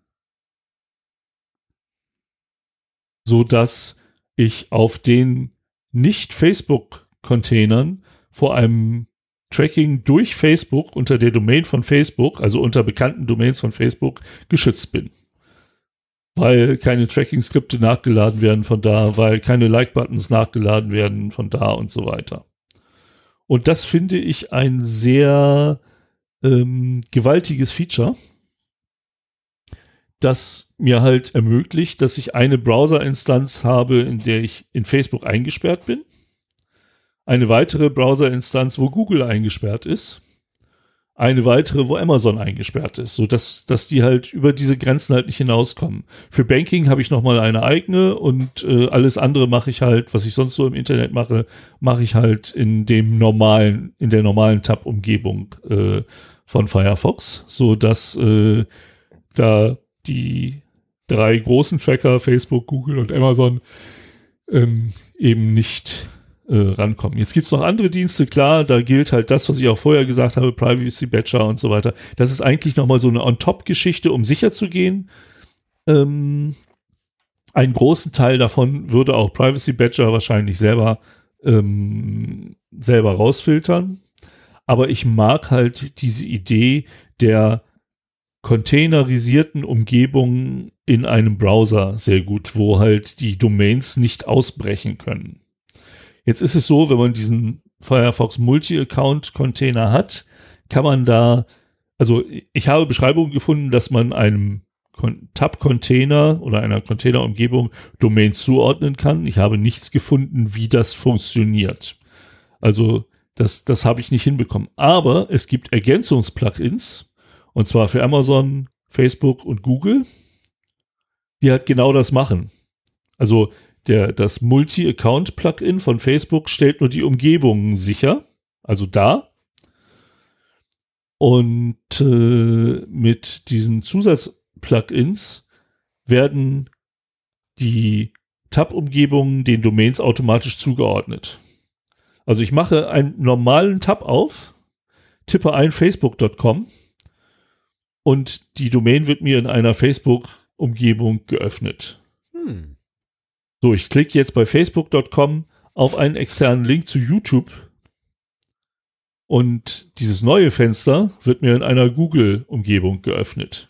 S2: Sodass ich auf den Nicht-Facebook-Containern vor einem Tracking durch Facebook unter der Domain von Facebook, also unter bekannten Domains von Facebook, geschützt bin. Weil keine Tracking-Skripte nachgeladen werden von da, weil keine Like-Buttons nachgeladen werden von da und so weiter. Und das finde ich ein sehr ähm, gewaltiges Feature, das mir halt ermöglicht, dass ich eine Browser-Instanz habe, in der ich in Facebook eingesperrt bin, eine weitere Browser-Instanz, wo Google eingesperrt ist, eine weitere, wo Amazon eingesperrt ist, sodass dass die halt über diese Grenzen halt nicht hinauskommen. Für Banking habe ich nochmal eine eigene und äh, alles andere mache ich halt, was ich sonst so im Internet mache, mache ich halt in dem normalen, in der normalen Tab-Umgebung äh, von Firefox, sodass äh, da die drei großen Tracker, Facebook, Google und Amazon, ähm, eben nicht Äh, rankommen. Jetzt gibt es noch andere Dienste, klar, da gilt halt das, was ich auch vorher gesagt habe, Privacy Badger und so weiter. Das ist eigentlich nochmal so eine On-Top-Geschichte, um sicher zu gehen. Ähm, einen großen Teil davon würde auch Privacy Badger wahrscheinlich selber, ähm, selber rausfiltern. Aber ich mag halt diese Idee der containerisierten Umgebung in einem Browser sehr gut, wo halt die Domains nicht ausbrechen können. Jetzt ist es so, wenn man diesen Firefox Multi-Account-Container hat, kann man da, also ich habe Beschreibungen gefunden, dass man einem Tab-Container oder einer Container-Umgebung Domains zuordnen kann. Ich habe nichts gefunden, wie das funktioniert. Also das, das habe ich nicht hinbekommen. Aber es gibt Ergänzungs-Plugins, und zwar für Amazon, Facebook und Google, die halt genau das machen. Also Der, das Multi-Account-Plugin von Facebook stellt nur die Umgebung sicher, also da. Und äh, mit diesen Zusatz-Plugins werden die Tab-Umgebungen den Domains automatisch zugeordnet. Also ich mache einen normalen Tab auf, tippe ein facebook Punkt com und die Domain wird mir in einer Facebook-Umgebung geöffnet. Hm. So, ich klicke jetzt bei facebook Punkt com auf einen externen Link zu YouTube und dieses neue Fenster wird mir in einer Google-Umgebung geöffnet.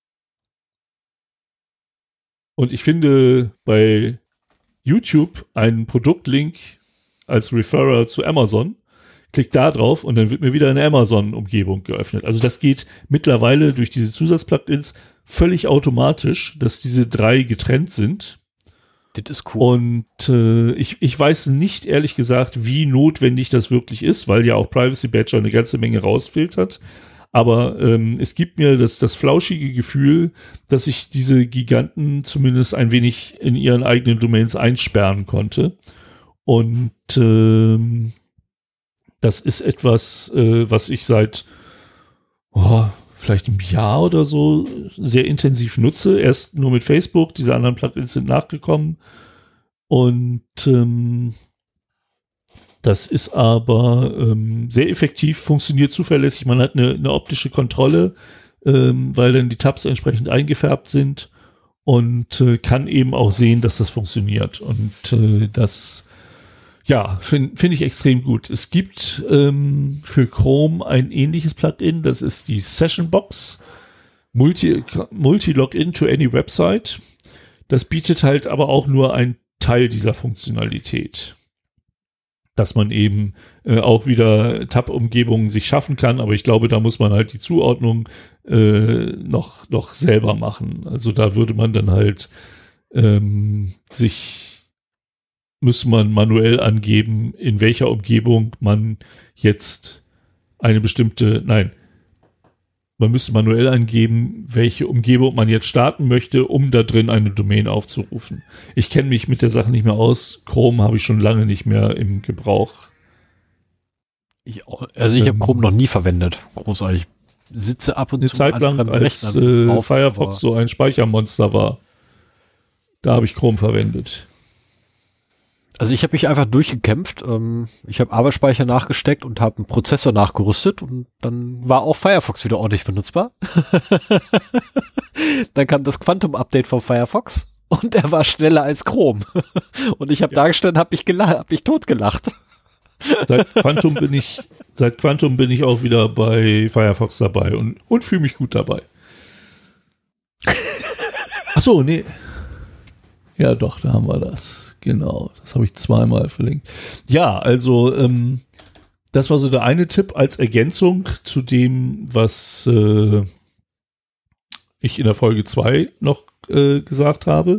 S2: Und ich finde bei YouTube einen Produktlink als Referrer zu Amazon, klick da drauf und dann wird mir wieder eine Amazon-Umgebung geöffnet. Also das geht mittlerweile durch diese Zusatzplugins völlig automatisch, dass diese drei getrennt sind.
S1: Das ist cool.
S2: Und äh, ich, ich weiß nicht, ehrlich gesagt, wie notwendig das wirklich ist, weil ja auch Privacy Badger eine ganze Menge rausfiltert. Aber ähm, es gibt mir das, das flauschige Gefühl, dass ich diese Giganten zumindest ein wenig in ihren eigenen Domains einsperren konnte. Und ähm, das ist etwas, äh, was ich seit oh, vielleicht einem Jahr oder so sehr intensiv nutze. Erst nur mit Facebook, diese anderen Plugins sind nachgekommen. Und ähm, das ist aber ähm, sehr effektiv, funktioniert zuverlässig. Man hat eine, eine optische Kontrolle ähm, weil dann die Tabs entsprechend eingefärbt sind und äh, kann eben auch sehen, dass das funktioniert. Und äh, das, ja, finde find ich extrem gut. Es gibt ähm, für Chrome ein ähnliches Plugin, das ist die Session Box, Multi, Multi-Login to any Website. Das bietet halt aber auch nur einen Teil dieser Funktionalität. Dass man eben äh, auch wieder Tab-Umgebungen sich schaffen kann, aber ich glaube, da muss man halt die Zuordnung äh, noch, noch selber machen. Also da würde man dann halt ähm, sich, müsste man manuell angeben, in welcher Umgebung man jetzt eine bestimmte, nein, man müsste manuell angeben, welche Umgebung man jetzt starten möchte, um da drin eine Domain aufzurufen. Ich kenne mich mit der Sache nicht mehr aus. Chrome habe ich schon lange nicht mehr im Gebrauch.
S1: Ich auch, also ich ähm, habe Chrome noch nie verwendet. Großartig. Sitze ab und
S2: eine
S1: zu
S2: Zeit lang, als äh, drauf, Firefox so ein Speichermonster war. Da habe ich Chrome verwendet.
S1: Also ich habe mich einfach durchgekämpft. Ähm, ich habe Arbeitsspeicher nachgesteckt und habe einen Prozessor nachgerüstet und dann war auch Firefox wieder ordentlich benutzbar. Dann kam das Quantum-Update von Firefox und er war schneller als Chrome. Und ich habe ja. da gestanden, habe mich gelacht, habe mich totgelacht.
S2: Seit Quantum bin ich, seit Quantum bin ich auch wieder bei Firefox dabei und, und fühle mich gut dabei. Ach so, nee. Ja, doch, da haben wir das. Genau, das habe ich zweimal verlinkt. Ja, also ähm, das war so der eine Tipp als Ergänzung zu dem, was äh, ich in der Folge zwei noch äh, gesagt habe.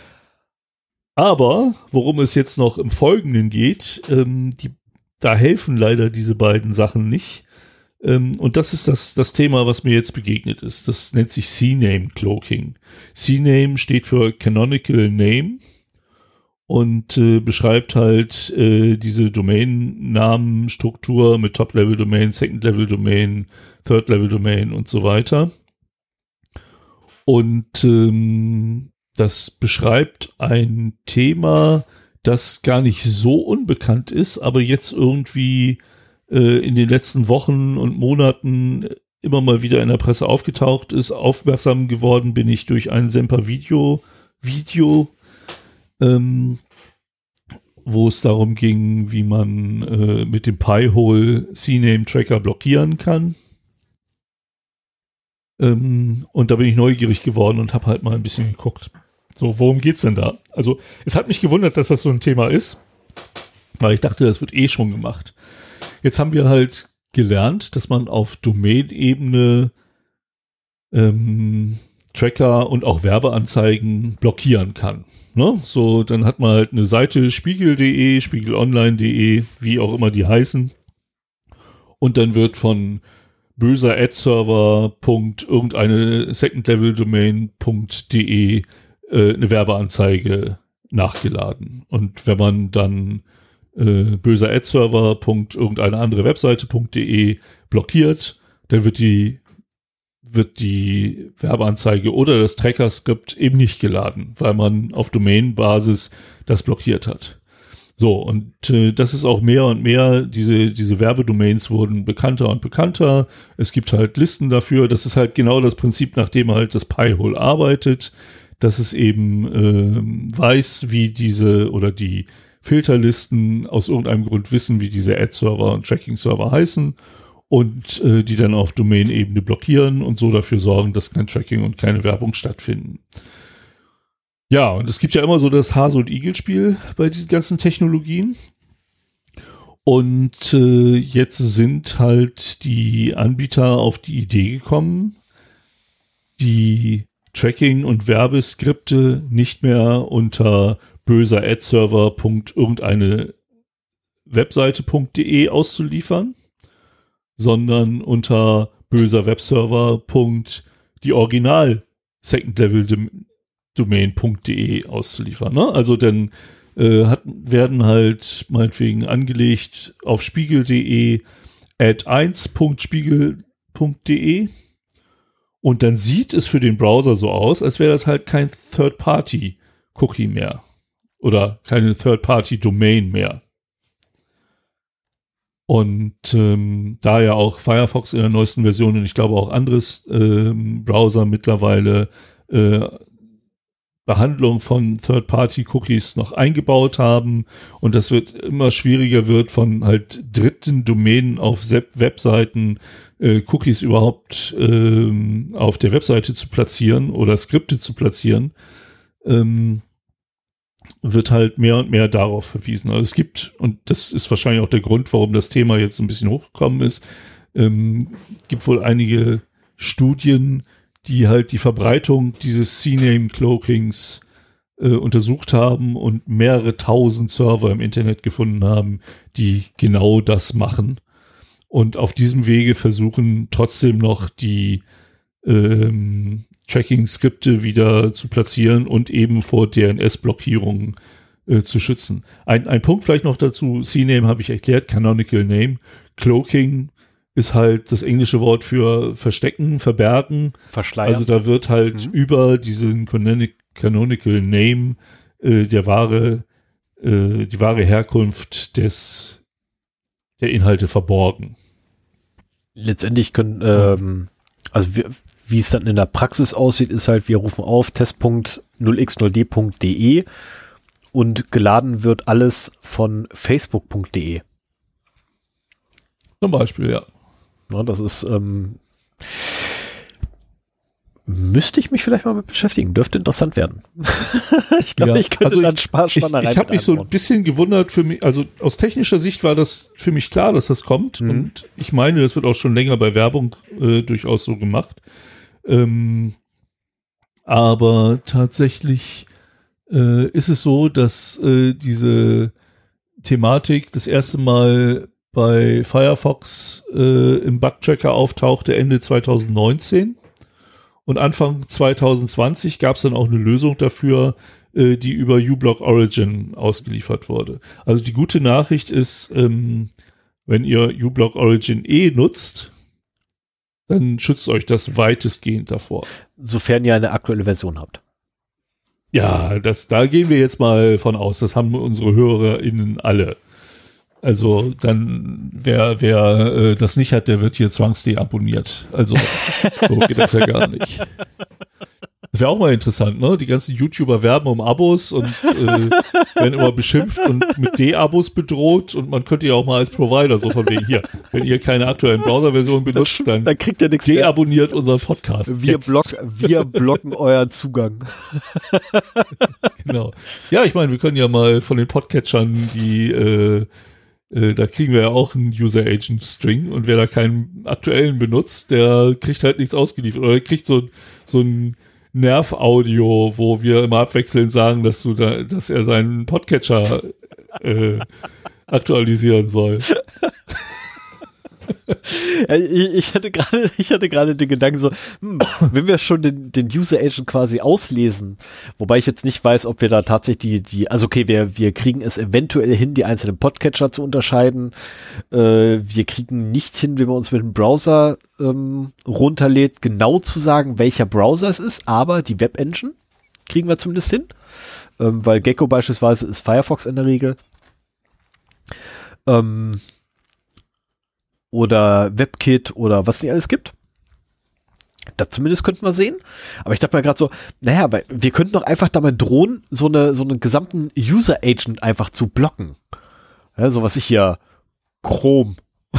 S2: Aber worum es jetzt noch im Folgenden geht, ähm, die, da helfen leider diese beiden Sachen nicht. Ähm, und das ist das, das Thema, was mir jetzt begegnet ist. Das nennt sich C Name Cloaking. C Name steht für Canonical Name. Und äh, beschreibt halt äh, diese Domain-Namen-Struktur mit Top-Level-Domain, Second-Level-Domain, Third-Level-Domain und so weiter. Und ähm, das beschreibt ein Thema, das gar nicht so unbekannt ist, aber jetzt irgendwie äh, in den letzten Wochen und Monaten immer mal wieder in der Presse aufgetaucht ist. Aufmerksam geworden bin ich durch ein Semper-Video, Video, Ähm, wo es darum ging, wie man äh, mit dem Pi-Hole C Name Tracker blockieren kann. Ähm, und da bin ich neugierig geworden und habe halt mal ein bisschen geguckt. So, worum geht's denn da? Also, es hat mich gewundert, dass das so ein Thema ist, weil ich dachte, das wird eh schon gemacht. Jetzt haben wir halt gelernt, dass man auf Domain-Ebene ähm, Tracker und auch Werbeanzeigen blockieren kann. Ne? So, dann hat man halt eine Seite spiegel punkt de, spiegelonline punkt de, wie auch immer die heißen. Und dann wird von böser Ad-Server. irgendeine Second-Level-Domain.de äh, eine Werbeanzeige nachgeladen. Und wenn man dann äh, böser Ad-Server. irgendeine andere Webseite.de blockiert, dann wird die wird die Werbeanzeige oder das Tracker-Skript eben nicht geladen, weil man auf Domain-Basis das blockiert hat. So, und äh, das ist auch mehr und mehr, diese, diese Werbedomains wurden bekannter und bekannter. Es gibt halt Listen dafür. Das ist halt genau das Prinzip, nach dem halt das Pi-Hole arbeitet, dass es eben äh, weiß, wie diese oder die Filterlisten aus irgendeinem Grund wissen, wie diese Ad-Server und Tracking-Server heißen und äh, die dann auf Domain-Ebene blockieren und so dafür sorgen, dass kein Tracking und keine Werbung stattfinden. Ja, und es gibt ja immer so das Hase- und Igel-Spiel bei diesen ganzen Technologien. Und äh, jetzt sind halt die Anbieter auf die Idee gekommen, die Tracking- und Werbeskripte nicht mehr unter böser Ad-Server. irgendeine Webseite.de auszuliefern, sondern unter böser Webserver. die Original Second-Level-Domain.de auszuliefern. Ne? Also dann äh, hat, werden halt meinetwegen angelegt auf spiegel punkt de ad eins punkt spiegel punkt de und dann sieht es für den Browser so aus, als wäre das halt kein Third-Party-Cookie mehr oder keine Third-Party-Domain mehr. Und ähm, da ja auch Firefox in der neuesten Version und ich glaube auch anderes ähm, Browser mittlerweile äh, Behandlung von Third-Party-Cookies noch eingebaut haben und das wird immer schwieriger wird, von halt dritten Domänen auf Webseiten äh, Cookies überhaupt ähm, auf der Webseite zu platzieren oder Skripte zu platzieren, ähm, wird halt mehr und mehr darauf verwiesen. Also es gibt, und das ist wahrscheinlich auch der Grund, warum das Thema jetzt ein bisschen hochgekommen ist, ähm, gibt wohl einige Studien, die halt die Verbreitung dieses C-Name-Cloakings äh, untersucht haben und mehrere tausend Server im Internet gefunden haben, die genau das machen. Und auf diesem Wege versuchen trotzdem noch die ähm, Tracking-Skripte wieder zu platzieren und eben vor D N S-Blockierungen äh, zu schützen. Ein, ein Punkt vielleicht noch dazu, C-Name habe ich erklärt, Canonical Name. Cloaking ist halt das englische Wort für verstecken, verbergen.
S1: Verschleiern.
S2: Also da wird halt mhm. über diesen Canonical Name äh, der wahre, äh, die wahre Herkunft des der Inhalte verborgen.
S1: Letztendlich können, ähm, also wie, wie es dann in der Praxis aussieht, ist halt, wir rufen auf test punkt null x null d punkt d e und geladen wird alles von facebook punkt d e.
S2: Zum Beispiel, ja.
S1: Ja, das ist, ähm, müsste ich mich vielleicht mal mit beschäftigen. Dürfte interessant werden. ich glaube, ja, ich könnte
S2: also
S1: dann
S2: ich,
S1: Spaßspannerei
S2: Ich, ich habe mich so ein bisschen gewundert, für mich, also aus technischer Sicht war das für mich klar, dass das kommt. Mhm. Und ich meine, das wird auch schon länger bei Werbung äh, durchaus so gemacht. Ähm, aber tatsächlich äh, ist es so, dass äh, diese Thematik das erste Mal bei Firefox äh, im Bugtracker auftauchte Ende zwanzig neunzehn und Anfang zwanzig zwanzig gab es dann auch eine Lösung dafür, äh, die über uBlock Origin ausgeliefert wurde. Also die gute Nachricht ist, ähm, wenn ihr uBlock Origin eh nutzt, dann schützt euch das weitestgehend davor.
S1: Sofern ihr eine aktuelle Version habt.
S2: Ja, das, da gehen wir jetzt mal von aus. Das haben unsere HörerInnen alle. Also dann, wer, wer äh, das nicht hat, der wird hier zwangsdeabonniert. Also so geht das ja gar nicht. Das wäre auch mal interessant, ne? Die ganzen YouTuber werben um Abos und äh, werden immer beschimpft und mit De-Abos bedroht und man könnte ja auch mal als Provider so von wegen hier, wenn ihr keine aktuellen Browser-Versionen benutzt, dann,
S1: dann kriegt ihr nichts
S2: deabonniert mehr. Unseren Podcast.
S1: Wir, block, wir blocken euren Zugang.
S2: Genau. Ja, ich meine, wir können ja mal von den Podcatchern die äh, Äh, da kriegen wir ja auch einen User-Agent-String und wer da keinen aktuellen benutzt, der kriegt halt nichts ausgeliefert oder kriegt so, so ein Nerv-Audio, wo wir immer abwechselnd sagen, dass du da, dass er seinen Podcatcher äh, aktualisieren soll.
S1: ich, ich hatte gerade, ich hatte gerade den Gedanken so, hm, wenn wir schon den, den User Agent quasi auslesen, wobei ich jetzt nicht weiß, ob wir da tatsächlich die, die, also okay, wir, wir kriegen es eventuell hin, die einzelnen Podcatcher zu unterscheiden. Äh, wir kriegen nicht hin, wenn man uns mit dem Browser ähm, runterlädt, genau zu sagen, welcher Browser es ist, aber die Web Engine kriegen wir zumindest hin, ähm, weil Gecko beispielsweise ist Firefox in der Regel. Ähm, oder WebKit oder was nicht alles gibt. Das zumindest könnten wir sehen. Aber ich dachte mir gerade so, naja, aber wir könnten doch einfach damit drohen, so eine so einen gesamten User-Agent einfach zu blocken. Ja, so was ich hier Chrome.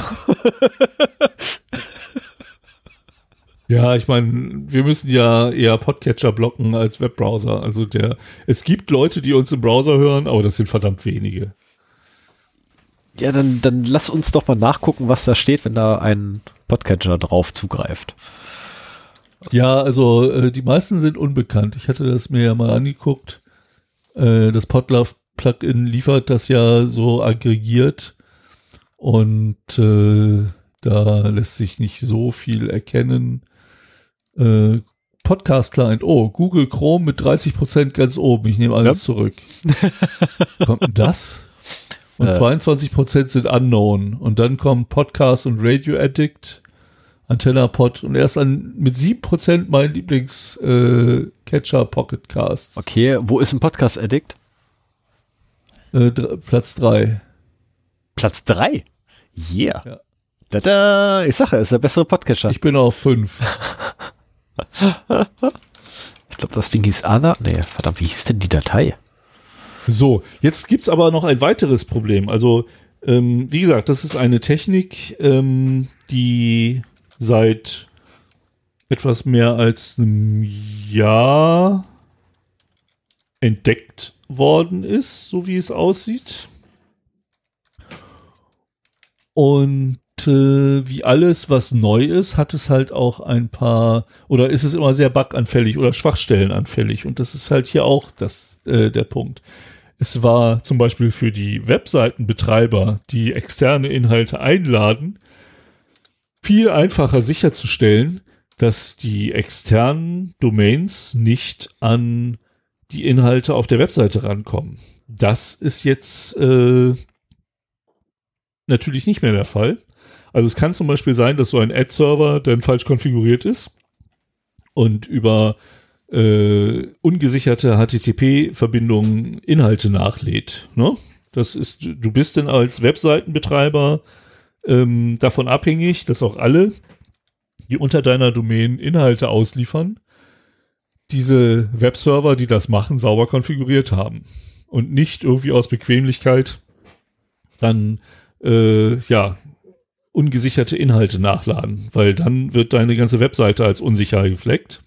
S2: Ja, ich meine, wir müssen ja eher Podcatcher blocken als Webbrowser. Also der, es gibt Leute, die uns im Browser hören, aber das sind verdammt wenige.
S1: Ja, dann, dann lass uns doch mal nachgucken, was da steht, wenn da ein Podcatcher drauf zugreift.
S2: Ja, also äh, die meisten sind unbekannt. Ich hatte das mir ja mal angeguckt. Äh, das Podlove-Plugin liefert das ja so aggregiert und äh, da lässt sich nicht so viel erkennen. Äh, Podcast-Client, oh, Google Chrome mit dreißig Prozent ganz oben. Ich nehme alles ja. zurück. Kommt denn das? Und zweiundzwanzig Prozent sind unknown. Und dann kommt Podcast und Radio Addict, AntennaPod und erst an, mit sieben Prozent mein Lieblings-Catcher äh, Pocket Casts.
S1: Okay, wo ist ein Podcast Addict?
S2: Äh, dr- Platz drei.
S1: Platz drei? Yeah.
S2: Ja.
S1: Tada, ich sage, er ist der bessere Podcatcher.
S2: Ich bin auf fünf.
S1: Ich glaube, das Ding hieß Other. Nee, verdammt, wie hieß denn die Datei?
S2: So, jetzt gibt's aber noch ein weiteres Problem. Also, ähm, wie gesagt, das ist eine Technik, ähm, die seit etwas mehr als einem Jahr entdeckt worden ist, so wie es aussieht. Und äh, wie alles, was neu ist, hat es halt auch ein paar, oder ist es immer sehr buganfällig oder schwachstellenanfällig. Und das ist halt hier auch das, äh, der Punkt. Es war zum Beispiel für die Webseitenbetreiber, die externe Inhalte einladen, viel einfacher sicherzustellen, dass die externen Domains nicht an die Inhalte auf der Webseite rankommen. Das ist jetzt äh, natürlich nicht mehr der Fall. Also es kann zum Beispiel sein, dass so ein Ad-Server dann falsch konfiguriert ist und über äh, ungesicherte H T T P-Verbindungen Inhalte nachlädt. Ne? Das ist, du bist dann als Webseitenbetreiber ähm, davon abhängig, dass auch alle, die unter deiner Domain Inhalte ausliefern, diese Webserver, die das machen, sauber konfiguriert haben. Und nicht irgendwie aus Bequemlichkeit dann äh, ja ungesicherte Inhalte nachladen, weil dann wird deine ganze Webseite als unsicher gefleckt.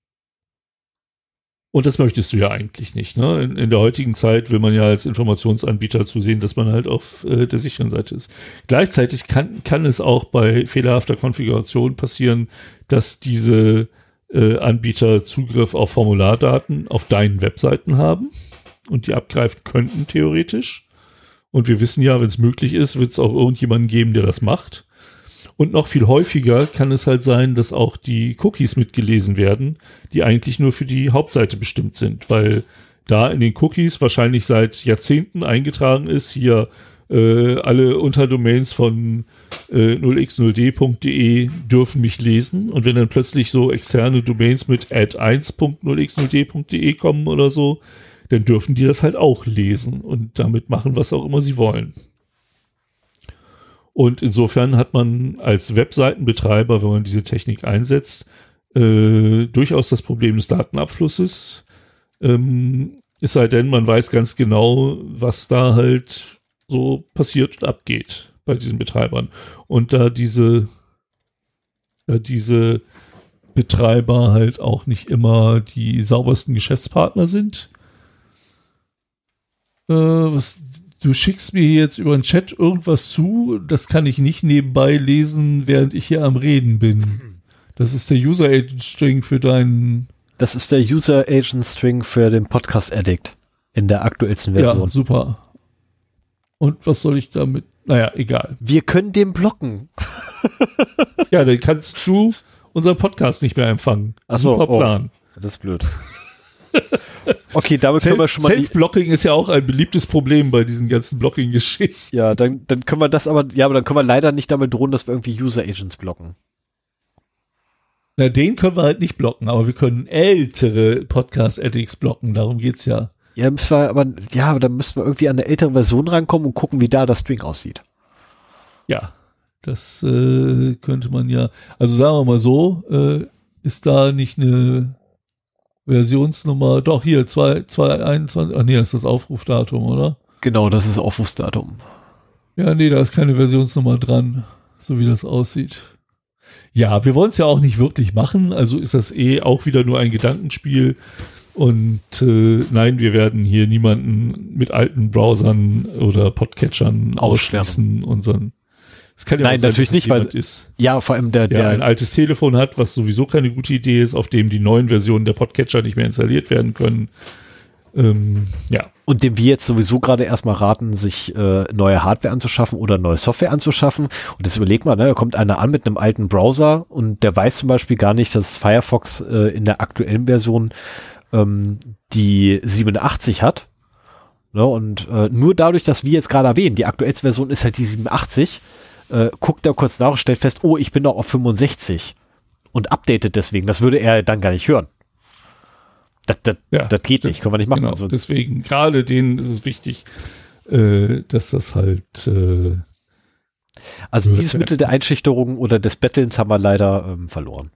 S2: Und das möchtest du ja eigentlich nicht. Ne? In, in der heutigen Zeit will man ja als Informationsanbieter zusehen, dass man halt auf äh, der sicheren Seite ist. Gleichzeitig kann, kann es auch bei fehlerhafter Konfiguration passieren, dass diese äh, Anbieter Zugriff auf Formulardaten auf deinen Webseiten haben und die abgreifen könnten theoretisch. Und wir wissen ja, wenn es möglich ist, wird es auch irgendjemanden geben, der das macht. Und noch viel häufiger kann es halt sein, dass auch die Cookies mitgelesen werden, die eigentlich nur für die Hauptseite bestimmt sind, weil da in den Cookies wahrscheinlich seit Jahrzehnten eingetragen ist, hier äh, alle Unterdomains von äh, null x null d punkt de dürfen mich lesen. Und wenn dann plötzlich so externe Domains mit ad eins punkt null x null d punkt de kommen oder so, dann dürfen die das halt auch lesen und damit machen, was auch immer sie wollen. Und insofern hat man als Webseitenbetreiber, wenn man diese Technik einsetzt, äh, durchaus das Problem des Datenabflusses. Ähm, es sei denn, man weiß ganz genau, was da halt so passiert und abgeht bei diesen Betreibern. Und da diese, da diese Betreiber halt auch nicht immer die saubersten Geschäftspartner sind, äh, was du schickst mir jetzt über den Chat irgendwas zu, das kann ich nicht nebenbei lesen, während ich hier am Reden bin. Das ist der User Agent String für deinen...
S1: Das ist der User Agent String für den Podcast Addict in der aktuellsten Version.
S2: Ja, super. Und was soll ich damit... Naja, egal.
S1: Wir können den blocken.
S2: Ja, dann kannst du unseren Podcast nicht mehr empfangen.
S1: Ach so,
S2: super Plan.
S1: Oh, das ist blöd. Okay, damit
S2: Self,
S1: können wir schon mal...
S2: Self-Blocking ist ja auch ein beliebtes Problem bei diesen ganzen Blocking-Geschichten.
S1: Ja, dann, dann können wir das aber... Ja, aber dann können wir leider nicht damit drohen, dass wir irgendwie User-Agents blocken.
S2: Na, den können wir halt nicht blocken, aber wir können ältere Podcast-Addicts blocken, darum geht's ja.
S1: Ja, müssen wir aber, ja, aber dann müssen wir irgendwie an eine ältere Version rankommen und gucken, wie da das String aussieht.
S2: Ja, das äh, könnte man ja... Also sagen wir mal so, äh, ist da nicht eine... Versionsnummer, doch hier, zwei Punkt einundzwanzig, ach nee, das ist das Aufrufdatum, oder?
S1: Genau, das ist Aufrufsdatum.
S2: Ja, nee, da ist keine Versionsnummer dran, so wie das aussieht. Ja, wir wollen es ja auch nicht wirklich machen, also ist das eh auch wieder nur ein Gedankenspiel und äh, nein, wir werden hier niemanden mit alten Browsern oder Podcatchern ausschließen, unseren... Es kann ja
S1: Nein,
S2: auch sein,
S1: natürlich nicht, weil
S2: ist,
S1: ja, vor allem der,
S2: der, der ein altes Telefon hat, was sowieso keine gute Idee ist, auf dem die neuen Versionen der Podcatcher nicht mehr installiert werden können. Ähm, ja.
S1: Und dem wir jetzt sowieso gerade erstmal raten, sich äh, neue Hardware anzuschaffen oder neue Software anzuschaffen. Und jetzt überleg mal, ne, da kommt einer an mit einem alten Browser und der weiß zum Beispiel gar nicht, dass Firefox äh, in der aktuellen Version ähm, die siebenundachtzig hat. Ne, und äh, nur dadurch, dass wir jetzt gerade erwähnen, die aktuellste Version ist halt die siebenundachtzig, äh, guckt er kurz nach und stellt fest, oh, ich bin doch auf fünfundsechzig und updatet deswegen. Das würde er dann gar nicht hören. Das, das,
S2: ja,
S1: das geht nicht, können wir nicht machen.
S2: Genau.
S1: Also,
S2: deswegen, gerade denen ist es wichtig, äh, dass das halt, äh,
S1: Also dieses Mittel der Einschüchterung oder des Bettelns haben wir leider ähm, verloren.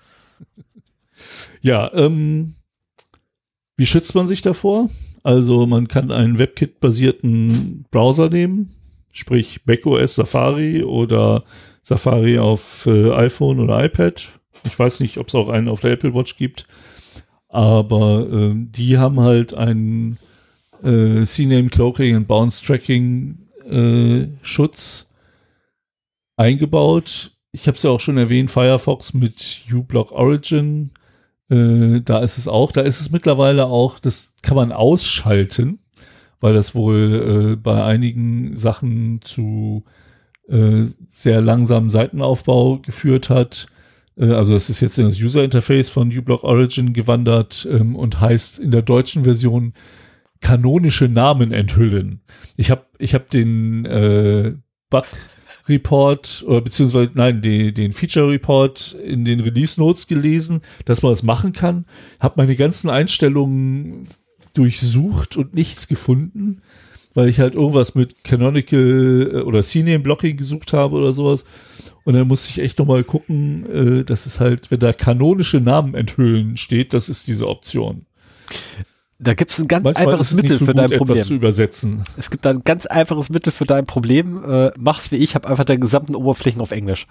S2: Ja, ähm, wie schützt man sich davor? Also man kann einen WebKit-basierten Browser nehmen, sprich macOS Safari oder Safari auf äh, iPhone oder iPad. Ich weiß nicht, ob es auch einen auf der Apple Watch gibt, aber äh, die haben halt einen äh, C N A M E Cloaking und Bounce Tracking äh, Schutz eingebaut. Ich habe es ja auch schon erwähnt, Firefox mit uBlock Origin. Äh, da ist es auch, da ist es mittlerweile auch, das kann man ausschalten, weil das wohl äh, bei einigen Sachen zu äh, sehr langsamen Seitenaufbau geführt hat. Äh, also das ist jetzt in das User Interface von uBlock Origin gewandert ähm, und heißt in der deutschen Version kanonische Namen enthüllen. Ich habe ich hab den äh, Bug Report oder beziehungsweise nein, den, den Feature Report in den Release Notes gelesen, dass man das machen kann. Habe meine ganzen Einstellungen durchsucht und nichts gefunden, weil ich halt irgendwas mit Canonical oder C N A M E Blocking gesucht habe oder sowas. Und dann musste ich echt nochmal gucken, äh, dass es halt, wenn da kanonische Namen enthüllen steht, das ist diese Option.
S1: Da gibt es ein ganz
S2: Manchmal
S1: einfaches
S2: ist es
S1: Mittel
S2: nicht so
S1: für
S2: gut,
S1: dein Problem.
S2: etwas zu übersetzen.
S1: Es gibt da ein ganz einfaches Mittel für dein Problem. Äh, mach's wie ich, hab einfach deine gesamten Oberflächen auf Englisch.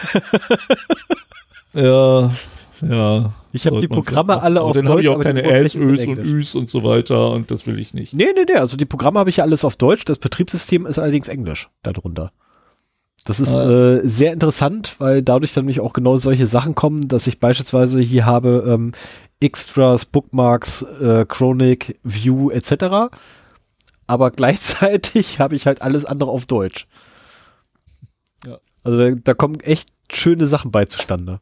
S2: Ja, ja.
S1: Ich habe die Programme alle auf
S2: Deutsch. Dann habe ich auch keine Äs, Ös und Üs und so weiter und das will ich nicht.
S1: Nee, nee, nee. Also die Programme habe ich ja alles auf Deutsch. Das Betriebssystem ist allerdings Englisch darunter. Das ist ah. äh, sehr interessant, weil dadurch dann nämlich auch genau solche Sachen kommen, dass ich beispielsweise hier habe ähm, Extras, Bookmarks, äh, Chronic, View et cetera. Aber gleichzeitig habe ich halt alles andere auf Deutsch.
S2: Ja.
S1: Also da, da kommen echt schöne Sachen bei zustande.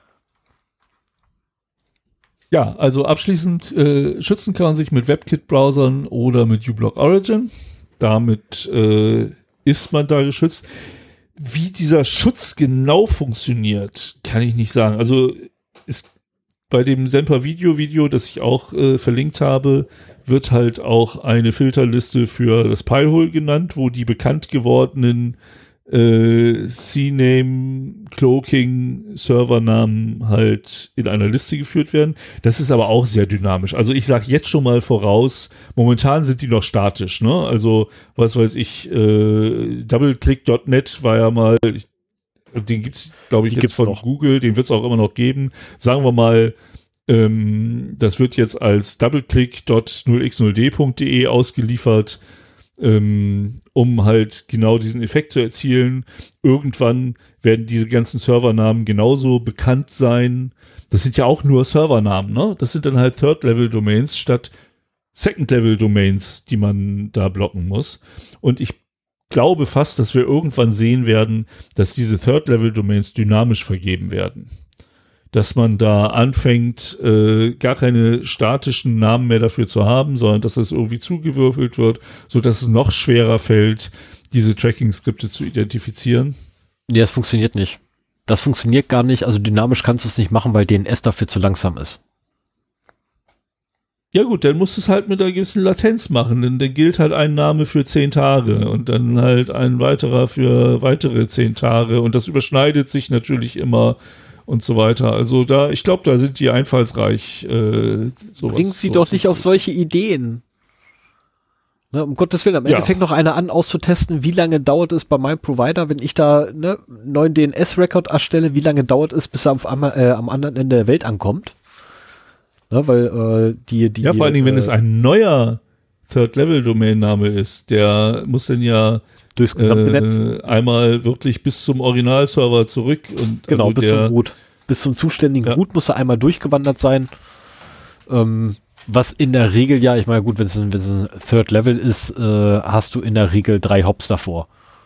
S2: Ja, also abschließend äh, schützen kann man sich mit WebKit-Browsern oder mit uBlock Origin. Damit äh, ist man da geschützt. Wie dieser Schutz genau funktioniert, kann ich nicht sagen. Also ist bei dem Semper Video Video, das ich auch äh, verlinkt habe, wird halt auch eine Filterliste für das Pi-hole genannt, wo die bekannt gewordenen äh, C N A M E Cloaking Servernamen halt in einer Liste geführt werden. Das ist aber auch sehr dynamisch. Also ich sage jetzt schon mal voraus, momentan sind die noch statisch, ne? Also was weiß ich, äh, doubleclick Punkt net war ja mal, ich, den gibt's, glaube ich, die jetzt von noch. Google, den wird es auch immer noch geben. Sagen wir mal, ähm, das wird jetzt als doubleclick Punkt null x null d Punkt de ausgeliefert, ähm, um halt genau diesen Effekt zu erzielen. Irgendwann werden diese ganzen Servernamen genauso bekannt sein. Das sind ja auch nur Servernamen, ne? Das sind dann halt Third-Level-Domains statt Second-Level-Domains, die man da blocken muss. Und ich glaube fast, dass wir irgendwann sehen werden, dass diese Third-Level-Domains dynamisch vergeben werden. Dass man da anfängt, äh, gar keine statischen Namen mehr dafür zu haben, sondern dass es irgendwie zugewürfelt wird, sodass es noch schwerer fällt, diese Tracking-Skripte zu identifizieren.
S1: Ja, das funktioniert nicht. Das funktioniert gar nicht. Also dynamisch kannst du es nicht machen, weil D N S dafür zu langsam ist.
S2: Ja gut, dann musst du es halt mit einer gewissen Latenz machen, denn dann gilt halt ein Name für zehn Tage und dann halt ein weiterer für weitere zehn Tage und das überschneidet sich natürlich immer und so weiter. Also da, ich glaube, da sind die einfallsreich. Äh, sowas,
S1: Bringen Sie
S2: sowas
S1: doch nicht auf solche Ideen. Ne, um Gottes Willen, am Ende
S2: ja.
S1: fängt noch einer an auszutesten, wie lange dauert es bei meinem Provider, wenn ich da ne, einen neuen D N S-Record erstelle, wie lange dauert es, bis er auf, äh, am anderen Ende der Welt ankommt. Ne, weil äh, die, die
S2: Ja, vor allen Dingen,
S1: äh,
S2: wenn es ein neuer Third-Level-Domain-Name ist, der muss dann ja
S1: durchs gesamte
S2: äh,
S1: Netz
S2: einmal wirklich bis zum Originalserver zurück. Und
S1: genau,
S2: also
S1: bis
S2: der,
S1: zum Root. Bis zum zuständigen
S2: ja.
S1: Root muss er einmal durchgewandert sein. Ähm, was in der Regel ja, ich meine, gut, wenn es ein, ein Third Level ist, äh, hast du in der Regel drei Hops davor.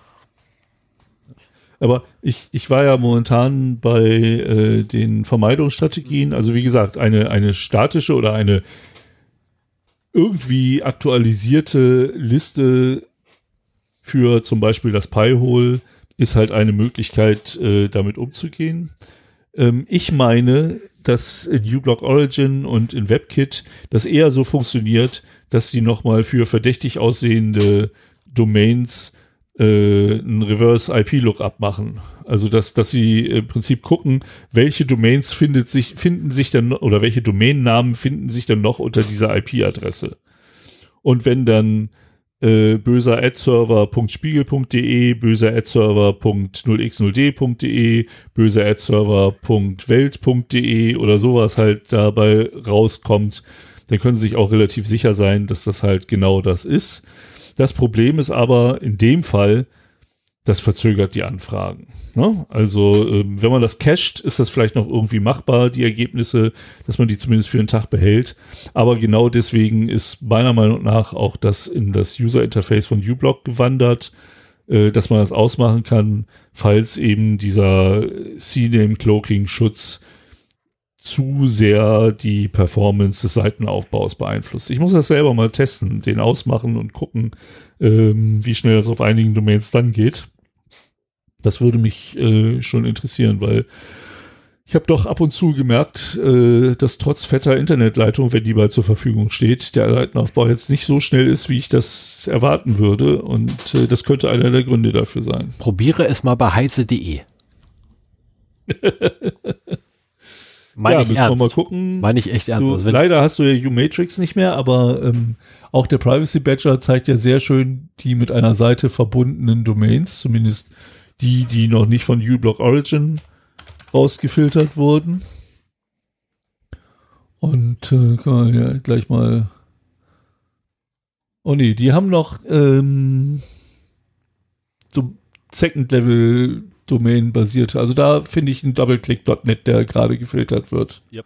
S2: Aber ich, ich war ja momentan bei äh, den Vermeidungsstrategien, also wie gesagt, eine, eine statische oder eine irgendwie aktualisierte Liste für zum Beispiel das Pi-hole ist halt eine Möglichkeit, äh, damit umzugehen. Ähm, ich meine, dass in uBlock Origin und in WebKit das eher so funktioniert, dass sie nochmal für verdächtig aussehende Domains äh, ein Reverse-I P-Lookup machen. Also, dass, dass sie im Prinzip gucken, welche Domains findet sich, finden sich dann, oder welche Domainnamen finden sich dann noch unter dieser I P-Adresse. Und wenn dann äh, böser Ad-Server Punkt spiegel Punkt de, böser Ad-Server Punkt null x null d Punkt de, böser Ad-Server Punkt welt Punkt de oder sowas halt dabei rauskommt, dann können Sie sich auch relativ sicher sein, dass das halt genau das ist. Das Problem ist aber in dem Fall, das verzögert die Anfragen. Ne? Also ähm, wenn man das cached, ist das vielleicht noch irgendwie machbar, die Ergebnisse, dass man die zumindest für einen Tag behält. Aber genau deswegen ist meiner Meinung nach auch das in das User-Interface von uBlock gewandert, äh, dass man das ausmachen kann, falls eben dieser C-Name-Cloaking-Schutz zu sehr die Performance des Seitenaufbaus beeinflusst. Ich muss das selber mal testen, den ausmachen und gucken, ähm, wie schnell das auf einigen Domains dann geht. Das würde mich äh, schon interessieren, weil ich habe doch ab und zu gemerkt, äh, dass trotz fetter Internetleitung, wenn die bald zur Verfügung steht, der Seitenaufbau jetzt nicht so schnell ist, wie ich das erwarten würde. Und äh, das könnte einer der Gründe dafür sein.
S1: Probiere es mal bei heise punkt de. Meine
S2: ja,
S1: ich
S2: müssen
S1: ernst.
S2: wir mal gucken.
S1: Meine ich echt ernst.
S2: Du,
S1: Also
S2: leider hast du ja U-Matrix nicht mehr, aber ähm, auch der Privacy Badger zeigt ja sehr schön die mit einer Seite verbundenen Domains, zumindest die, die noch nicht von uBlock Origin rausgefiltert wurden. Und äh, kann man ja gleich mal. Oh nee, die haben noch ähm, so Second-Level Domain basierte. Also da finde ich einen Doubleclick Punkt net, der gerade gefiltert wird.
S1: Yep.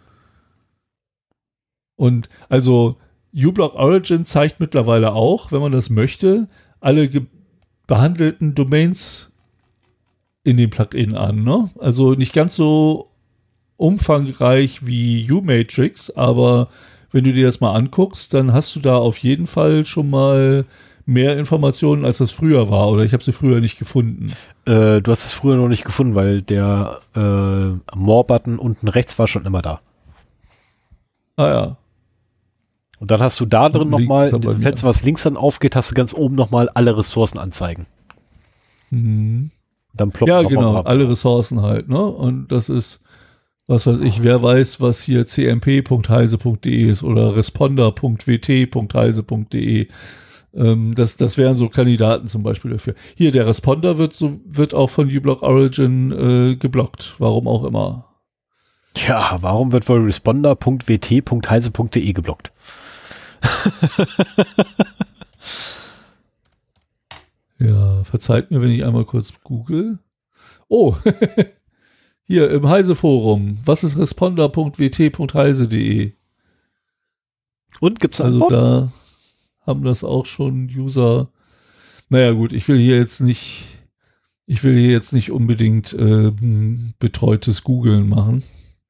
S2: Und also uBlock Origin zeigt mittlerweile auch, wenn man das möchte, alle ge- behandelten Domains in dem Plugin an. Ne? Also nicht ganz so umfangreich wie U-Matrix, aber wenn du dir das mal anguckst, dann hast du da auf jeden Fall schon mal mehr Informationen, als das früher war, oder ich habe sie früher nicht gefunden.
S1: Äh, du hast es früher noch nicht gefunden, weil der äh, More-Button unten rechts war schon immer da.
S2: Ah ja.
S1: Und dann hast du da drin nochmal, in diesem
S2: mir.
S1: Fenster, was links dann aufgeht, hast du ganz oben nochmal alle Ressourcen anzeigen.
S2: Mhm.
S1: Dann ploppt
S2: Ja,
S1: noch
S2: genau,
S1: mal ein paar.
S2: alle Ressourcen halt, ne? Und das ist, was weiß ich, wer weiß, was hier c m p Punkt heise Punkt de ist oder responder Punkt w t Punkt heise Punkt de. Ähm, das, das wären so Kandidaten zum Beispiel dafür. Hier, der Responder wird so, wird auch von uBlock Origin äh, geblockt. Warum auch immer.
S1: Tja, warum wird wohl responder Punkt w t Punkt heise Punkt de geblockt?
S2: Ja, verzeiht mir, wenn ich einmal kurz google. Oh, hier im Heise-Forum. Was ist responder Punkt w t Punkt heise Punkt de?
S1: Und gibt's
S2: Also
S1: Antwort?
S2: da haben das auch schon User. Naja gut, ich will hier jetzt nicht, ich will hier jetzt nicht unbedingt äh, betreutes Googlen machen.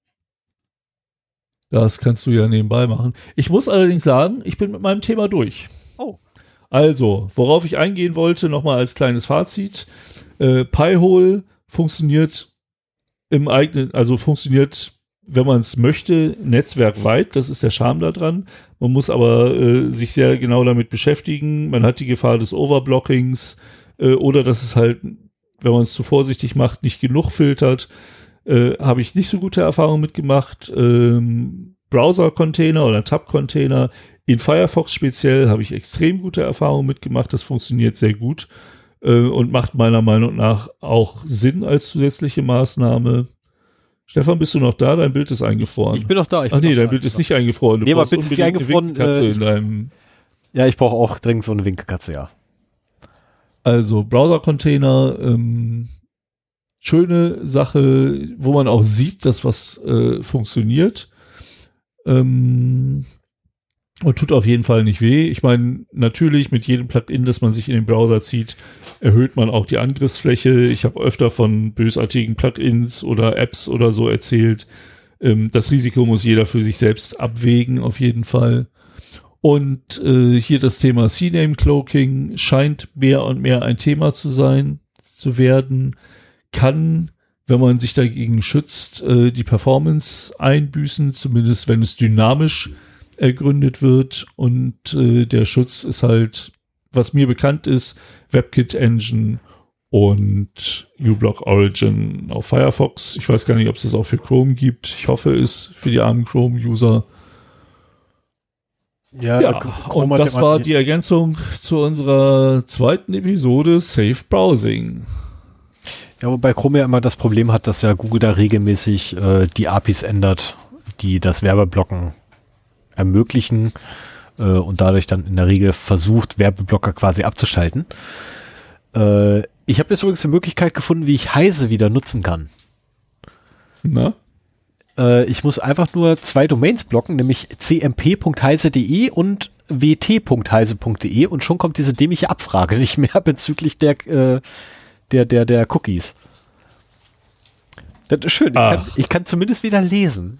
S2: Das kannst du ja nebenbei machen. Ich muss allerdings sagen, ich bin mit meinem Thema durch.
S1: Oh.
S2: Also, worauf ich eingehen wollte, nochmal als kleines Fazit. Äh, Pi-hole funktioniert im eigenen, also funktioniert, wenn man es möchte, netzwerkweit. Das ist der Charme daran. Man muss aber äh, sich sehr genau damit beschäftigen. Man hat die Gefahr des Overblockings äh, oder dass es halt, wenn man es zu vorsichtig macht, nicht genug filtert. Äh, habe ich nicht so gute Erfahrungen mitgemacht. Ähm, Browser-Container oder Tab-Container in Firefox speziell habe ich extrem gute Erfahrungen mitgemacht. Das funktioniert sehr gut äh, und macht meiner Meinung nach auch Sinn als zusätzliche Maßnahme. Stefan, bist du noch da? Dein Bild ist eingefroren.
S1: Ich bin noch da. Ich
S2: Ach
S1: bin
S2: nee,
S1: noch
S2: dein
S1: da.
S2: Bild ist nicht eingefroren. Du
S1: Nee, mein
S2: brauchst
S1: Bild ist nicht
S2: unbedingt eine
S1: eingefroren,
S2: Winkelkatze
S1: äh,
S2: in deinem.
S1: Ja, ich brauche auch dringend so eine Winkelkatze, ja.
S2: Also Browser-Container, ähm, schöne Sache, wo man auch sieht, dass was äh, funktioniert. Ähm, und tut auf jeden Fall nicht weh. Ich meine, natürlich mit jedem Plugin, das man sich in den Browser zieht, erhöht man auch die Angriffsfläche. Ich habe öfter von bösartigen Plugins oder Apps oder so erzählt. Ähm, das Risiko muss jeder für sich selbst abwägen, auf jeden Fall. Und äh, hier das Thema C-Name-Cloaking scheint mehr und mehr ein Thema zu sein, zu werden. Kann, wenn man sich dagegen schützt, äh, die Performance einbüßen, zumindest wenn es dynamisch ergründet wird. Und äh, der Schutz ist halt was mir bekannt ist, WebKit Engine und uBlock Origin auf Firefox. Ich weiß gar nicht, ob es das auch für Chrome gibt. Ich hoffe es für die armen Chrome-User. Ja, ja und das war die Ergänzung zu unserer zweiten Episode Safe Browsing.
S1: Ja, wobei Chrome ja immer das Problem hat, dass ja Google da regelmäßig äh, die A P Is ändert, die das Werbeblocken ermöglichen äh, und dadurch dann in der Regel versucht, Werbeblocker quasi abzuschalten. Äh, ich habe jetzt übrigens eine Möglichkeit gefunden, wie ich Heise wieder nutzen kann.
S2: Na?
S1: Äh, ich muss einfach nur zwei Domains blocken, nämlich c m p punkt heise punkt de und w t punkt heise punkt de und schon kommt diese dämliche Abfrage nicht mehr bezüglich der, äh, der, der, der Cookies. Das ist schön. Ich kann, ich kann zumindest wieder lesen.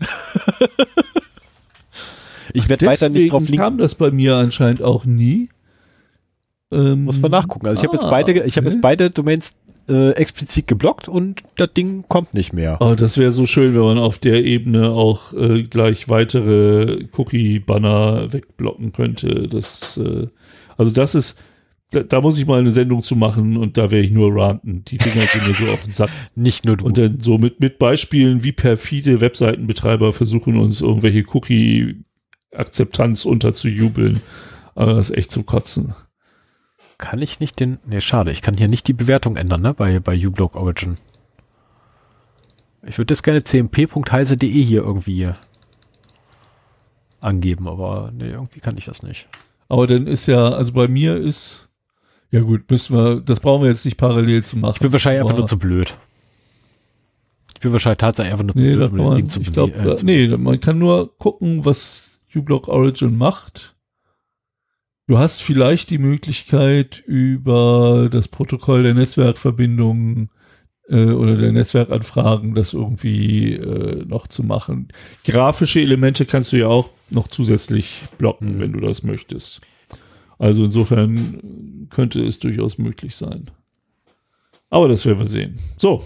S1: Ich werde weiter nicht drauf linken.
S2: Kam das bei mir anscheinend auch nie.
S1: Ähm, Muss man nachgucken. Also ich habe ah, jetzt beide, ich habe jetzt beide Domains äh, explizit geblockt und das Ding kommt nicht mehr.
S2: Oh, das wäre so schön, wenn man auf der Ebene auch äh, gleich weitere Cookie-Banner wegblocken könnte. Das, äh, also das ist, da, da muss ich mal eine Sendung zu machen und da werde ich nur ranten. Die Dinger gehen mir so auf den Sack.
S1: Nicht nur du.
S2: Und dann so mit, mit Beispielen, wie perfide Webseitenbetreiber versuchen, uns irgendwelche Cookie-Akzeptanz unterzujubeln. Aber das ist echt zum Kotzen.
S1: Kann ich nicht den, ne, schade, ich kann hier nicht die Bewertung ändern, ne, bei, bei uBlock Origin. Ich würde das gerne c m p punkt heise punkt de hier irgendwie angeben, aber ne, irgendwie kann ich das nicht.
S2: Aber dann ist ja, also bei mir ist, ja gut, müssen wir, das brauchen wir jetzt nicht parallel zu machen.
S1: Ich bin wahrscheinlich einfach nur zu blöd. Ich bin wahrscheinlich tatsächlich einfach nur zu
S2: nee,
S1: blöd, um das
S2: man,
S1: Ding zu
S2: ich glaub,
S1: äh, zu
S2: Nee, man kann nur gucken, was uBlock Origin macht. Du hast vielleicht die Möglichkeit, über das Protokoll der Netzwerkverbindungen äh, oder der Netzwerkanfragen das irgendwie äh, noch zu machen. Grafische Elemente kannst du ja auch noch zusätzlich blocken, mhm. wenn du das möchtest. Also insofern könnte es durchaus möglich sein. Aber das werden wir sehen. So.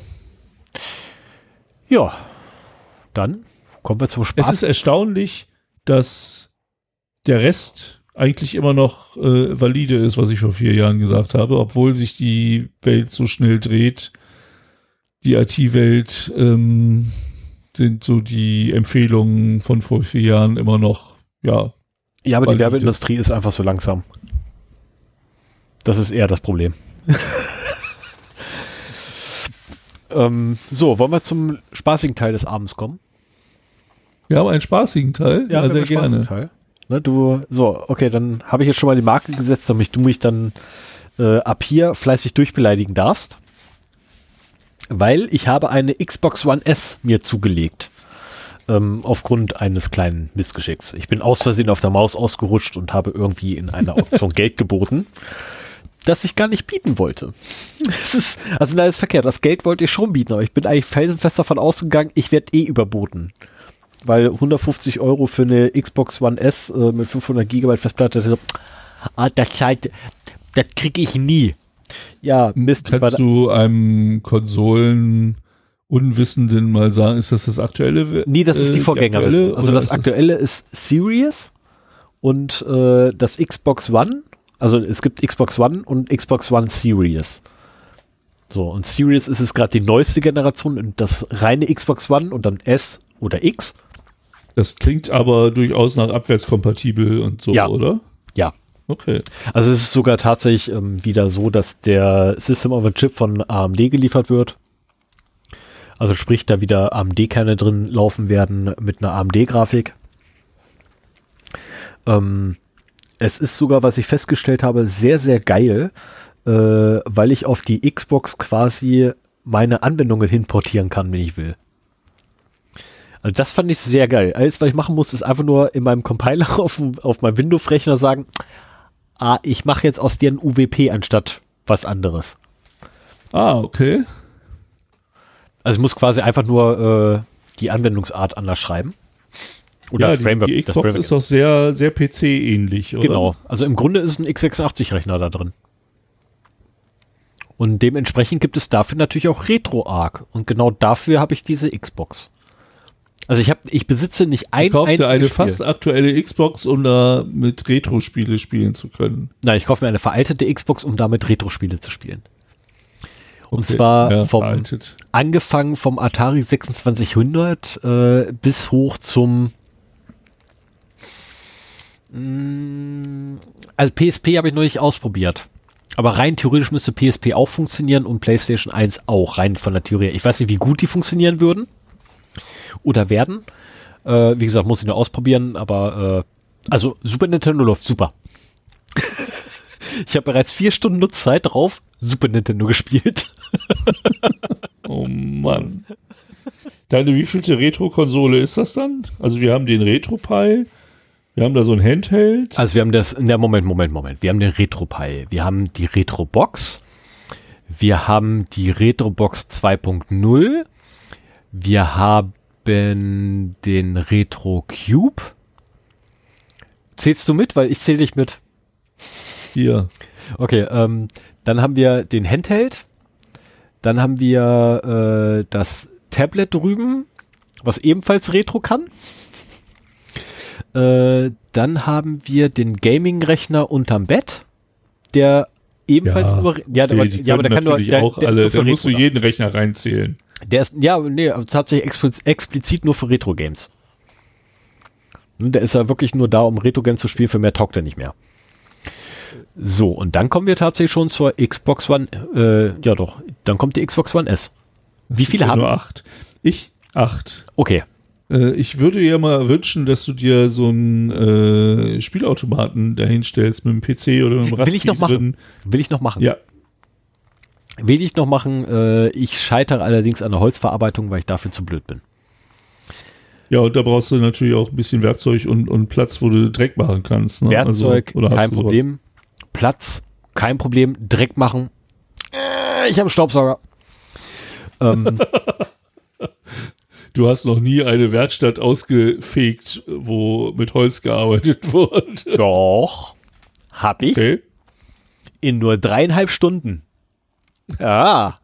S1: Ja, dann kommen wir zum Spaß.
S2: Es ist erstaunlich, dass der Rest eigentlich immer noch äh, valide ist, was ich vor vier Jahren gesagt habe, obwohl sich die Welt so schnell dreht. Die I T-Welt ähm, sind so die Empfehlungen von vor vier Jahren immer noch, ja.
S1: Ja, aber valide. Die Werbeindustrie ist einfach so langsam. Das ist eher das Problem. ähm, so, wollen wir zum spaßigen Teil des Abends kommen?
S2: Wir haben einen spaßigen Teil, ja, ja sehr gerne.
S1: Teil. Ne, du, so, okay, dann habe ich jetzt schon mal die Marke gesetzt, damit du mich dann äh, ab hier fleißig durchbeleidigen darfst. Weil ich habe eine Xbox One S mir zugelegt. Ähm, aufgrund eines kleinen Missgeschicks. Ich bin aus Versehen auf der Maus ausgerutscht und habe irgendwie in einer Auktion Geld geboten, das ich gar nicht bieten wollte. Es ist, also da ist verkehrt, das Geld wollte ich schon bieten, aber ich bin eigentlich felsenfest davon ausgegangen, ich werde eh überboten. Weil hundertfünfzig Euro für eine Xbox One S äh, mit fünfhundert Gigabyte Festplatte, ah, das, halt, das kriege ich nie. Ja, Mist.
S2: Kannst du einem Konsolen-Unwissenden mal sagen, ist das das aktuelle?
S1: Nee, das ist die Vorgängerin. Die also das aktuelle ist Series und äh, das Xbox One, also es gibt Xbox One und Xbox One Series. So, und Series ist es gerade die neueste Generation und das reine Xbox One und dann S oder X.
S2: Das klingt aber durchaus nach abwärtskompatibel und so,
S1: ja.
S2: Oder?
S1: Ja.
S2: Okay.
S1: Also es ist sogar tatsächlich ähm, wieder so, dass der System on a Chip von A M D geliefert wird. Also sprich, da wieder A M D-Kerne drin laufen werden mit einer A M D-Grafik. Ähm, es ist sogar, was ich festgestellt habe, sehr, sehr geil, äh, weil ich auf die Xbox quasi meine Anwendungen hinportieren kann, wenn ich will. Also das fand ich sehr geil. Alles, was ich machen muss, ist einfach nur in meinem Compiler auf, auf meinem Windows-Rechner sagen, ah, ich mache jetzt aus dir ein U W P anstatt was anderes.
S2: Ah, okay.
S1: Also ich muss quasi einfach nur äh, die Anwendungsart anders schreiben. Oder
S2: ja,
S1: das Framework.
S2: Die, die Xbox
S1: das Framework
S2: ist doch sehr, sehr P C-ähnlich, oder?
S1: Genau. Also im Grunde ist ein x sechsundachtzig-Rechner da drin. Und dementsprechend gibt es dafür natürlich auch RetroArch. Und genau dafür habe ich diese Xbox. Also ich habe, ich besitze nicht ein
S2: Du kaufst dir eine
S1: Spiel.
S2: fast aktuelle Xbox, um da mit Retro-Spiele spielen zu können.
S1: Nein, ich kaufe mir eine veraltete Xbox, um damit Retro-Spiele zu spielen. Und
S2: Okay,
S1: zwar
S2: ja,
S1: vom,
S2: veraltet.
S1: angefangen vom Atari sechsundzwanzighundert äh, bis hoch zum mh, also P S P habe ich noch nicht ausprobiert. Aber rein theoretisch müsste P S P auch funktionieren und PlayStation eins auch, rein von der Theorie. Ich weiß nicht, wie gut die funktionieren würden oder werden. Äh, wie gesagt, muss ich nur ausprobieren, aber äh, also Super Nintendo läuft super. Ich habe bereits vier Stunden Nutzzeit drauf Super Nintendo gespielt.
S2: Oh Mann. Deine wievielte Retro-Konsole ist das dann? Also wir haben den RetroPie, wir haben da so ein Handheld.
S1: Also wir haben das, in der Moment, Moment, Moment. Wir haben den RetroPie, wir haben die Retrobox, wir haben die Retrobox zwei Punkt null, wir haben den RetroCube. Zählst du mit? Weil ich zähle dich mit.
S2: Hier.
S1: Okay, ähm, dann haben wir den Handheld, dann haben wir äh, das Tablet drüben, was ebenfalls Retro kann. Äh, dann haben wir den Gaming-Rechner unterm Bett, der ebenfalls
S2: Ja,
S1: nur, ja,
S2: okay,
S1: aber,
S2: die
S1: ja, aber der kann nur,
S2: natürlich
S1: der,
S2: auch
S1: der ist
S2: alle,
S1: nur für
S2: da musst du
S1: Retro
S2: jeden Rechner reinzählen.
S1: da. Der ist, ja, nee, also tatsächlich expliz, explizit nur für Retro-Games. Der ist ja wirklich nur da, um Retro-Games zu spielen, für mehr taugt er nicht mehr. So, und dann kommen wir tatsächlich schon zur Xbox One, äh, ja doch, dann kommt die Xbox One S. Wie viele haben?
S2: Nur acht. Ich? Acht.
S1: Okay.
S2: Äh, ich würde ja mal wünschen, dass du dir so einen äh, Spielautomaten dahinstellst mit dem P C oder mit dem Raspberry
S1: Will ich noch machen.
S2: drin.
S1: Will ich noch machen.
S2: Ja.
S1: Will ich noch machen. Äh, ich scheitere allerdings an der Holzverarbeitung, weil ich dafür zu blöd bin.
S2: Ja, und da brauchst du natürlich auch ein bisschen Werkzeug und, und Platz, wo du Dreck machen kannst. Ne?
S1: Werkzeug,
S2: also, oder hast
S1: kein
S2: du sowas?
S1: Problem. Platz, kein Problem. Dreck machen. Äh, ich habe einen Staubsauger. ähm,
S2: Du hast noch nie eine Werkstatt ausgefegt, wo mit Holz gearbeitet wurde.
S1: doch. Hab ich.
S2: Okay.
S1: In nur dreieinhalb Stunden. Ja.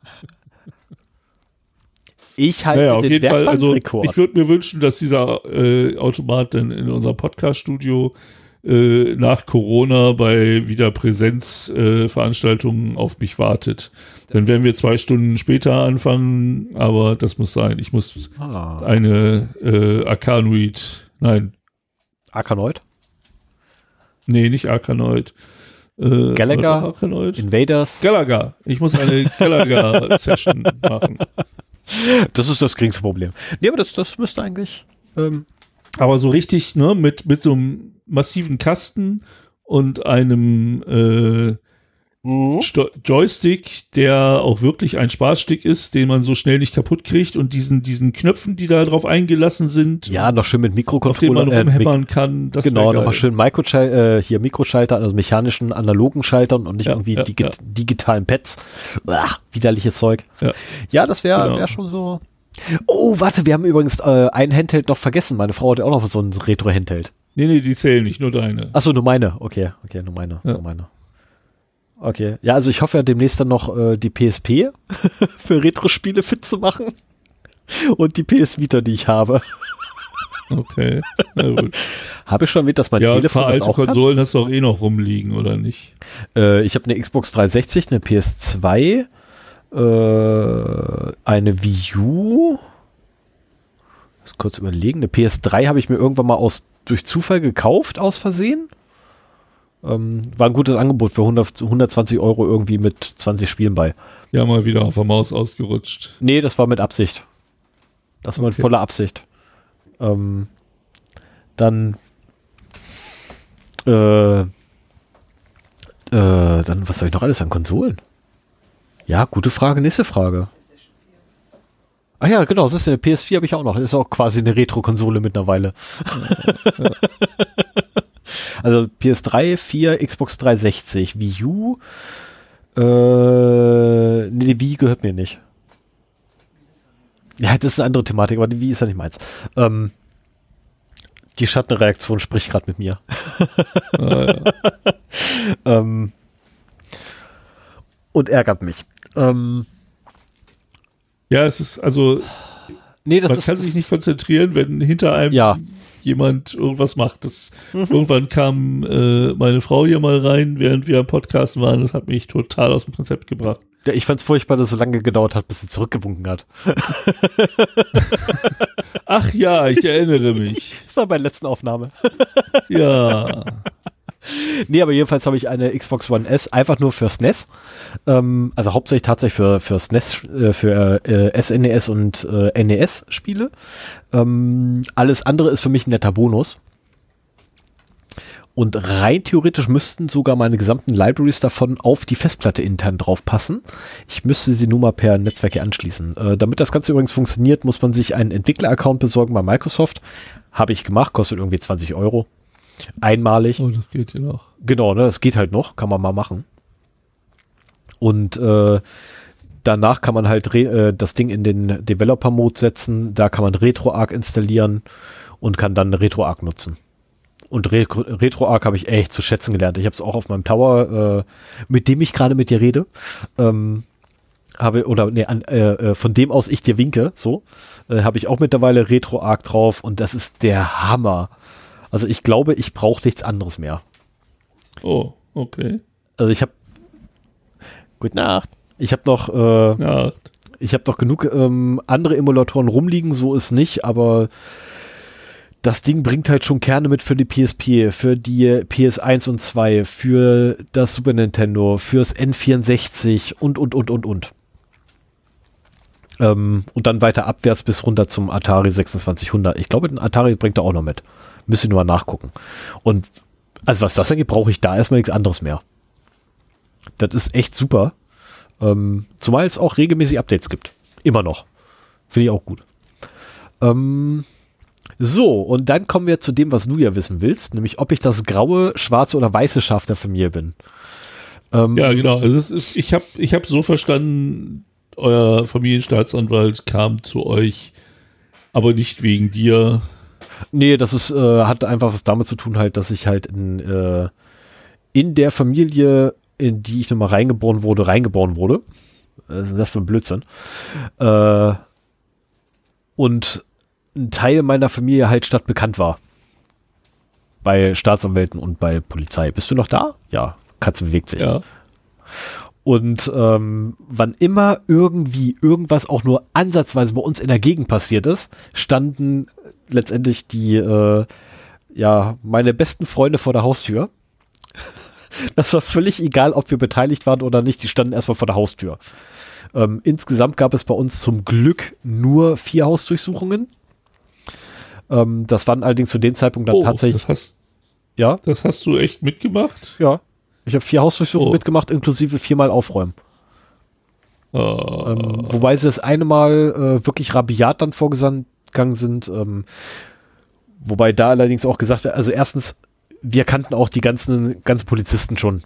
S1: Ich halte
S2: Naja, auf
S1: den
S2: jeden Fall. Also
S1: Werkbankrekord.
S2: ich würde mir wünschen, dass dieser äh, Automat dann in unserem Podcast-Studio äh, nach Corona bei wieder Präsenzveranstaltungen äh, auf mich wartet. Dann werden wir zwei Stunden später anfangen, aber das muss sein. Ich muss
S1: ah.
S2: eine äh, Arkanoid, nein,
S1: Arkanoid?
S2: nee, nicht Arkanoid. Äh,
S1: Gallagher?
S2: Arkanoid?
S1: Invaders?
S2: Gallagher. Ich muss eine Gallagher-Session machen.
S1: Das ist das geringste Problem. Nee, aber das, das müsste eigentlich ähm,
S2: Aber so richtig, ne, mit, mit so einem massiven Kasten und einem äh, Sto- Joystick, der auch wirklich ein Spaßstick ist, den man so schnell nicht kaputt kriegt und diesen, diesen Knöpfen, die da drauf eingelassen sind,
S1: ja, noch schön mit
S2: auf denen
S1: Mikrocontroller.
S2: man
S1: äh,
S2: rumhämmern kann. Das
S1: genau,
S2: wär geil.
S1: nochmal schön Mikroschal äh, hier Mikroschalter, also mechanischen, analogen Schaltern und nicht
S2: Ja,
S1: irgendwie
S2: ja,
S1: digi
S2: ja.
S1: digitalen Pads. Uah, widerliches Zeug.
S2: Ja,
S1: Ja, das wäre
S2: Genau.
S1: wär schon so. Oh, warte, wir haben übrigens äh, ein Handheld noch vergessen. Meine Frau hat ja auch noch so ein Retro-Handheld.
S2: Nee, nee, die zählen nicht, nur deine.
S1: Achso, nur meine. Okay, okay, nur meine.
S2: Ja.
S1: Nur meine. Okay. Ja, also ich hoffe ja demnächst dann noch äh, die P S P für Retro-Spiele fit zu machen. Und die P S Vita, die ich habe.
S2: Okay, na gut.
S1: Habe ich schon mit, dass mein
S2: Ja, ein
S1: Telefon
S2: paar
S1: das
S2: alte
S1: auch kann?
S2: Konsolen hast du auch eh noch rumliegen, oder nicht?
S1: Äh, ich habe eine Xbox dreihundertsechzig, eine P S zwei, äh, eine Wii U. Muss kurz überlegen. Eine P S drei habe ich mir irgendwann mal aus durch Zufall gekauft, aus Versehen. Ähm, war ein gutes Angebot für hundert, hundertzwanzig Euro irgendwie mit zwanzig Spielen bei.
S2: Ja, mal wieder auf der Maus ausgerutscht.
S1: Nee, das war mit Absicht. Das war mit
S2: Okay.
S1: voller Absicht. Ähm, dann äh, äh, dann, was habe ich noch alles an Konsolen? Ja, gute Frage, nächste Frage. Ah ja, genau, das ist eine P S vier habe ich auch noch. Das ist auch quasi eine Retro-Konsole mittlerweile.
S2: Ja.
S1: Also P S drei, vier, Xbox dreihundertsechzig, Wii U. Äh, nee, die Wii gehört mir nicht. Ja, das ist eine andere Thematik, aber die Wii ist ja nicht meins. Ähm, die Schattenreaktion spricht gerade mit mir.
S2: Ah, ja.
S1: ähm, und ärgert mich. Ähm,
S2: Ja, es ist also,
S1: Nee, das
S2: Man
S1: ist,
S2: kann sich nicht konzentrieren, wenn hinter einem
S1: ja.
S2: jemand irgendwas macht. Das, mhm. Irgendwann kam äh, meine Frau hier mal rein, während wir am Podcast waren. Das hat mich total aus dem Konzept gebracht.
S1: Ja, ich fand's furchtbar, dass es so lange gedauert hat, bis sie zurückgewunken hat.
S2: Ach ja, ich erinnere mich.
S1: Das war bei der letzten Aufnahme.
S2: Ja.
S1: Nee, aber jedenfalls habe ich eine Xbox One S einfach nur für S N E S. Ähm, also hauptsächlich tatsächlich für, für S N E S, äh, für äh, S N E S und äh, N E S-Spiele. Ähm, alles andere ist für mich ein netter Bonus. Und rein theoretisch müssten sogar meine gesamten Libraries davon auf die Festplatte intern drauf passen. Ich müsste sie nur mal per Netzwerk hier anschließen. Äh, damit das Ganze übrigens funktioniert, muss man sich einen Entwickler-Account besorgen bei Microsoft. Habe ich gemacht, kostet irgendwie zwanzig Euro. Einmalig.
S2: Oh, das geht ja noch.
S1: Genau, ne, das geht halt noch, kann man mal machen. Und äh, danach kann man halt re- äh, das Ding in den Developer-Mode setzen, da kann man RetroArch installieren und kann dann RetroArch nutzen. Und Re- RetroArch habe ich echt zu schätzen gelernt. Ich habe es auch auf meinem Tower, äh, mit dem ich gerade mit dir rede, ähm, habe, oder nee, an, äh, von dem aus ich dir winke, so, äh, habe ich auch mittlerweile RetroArch drauf und das ist der Hammer. Also ich glaube, ich brauche nichts anderes mehr.
S2: Oh, okay.
S1: Also ich habe Gute Nacht. Ich habe noch äh,
S2: Nacht.
S1: Ich habe noch genug ähm, andere Emulatoren rumliegen, so ist nicht, aber das Ding bringt halt schon Kerne mit für die P S P, für die P S eins und zwei, für das Super Nintendo, fürs N vierundsechzig und, und, und, und, und. Ähm, und dann weiter abwärts bis runter zum Atari sechsundzwanzig hundert. Ich glaube, den Atari bringt er auch noch mit. Müsste nur mal nachgucken. Und also was das angeht, brauche ich da erstmal nichts anderes mehr. Das ist echt super. Ähm, zumal es auch regelmäßig Updates gibt. Immer noch. Finde ich auch gut. Ähm, so, und dann kommen wir zu dem, was du ja wissen willst, nämlich ob ich das graue, schwarze oder weiße Schaf der Familie bin. Ähm,
S2: ja, genau. Also es ist, ich habe ich hab so verstanden, euer Familienstaatsanwalt kam zu euch, aber nicht wegen dir.
S1: Nee, das ist, äh, hat einfach was damit zu tun halt, dass ich halt in, äh, in der Familie, in die ich nochmal reingeboren wurde, reingeboren wurde. Was ist das für ein Blödsinn? Äh, und ein Teil meiner Familie halt stadtbekannt war. Bei Staatsanwälten und bei Polizei. Bist du noch da? Ja, Katze bewegt sich.
S2: Ja.
S1: Und ähm, wann immer irgendwie irgendwas auch nur ansatzweise bei uns in der Gegend passiert ist, standen letztendlich die, äh, ja, meine besten Freunde vor der Haustür. Das war völlig egal, ob wir beteiligt waren oder nicht, die standen erstmal vor der Haustür. Ähm, insgesamt gab es bei uns zum Glück nur vier Hausdurchsuchungen. Ähm, das waren allerdings zu dem Zeitpunkt dann
S2: oh,
S1: tatsächlich...
S2: Das hast,
S1: ja?
S2: das hast du echt mitgemacht?
S1: Ja. Ich habe vier Hausdurchsuchungen
S2: oh.
S1: mitgemacht, inklusive viermal aufräumen.
S2: Oh.
S1: Ähm, wobei sie das eine Mal äh, wirklich rabiat dann vorgegangen sind. Ähm, wobei da allerdings auch gesagt wird, also erstens, wir kannten auch die ganzen, ganzen Polizisten schon.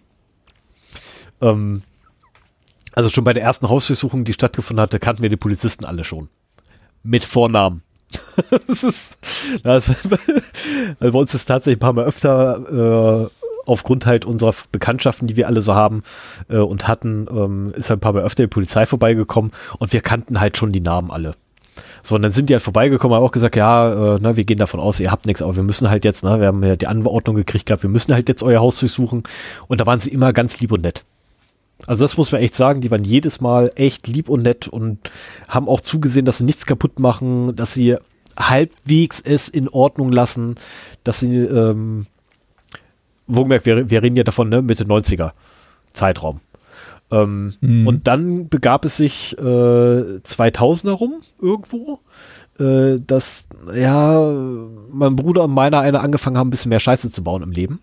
S1: Ähm, also schon bei der ersten Hausdurchsuchung, die stattgefunden hatte, kannten wir die Polizisten alle schon. Mit Vornamen. Das ist, das, also bei uns ist tatsächlich ein paar Mal öfter, äh, aufgrund halt unserer Bekanntschaften, die wir alle so haben äh, und hatten, ähm, ist halt ein paar Mal öfter die Polizei vorbeigekommen und wir kannten halt schon die Namen alle. So, und dann sind die halt vorbeigekommen, haben auch gesagt, ja, äh, ne, wir gehen davon aus, ihr habt nichts, aber wir müssen halt jetzt, ne, wir haben ja die Anordnung gekriegt gehabt, wir müssen halt jetzt euer Haus durchsuchen. Und da waren sie immer ganz lieb und nett. Also das muss man echt sagen, die waren jedes Mal echt lieb und nett und haben auch zugesehen, dass sie nichts kaputt machen, dass sie halbwegs es in Ordnung lassen, dass sie, ähm, wohlgemerkt, wir, wir reden ja davon, ne, Mitte neunziger Zeitraum. Ähm, mhm. Und dann begab es sich äh, zweitausender rum irgendwo, äh, dass ja mein Bruder und meiner einer angefangen haben, ein bisschen mehr Scheiße zu bauen im Leben.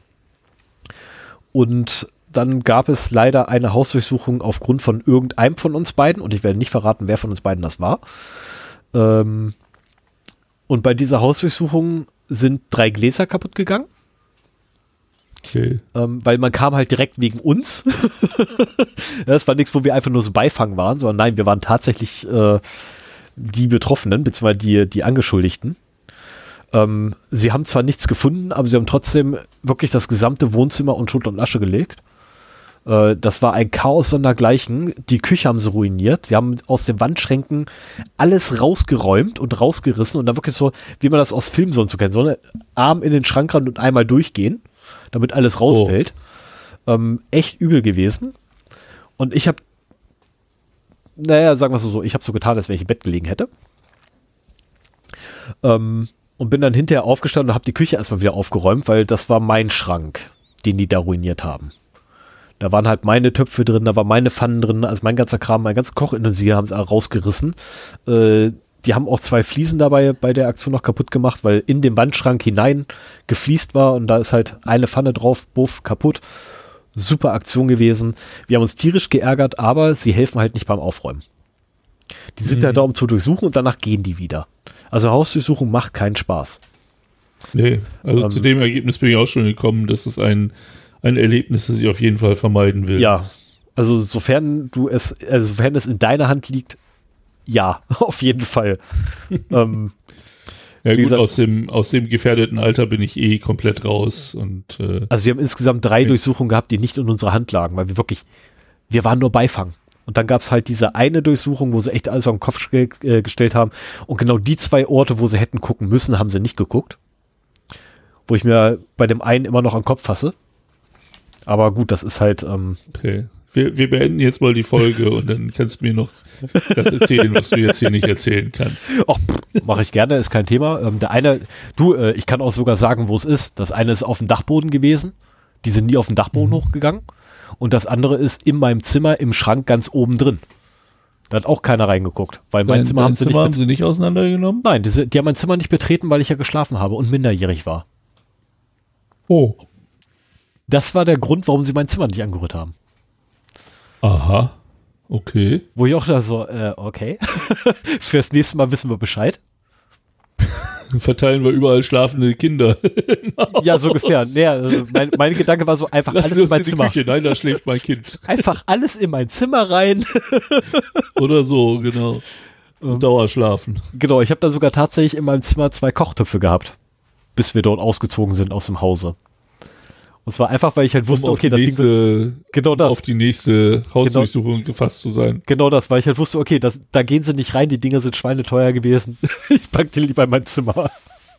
S1: Und dann gab es leider eine Hausdurchsuchung aufgrund von irgendeinem von uns beiden und ich werde nicht verraten, wer von uns beiden das war. Ähm, und bei dieser Hausdurchsuchung sind drei Gläser kaputt gegangen.
S2: Okay.
S1: Ähm, weil man kam halt direkt wegen uns. Das war nichts, wo wir einfach nur so Beifang waren, sondern nein, wir waren tatsächlich äh, die Betroffenen, beziehungsweise die, die Angeschuldigten. Ähm, sie haben zwar nichts gefunden, aber sie haben trotzdem wirklich das gesamte Wohnzimmer und Schutt und Asche gelegt. Äh, das war ein Chaos sondergleichen. Die Küche haben sie ruiniert. Sie haben aus den Wandschränken alles rausgeräumt und rausgerissen und dann wirklich so, wie man das aus Filmen sonst so kennt, so eine Arm in den Schrank ran und einmal durchgehen, damit alles rausfällt. Oh. Ähm, echt übel gewesen. Und ich habe, naja, sagen wir es so, ich habe so getan, als wenn ich im Bett gelegen hätte. Ähm, und bin dann hinterher aufgestanden und habe die Küche erstmal wieder aufgeräumt, weil das war mein Schrank, den die da ruiniert haben. Da waren halt meine Töpfe drin, da waren meine Pfannen drin, also mein ganzer Kram, mein ganzes Kochutensil haben sie rausgerissen. Äh, die haben auch zwei Fliesen dabei bei der Aktion noch kaputt gemacht, weil in den Wandschrank hinein gefliest war und da ist halt eine Pfanne drauf, buff, kaputt. Super Aktion gewesen. Wir haben uns tierisch geärgert, aber sie helfen halt nicht beim Aufräumen. Die sind mhm. ja da, um zu durchsuchen und danach gehen die wieder. Also Hausdurchsuchung macht keinen Spaß.
S2: Nee, also
S1: ähm,
S2: zu dem Ergebnis bin ich auch schon gekommen, dass es ein, ein Erlebnis, das ich auf jeden Fall vermeiden will.
S1: Ja, also sofern du es, also sofern es in deiner Hand liegt, ja, auf jeden Fall. ähm,
S2: ja gut,
S1: gesagt,
S2: aus dem, aus dem gefährdeten Alter bin ich eh komplett raus. Und, äh,
S1: also wir haben insgesamt drei Durchsuchungen gehabt, die nicht in unserer Hand lagen, weil wir wirklich, wir waren nur Beifang. Und dann gab es halt diese eine Durchsuchung, wo sie echt alles auf den Kopf ge- äh, gestellt haben. Und genau die zwei Orte, wo sie hätten gucken müssen, haben sie nicht geguckt. Wo ich mir bei dem einen immer noch am Kopf fasse. Aber gut, das ist halt... Ähm,
S2: okay, wir, wir beenden jetzt mal die Folge und dann kannst du mir noch das erzählen, was du jetzt hier nicht erzählen kannst.
S1: Ach, mache ich gerne, ist kein Thema. Ähm, der eine, du, äh, ich kann auch sogar sagen, wo es ist. Das eine ist auf dem Dachboden gewesen. Die sind nie auf den Dachboden mhm. hochgegangen. Und das andere ist in meinem Zimmer im Schrank ganz oben drin. Da hat auch keiner reingeguckt. Weil mein
S2: Dein,
S1: Zimmer, haben sie,
S2: Zimmer
S1: nicht
S2: haben sie nicht auseinandergenommen?
S1: Nein, die, die haben mein Zimmer nicht betreten, weil ich ja geschlafen habe und minderjährig war.
S2: Oh.
S1: Das war der Grund, warum sie mein Zimmer nicht angerührt haben.
S2: Aha. Okay.
S1: Wo ich auch da so, äh, okay. Fürs nächste Mal wissen wir Bescheid.
S2: Verteilen wir überall schlafende Kinder.
S1: Ja, so ungefähr. Nee, also mein, mein Gedanke war so, einfach
S2: Lass
S1: alles in mein
S2: in
S1: Zimmer.
S2: Küche. Nein, da schläft mein Kind.
S1: Einfach alles in mein Zimmer rein.
S2: Oder so, genau.
S1: Um,
S2: Dauerschlafen.
S1: Genau, ich habe da sogar tatsächlich in meinem Zimmer zwei Kochtöpfe gehabt, bis wir dort ausgezogen sind aus dem Hause. Und zwar einfach, weil ich halt wusste,
S2: um
S1: okay,
S2: das nächste,
S1: Ding, genau das.
S2: auf die nächste Hausdurchsuchung genau, gefasst zu sein.
S1: Genau das, weil ich halt wusste, okay, das, da gehen sie nicht rein, die Dinger sind schweineteuer gewesen. Ich pack die lieber in mein Zimmer.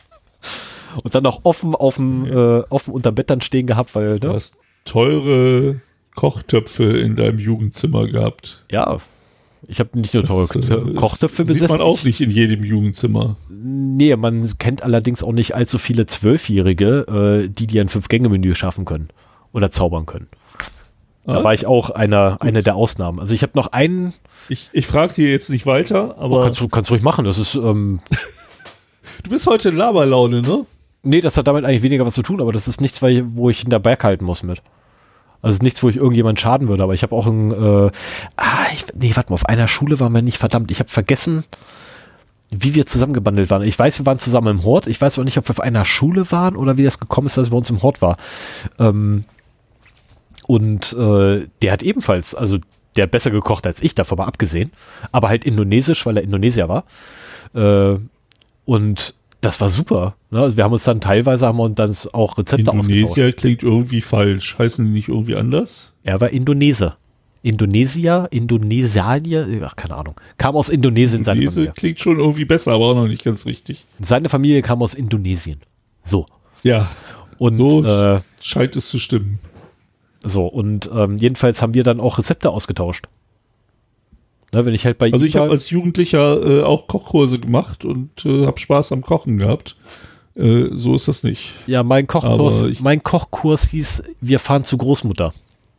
S1: Und dann auch offen auf dem, ja. äh, offen unterm Bett dann stehen gehabt, weil, ne?
S2: Du hast teure Kochtöpfe in deinem Jugendzimmer gehabt.
S1: Ja, ich habe nicht nur teure das, äh, Kochtöpfe besessen.
S2: Sieht man auch nicht in jedem Jugendzimmer.
S1: Nee, man kennt allerdings auch nicht allzu viele Zwölfjährige, äh, die die ein Fünf-Gänge-Menü schaffen können oder zaubern können. Da ah. war ich auch einer, eine der Ausnahmen. Also ich habe noch einen...
S2: Ich, ich frage dir jetzt nicht weiter, aber...
S1: Oh, kannst du kannst ruhig machen, das ist... Ähm,
S2: du bist heute in Laberlaune, ne?
S1: Nee, das hat damit eigentlich weniger was zu tun, aber das ist nichts, weil ich, wo ich hinter Berg halten muss mit. Also es ist nichts, wo ich irgendjemand schaden würde, aber ich habe auch ein, äh, ah, ich, nee, warte mal, auf einer Schule waren wir nicht, verdammt, ich habe vergessen, wie wir zusammengebandelt waren. Ich weiß, wir waren zusammen im Hort, ich weiß auch nicht, ob wir auf einer Schule waren oder wie das gekommen ist, dass es bei uns im Hort war. Ähm, und äh, der hat ebenfalls, also der hat besser gekocht als ich, davon mal abgesehen, aber halt indonesisch, weil er Indonesier war. Äh, und das war super. Ne? Also wir haben uns dann teilweise haben wir uns dann auch Rezepte ausgetauscht.
S2: Indonesier klingt irgendwie falsch. Heißen die nicht irgendwie anders?
S1: Er war Indonese. Indonesier, Indonesier, ach, keine Ahnung. Kam aus Indonesien.
S2: Seine Familie klingt schon irgendwie besser, aber auch noch nicht ganz richtig.
S1: Seine Familie kam aus Indonesien. So.
S2: Ja.
S1: Und
S2: so
S1: äh,
S2: scheint es zu stimmen.
S1: So, und ähm, jedenfalls haben wir dann auch Rezepte ausgetauscht. Ne, wenn ich halt bei
S2: also ich habe als Jugendlicher äh, auch Kochkurse gemacht und äh, habe Spaß am Kochen gehabt. Äh, so ist das nicht.
S1: Ja, mein Kochkurs, mein Kochkurs hieß, wir fahren zu Großmutter.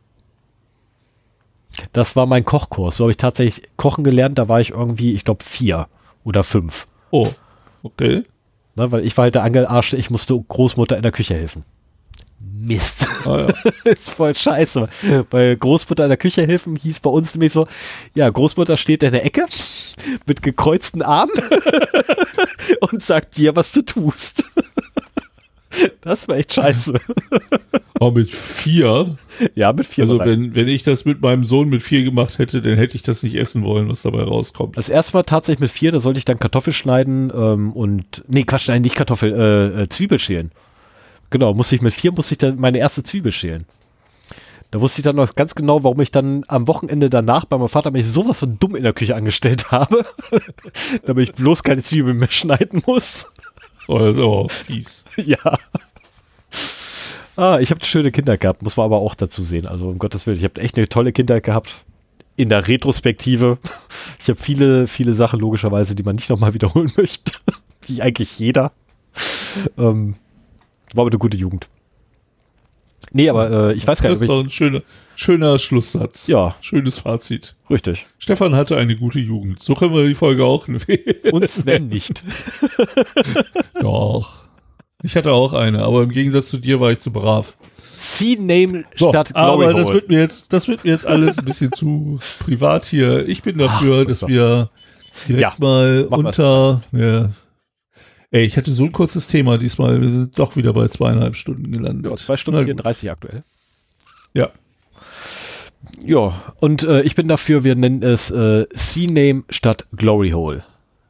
S1: Das war mein Kochkurs. So habe ich tatsächlich kochen gelernt. Da war ich irgendwie, ich glaube, vier oder fünf.
S2: Oh, okay.
S1: Ne, weil ich war halt der Angelarschte, ich musste Großmutter in der Küche helfen. Mist. Ah, ja. Ist voll scheiße. Bei Großmutter in der Küche helfen hieß bei uns nämlich so, ja, Großmutter steht in der Ecke mit gekreuzten Armen und sagt dir, was du tust. Das war echt scheiße.
S2: Aber mit vier?
S1: Ja, mit vier.
S2: Also wenn, wenn ich das mit meinem Sohn mit vier gemacht hätte, dann hätte ich das nicht essen wollen, was dabei rauskommt.
S1: Das erste Mal tatsächlich mit vier, da sollte ich dann Kartoffel schneiden ähm, und, nee, Quatsch, nein, nicht Kartoffel, äh, äh, Zwiebel schälen. Genau, musste ich mit vier, musste ich dann meine erste Zwiebel schälen. Da wusste ich dann noch ganz genau, warum ich dann am Wochenende danach bei meinem Vater mich sowas von dumm in der Küche angestellt habe, damit ich bloß keine Zwiebeln mehr schneiden muss.
S2: Oh, das ist aber auch fies.
S1: Ja. Ah, ich habe schöne Kinder gehabt, muss man aber auch dazu sehen. Also um Gottes Willen, ich habe echt eine tolle Kindheit gehabt. In der Retrospektive. Ich habe viele, viele Sachen logischerweise, die man nicht nochmal wiederholen möchte. Wie eigentlich jeder. Ähm, war aber eine gute Jugend. Nee, aber äh, ich weiß gar nicht.
S2: Das ist doch ein schöner, schöner Schlusssatz.
S1: Ja.
S2: Schönes Fazit.
S1: Richtig.
S2: Stefan hatte eine gute Jugend. So können wir die Folge auch empfehlen.
S1: Und Sven nicht.
S2: Doch. Ich hatte auch eine, aber im Gegensatz zu dir war ich zu brav.
S1: C-Name
S2: So,
S1: statt Glory
S2: aber
S1: Hole.
S2: das wird mir jetzt, das wird mir jetzt alles ein bisschen zu privat hier. Ich bin dafür, Ach, dass doch. wir direkt ja, mal unter, ja, ey, ich hatte so ein kurzes Thema diesmal. Wir sind doch wieder bei zweieinhalb Stunden gelandet.
S1: Ja, zwei Stunden vierunddreißig aktuell.
S2: Ja.
S1: Ja, und äh, ich bin dafür, wir nennen es äh, C-Name statt Glory Hole.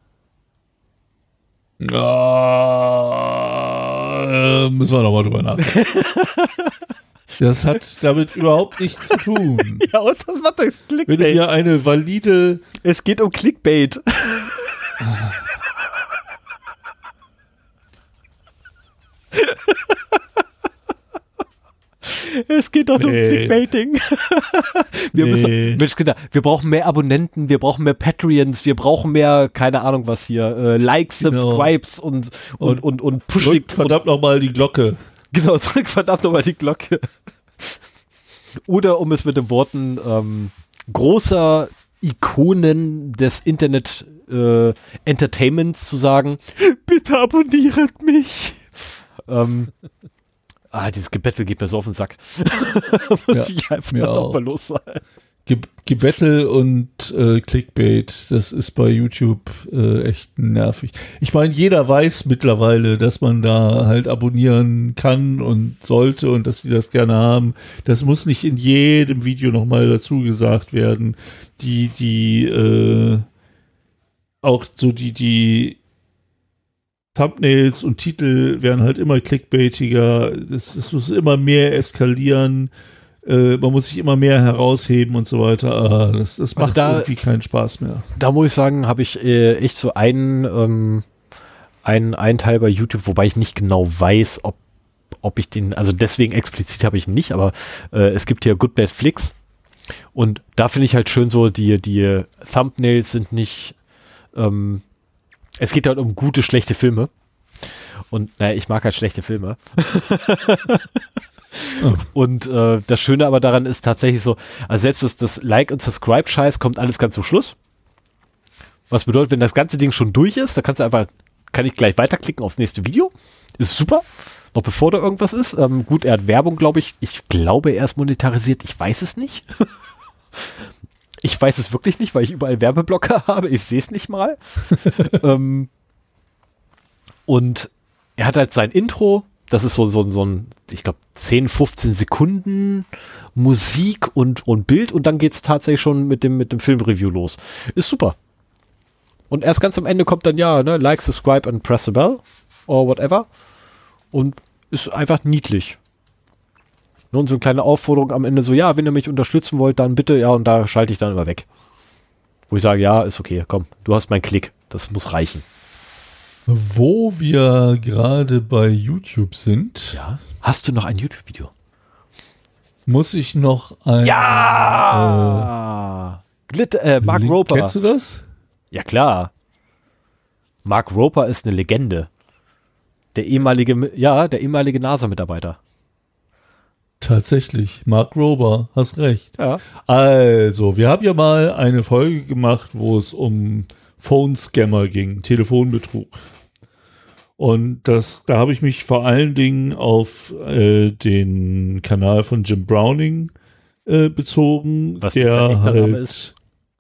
S2: Ah, äh, müssen wir nochmal drüber nachdenken. Das hat damit überhaupt nichts zu tun.
S1: Ja, und das macht das Clickbait.
S2: Wenn du mir eine valide...
S1: Es geht um Clickbait. Es geht doch nee. um Clickbaiting. Wir, nee. müssen, Mensch, Kinder, wir brauchen mehr Abonnenten, wir brauchen mehr Patreons, wir brauchen mehr, keine Ahnung was hier, äh, Likes, genau. Subscribes und, und, und, und, und Push.
S2: Drückt verdammt nochmal die Glocke.
S1: Genau, drück verdammt nochmal die Glocke. Oder um es mit den Worten ähm, großer Ikonen des Internet äh, Entertainments zu sagen, bitte abonniert mich. ähm, ah, dieses Gebettel geht mir so auf den Sack. Muss
S2: ja,
S1: ich einfach noch mal los sein.
S2: Ge- Gebettel und äh, Clickbait, das ist bei YouTube äh, echt nervig. Ich meine, jeder weiß mittlerweile, dass man da halt abonnieren kann und sollte und dass die das gerne haben. Das muss nicht in jedem Video nochmal dazu gesagt werden. Die, die, äh, auch so die, die Thumbnails und Titel werden halt immer clickbaitiger. Es muss immer mehr eskalieren. Äh, man muss sich immer mehr herausheben und so weiter. Ah, das das macht also da, irgendwie keinen Spaß mehr.
S1: Da muss ich sagen, habe ich äh, echt so einen, ähm, einen, einen Teil bei YouTube, wobei ich nicht genau weiß, ob, ob ich den, also deswegen explizit habe ich ihn nicht, aber äh, es gibt hier Good Bad Flicks und da finde ich halt schön so, die, die Thumbnails sind nicht, ähm, es geht halt um gute, schlechte Filme und naja, ich mag halt schlechte Filme. Oh. Und äh, das Schöne aber daran ist tatsächlich so, also selbst das, das Like- und Subscribe-Scheiß kommt alles ganz zum Schluss. Was bedeutet, wenn das ganze Ding schon durch ist, dann kannst du einfach, kann ich gleich weiterklicken aufs nächste Video. Ist super. Noch bevor da irgendwas ist. Ähm, gut, er hat Werbung, glaube ich. Ich glaube, er ist monetarisiert. Ich weiß es nicht. Ich weiß es wirklich nicht, weil ich überall Werbeblocker habe. Ich sehe es nicht mal. ähm, und er hat halt sein Intro. Das ist so, so, so ein, ich glaube, zehn, fünfzehn Sekunden Musik und, und Bild und dann geht's tatsächlich schon mit dem, mit dem Filmreview los. Ist super. Und erst ganz am Ende kommt dann ja, ne, like, subscribe and press the bell or whatever. Und ist einfach niedlich. Und so eine kleine Aufforderung am Ende so, ja, wenn ihr mich unterstützen wollt, dann bitte, ja, und da schalte ich dann immer weg. Wo ich sage, ja, ist okay, komm, du hast meinen Klick. Das muss reichen.
S2: Wo wir gerade bei YouTube sind.
S1: Ja. Hast du noch ein YouTube-Video?
S2: Muss ich noch ein.
S1: Ja! Äh, Glitter, äh, Mark Roper.
S2: Kennst du das?
S1: Ja, klar. Mark Roper ist eine Legende. Der ehemalige, ja, der ehemalige NASA-Mitarbeiter.
S2: Tatsächlich. Mark Roper, hast recht.
S1: Ja.
S2: Also, wir haben ja mal eine Folge gemacht, wo es um Phone-Scammer ging, Telefonbetrug. Und das, da habe ich mich vor allen Dingen auf äh, den Kanal von Jim Browning äh, bezogen,
S1: was
S2: der halt
S1: Name ist.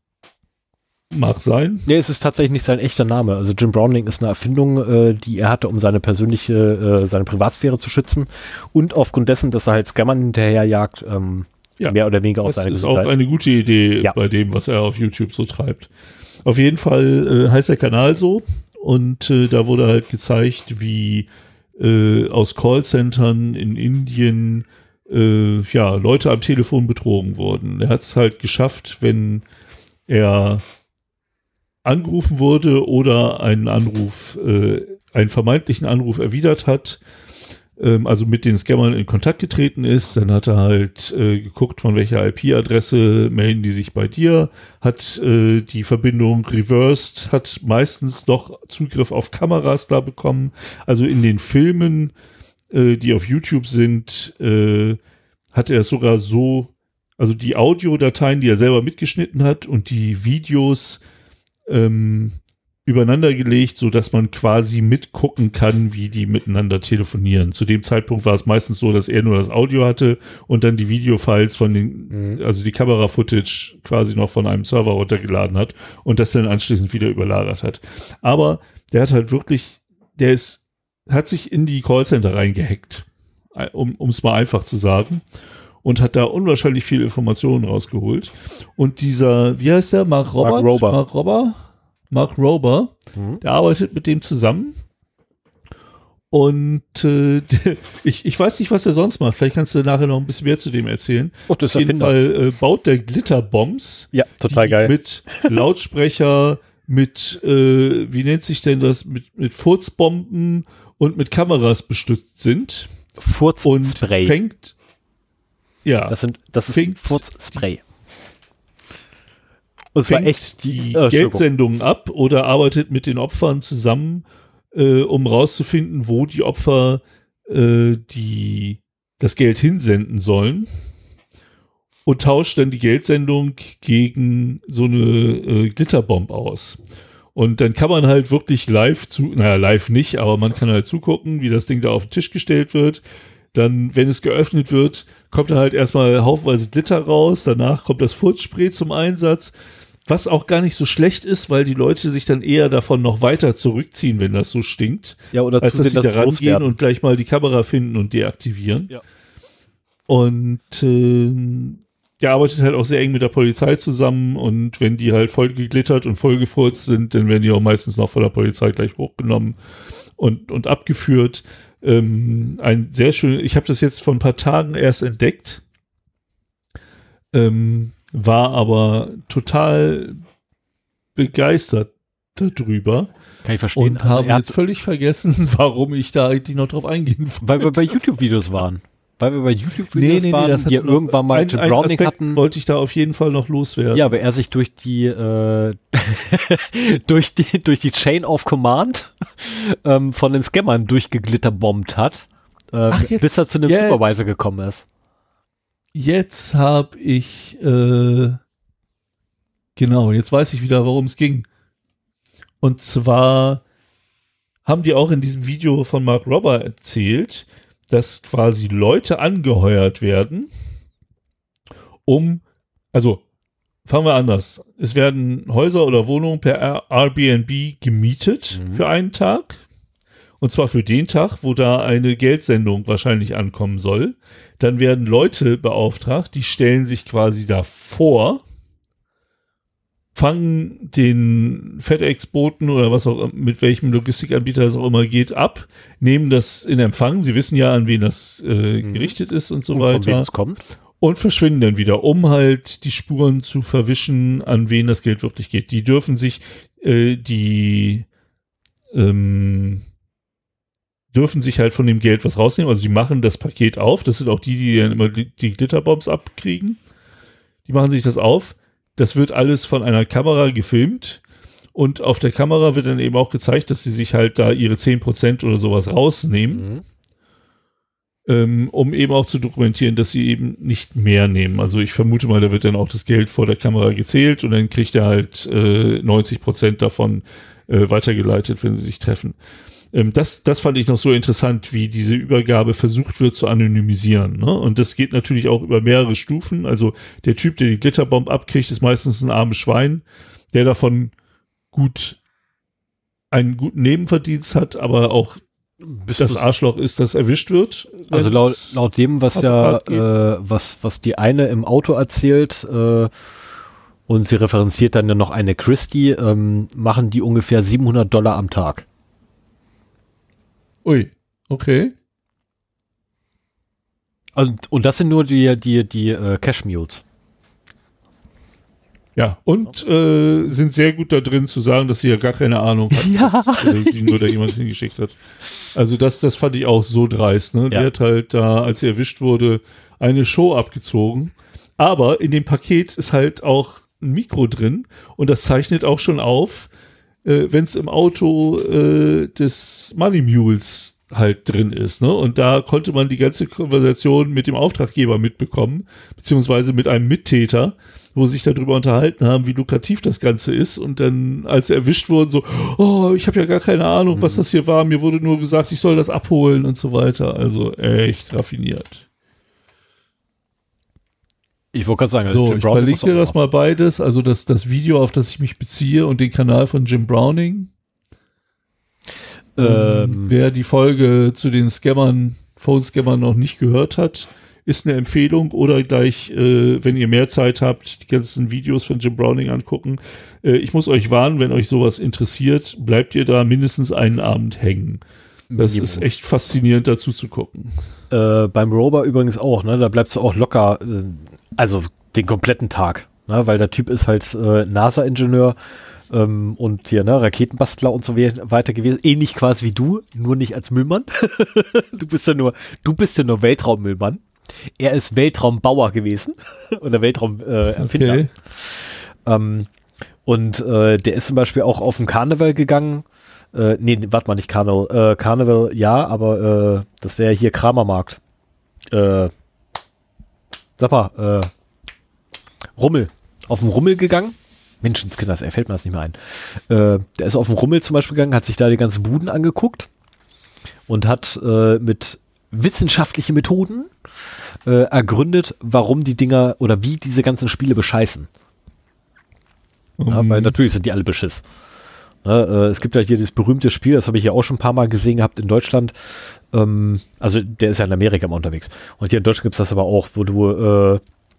S2: Mag sein.
S1: Nee, es ist tatsächlich nicht sein echter Name. Also Jim Browning ist eine Erfindung, äh, die er hatte, um seine persönliche, äh, seine Privatsphäre zu schützen und aufgrund dessen, dass er halt Scammern hinterherjagt, ähm,
S2: ja,
S1: mehr oder weniger aus seiner
S2: Das ist auch eine gute Idee ja. bei dem, was er auf YouTube so treibt. Auf jeden Fall äh, heißt der Kanal so und äh, da wurde halt gezeigt, wie äh, aus Callcentern in Indien äh, ja, Leute am Telefon betrogen wurden. Er hat es halt geschafft, wenn er angerufen wurde oder einen Anruf, äh, einen vermeintlichen Anruf erwidert hat, ähm, also mit den Scammern in Kontakt getreten ist, dann hat er halt äh, geguckt, von welcher I P-Adresse melden die sich bei dir, hat äh, die Verbindung reversed, hat meistens noch Zugriff auf Kameras da bekommen. Also in den Filmen, äh, die auf YouTube sind, äh, hat er sogar so, also die Audiodateien, die er selber mitgeschnitten hat und die Videos ähm, übereinander gelegt, so dass man quasi mitgucken kann, wie die miteinander telefonieren. Zu dem Zeitpunkt war es meistens so, dass er nur das Audio hatte und dann die Videofiles von den, mhm. also die Kamera-Footage quasi noch von einem Server runtergeladen hat und das dann anschließend wieder überlagert hat. Aber der hat halt wirklich, der ist, hat sich in die Callcenter reingehackt, um um es mal einfach zu sagen, und hat da unwahrscheinlich viel Informationen rausgeholt. Und dieser, wie heißt der? Mark Robert?
S1: Mark Rober.
S2: Mark Rober? Mark Rober, mhm. der arbeitet mit dem zusammen. Und äh, ich, ich weiß nicht, was der sonst macht. Vielleicht kannst du nachher noch ein bisschen mehr zu dem erzählen.
S1: Oh, das
S2: Auf jeden Fall äh, baut der Glitterbombs.
S1: Ja, total geil.
S2: Mit Lautsprecher, mit, äh, wie nennt sich denn das, mit, mit Furzbomben und mit Kameras bestückt sind.
S1: Furzspray.
S2: Und fängt, ja.
S1: Das sind, das ist
S2: fängt,
S1: Furzspray. Und es war echt
S2: die äh, Geldsendungen ab oder arbeitet mit den Opfern zusammen, äh, um rauszufinden, wo die Opfer äh, die das Geld hinsenden sollen, und tauscht dann die Geldsendung gegen so eine äh, Glitterbomb aus. Und dann kann man halt wirklich live zu, naja, live nicht, aber man kann halt zugucken, wie das Ding da auf den Tisch gestellt wird. Dann, wenn es geöffnet wird, kommt da halt erstmal haufenweise Glitter raus, danach kommt das Furzspray zum Einsatz, was auch gar nicht so schlecht ist, weil die Leute sich dann eher davon noch weiter zurückziehen, wenn das so stinkt,
S1: ja, oder
S2: als dass sie
S1: das
S2: da rangehen und gleich mal die Kamera finden und deaktivieren.
S1: Ja.
S2: Und äh, der arbeitet halt auch sehr eng mit der Polizei zusammen, und wenn die halt voll geglittert und voll gefurzt sind, dann werden die auch meistens noch von der Polizei gleich hochgenommen und, und abgeführt. Ähm, ein sehr schön, ich habe das jetzt vor ein paar Tagen erst entdeckt, ähm, war aber total begeistert darüber.
S1: Kann ich verstehen.
S2: Und also habe jetzt völlig vergessen, warum ich da eigentlich noch drauf eingehen wollte.
S1: Weil wir bei YouTube-Videos waren. Weil wir bei YouTube-Videos
S2: nee, nee,
S1: waren,
S2: nee, das
S1: die irgendwann mal
S2: ein,
S1: Jim
S2: ein
S1: Browning
S2: Aspekt
S1: hatten.
S2: Wollte ich da auf jeden Fall noch loswerden.
S1: Ja, weil er sich durch die äh, durch die durch die Chain of Command ähm, von den Scammern durchgeglitterbombt hat, äh, Ach, jetzt, bis er zu einem jetzt, Supervisor gekommen ist.
S2: Jetzt habe ich äh, genau, jetzt weiß ich wieder, worum es ging. Und zwar haben die auch in diesem Video von Mark Rober erzählt, dass quasi Leute angeheuert werden, um, also fangen wir anders. Es werden Häuser oder Wohnungen per Airbnb gemietet mhm. für einen Tag. Und zwar für den Tag, wo da eine Geldsendung wahrscheinlich ankommen soll. Dann werden Leute beauftragt, die stellen sich quasi davor, fangen den FedEx-Boten oder was auch, mit welchem Logistikanbieter es auch immer geht, ab, nehmen das in Empfang. Sie wissen ja, an wen das äh, mhm. gerichtet ist und so und weiter. Von wem es kommt. Und verschwinden dann wieder, um halt die Spuren zu verwischen, an wen das Geld wirklich geht. Die dürfen sich äh, die ähm, dürfen sich halt von dem Geld was rausnehmen. Also die machen das Paket auf. Das sind auch die, die dann immer die, die Glitterbombs abkriegen. Die machen sich das auf. Das wird alles von einer Kamera gefilmt. Und auf der Kamera wird dann eben auch gezeigt, dass sie sich halt da ihre zehn Prozent oder sowas rausnehmen. Mhm. Ähm, um eben auch zu dokumentieren, dass sie eben nicht mehr nehmen. Also ich vermute mal, da wird dann auch das Geld vor der Kamera gezählt und dann kriegt er halt äh, neunzig Prozent davon äh, weitergeleitet, wenn sie sich treffen. Ähm, das, das fand ich noch so interessant, wie diese Übergabe versucht wird zu anonymisieren. Ne? Und das geht natürlich auch über mehrere Stufen. Also der Typ, der die Glitterbomb abkriegt, ist meistens ein armes Schwein, der davon gut einen guten Nebenverdienst hat, aber auch Bis das Arschloch ist, das erwischt wird.
S1: Also laut, laut dem, was ja, äh, was, was die eine im Auto erzählt, äh, und sie referenziert dann ja noch eine Christie, ähm, machen die ungefähr siebenhundert Dollar am Tag.
S2: Ui, okay.
S1: Und, und das sind nur die, die, die äh, Cash Mules.
S2: Ja, und äh, sind sehr gut da drin zu sagen, dass sie ja gar keine Ahnung hat,
S1: Ja.
S2: dass äh, sie nur da jemand hingeschickt hat. Also das, das fand ich auch so dreist. Ne?
S1: Ja.
S2: Der hat halt da, als er erwischt wurde, eine Show abgezogen. Aber in dem Paket ist halt auch ein Mikro drin und das zeichnet auch schon auf, äh, wenn es im Auto äh, des Money Mules halt drin ist, ne? Und da konnte man die ganze Konversation mit dem Auftraggeber mitbekommen, beziehungsweise mit einem Mittäter, wo sie sich darüber unterhalten haben, wie lukrativ das Ganze ist. Und dann, als sie erwischt wurden, so, oh, ich habe ja gar keine Ahnung, mhm. was das hier war. Mir wurde nur gesagt, ich soll das abholen und so weiter. Also echt raffiniert.
S1: Ich wollte gerade sagen,
S2: so,
S1: Jim
S2: ich
S1: Browning
S2: verlinke dir das mal beides, also das, das Video, auf das ich mich beziehe und den Kanal von Jim Browning. Ähm, Wer die Folge zu den Scammern, Phone-Scammern noch nicht gehört hat, ist eine Empfehlung oder gleich, äh, wenn ihr mehr Zeit habt, die ganzen Videos von Jim Browning angucken. Äh, ich muss euch warnen, wenn euch sowas interessiert, bleibt ihr da mindestens einen Abend hängen. Das Minimum. Ist echt faszinierend dazu zu gucken.
S1: Äh, beim Rover übrigens auch, ne? Da bleibst du auch locker, äh, also den kompletten Tag, ne? Weil der Typ ist halt äh, NASA-Ingenieur ähm, und hier, ne, Raketenbastler und so weiter gewesen. Ähnlich quasi wie du, nur nicht als Müllmann. du bist ja nur, du bist ja nur Weltraummüllmann. Er ist Weltraumbauer gewesen oder Weltraumerfinder. Äh, okay. ähm, und äh, der ist zum Beispiel auch auf den Karneval gegangen. Äh, nee, warte mal, nicht Karneval. Äh, Karneval, ja, aber äh, das wäre hier Kramermarkt. Äh, sag mal, äh, Rummel. Auf den Rummel gegangen. Menschenskinder, er fällt mir das nicht mehr ein. Äh, der ist auf den Rummel zum Beispiel gegangen, hat sich da die ganzen Buden angeguckt und hat äh, mit wissenschaftlichen Methoden äh, ergründet, warum die Dinger oder wie diese ganzen Spiele bescheißen. Mhm. Ja, weil natürlich sind die alle beschiss. Ja, äh, es gibt ja hier dieses berühmte Spiel, das habe ich ja auch schon ein paar Mal gesehen gehabt in Deutschland. Ähm, also der ist ja in Amerika mal unterwegs. Und hier in Deutschland gibt es das aber auch, wo du äh,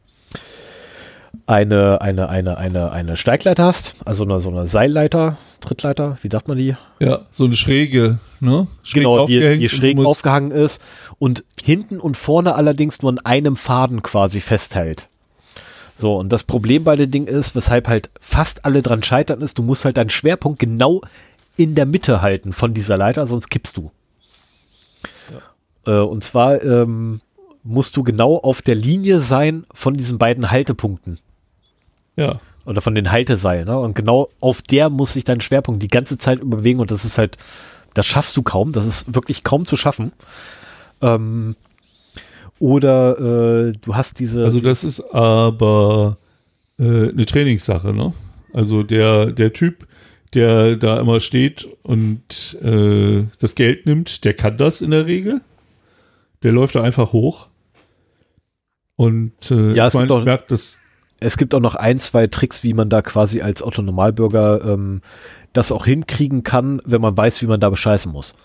S1: eine, eine, eine, eine, eine Steigleiter hast, also eine, so eine Seilleiter, Trittleiter, wie sagt man die?
S2: Ja, so eine schräge, ne? Schräg
S1: genau, die, die schräg aufgehangen ist und hinten und vorne allerdings nur an einem Faden quasi festhält. So, und das Problem bei dem Ding ist, weshalb halt fast alle dran scheitern ist, du musst halt deinen Schwerpunkt genau in der Mitte halten von dieser Leiter, sonst kippst du. Ja. Äh, und zwar ähm, musst du genau auf der Linie sein von diesen beiden Haltepunkten.
S2: Ja.
S1: Oder von den Halteseilen, ne? Und genau auf der muss sich dein Schwerpunkt die ganze Zeit überbewegen und das ist halt, das schaffst du kaum, das ist wirklich kaum zu schaffen. Ähm, oder äh, du hast diese...
S2: Also das ist aber äh, eine Trainingssache, ne? Also der, der Typ, der da immer steht und äh, das Geld nimmt, der kann das in der Regel. Der läuft da einfach hoch. Und äh,
S1: ja, es
S2: ich mein,
S1: gibt auch,
S2: merkt das...
S1: Es gibt auch noch ein, zwei Tricks, wie man da quasi als Otto-Normalbürger ähm, das auch hinkriegen kann, wenn man weiß, wie man da bescheißen muss.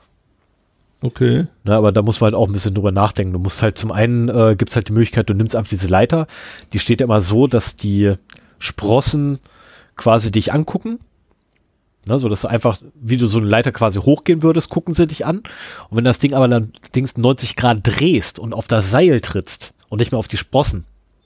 S2: Okay.
S1: Na, aber da muss man halt auch ein bisschen drüber nachdenken. Du musst halt zum einen, äh, gibt es halt die Möglichkeit, du nimmst einfach diese Leiter, die steht ja immer so, dass die Sprossen quasi dich angucken. Na, so dass du einfach, wie du so eine Leiter quasi hochgehen würdest, gucken sie dich an. Und wenn das Ding aber dann Dings neunzig Grad drehst und auf das Seil trittst und nicht mehr auf die Sprossen,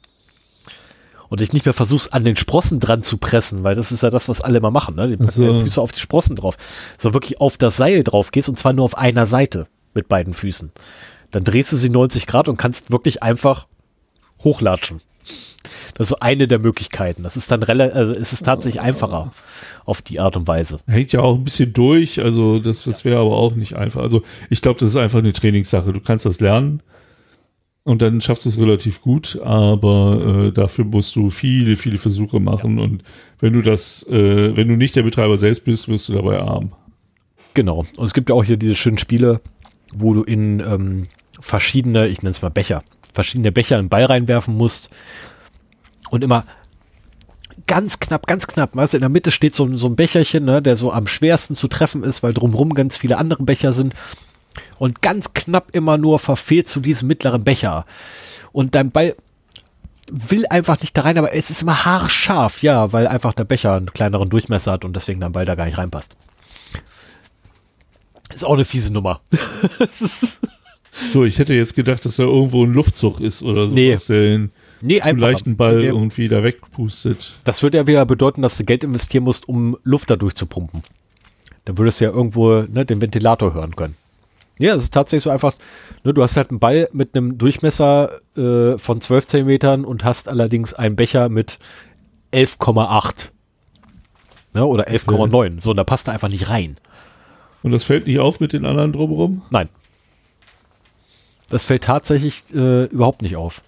S1: und dich nicht mehr versuchst, an den Sprossen dran zu pressen, weil das ist ja das, was alle mal machen, ne? Die packen
S2: so.
S1: die Füße auf die Sprossen drauf. So wirklich auf das Seil drauf gehst und zwar nur auf einer Seite mit beiden Füßen. Dann drehst du sie neunzig Grad und kannst wirklich einfach hochlatschen. Das ist so eine der Möglichkeiten. Das ist dann relativ, also es ist tatsächlich einfacher auf die Art und Weise.
S2: Hängt ja auch ein bisschen durch, also das, das wäre aber auch nicht einfach. Also ich glaube, das ist einfach eine Trainingssache. Du kannst das lernen. Und dann schaffst du es relativ gut, aber äh, dafür musst du viele, viele Versuche machen. Ja. Und wenn du das, äh, wenn du nicht der Betreiber selbst bist, wirst du dabei arm.
S1: Genau. Und es gibt ja auch hier diese schönen Spiele, wo du in ähm, verschiedene, ich nenne es mal Becher, verschiedene Becher einen Ball reinwerfen musst und immer ganz knapp, ganz knapp, weißt du, in der Mitte steht so, so ein Becherchen, ne, der so am schwersten zu treffen ist, weil drumherum ganz viele andere Becher sind. Und ganz knapp immer nur verfehlt zu diesem mittleren Becher. Und dein Ball will einfach nicht da rein, aber es ist immer haarscharf, ja, weil einfach der Becher einen kleineren Durchmesser hat und deswegen dein Ball da gar nicht reinpasst. Ist auch eine fiese Nummer. Es ist
S2: So, ich hätte jetzt gedacht, dass da irgendwo ein Luftzug ist oder so,
S1: Nee.
S2: dass der den
S1: Nee,
S2: einen
S1: einfach.
S2: leichten Ball
S1: Nee.
S2: irgendwie da wegpustet.
S1: Das würde ja wieder bedeuten, dass du Geld investieren musst, um Luft da durchzupumpen. Dann würdest du ja irgendwo ne, den Ventilator hören können. Ja, es ist tatsächlich so einfach, ne, du hast halt einen Ball mit einem Durchmesser äh, von zwölf Zentimetern und hast allerdings einen Becher mit elf Komma acht. Ne, oder elf Komma neun. So, und da passt er einfach nicht rein.
S2: Und das fällt nicht auf mit den anderen drumherum?
S1: Nein. Das fällt tatsächlich äh, überhaupt nicht auf.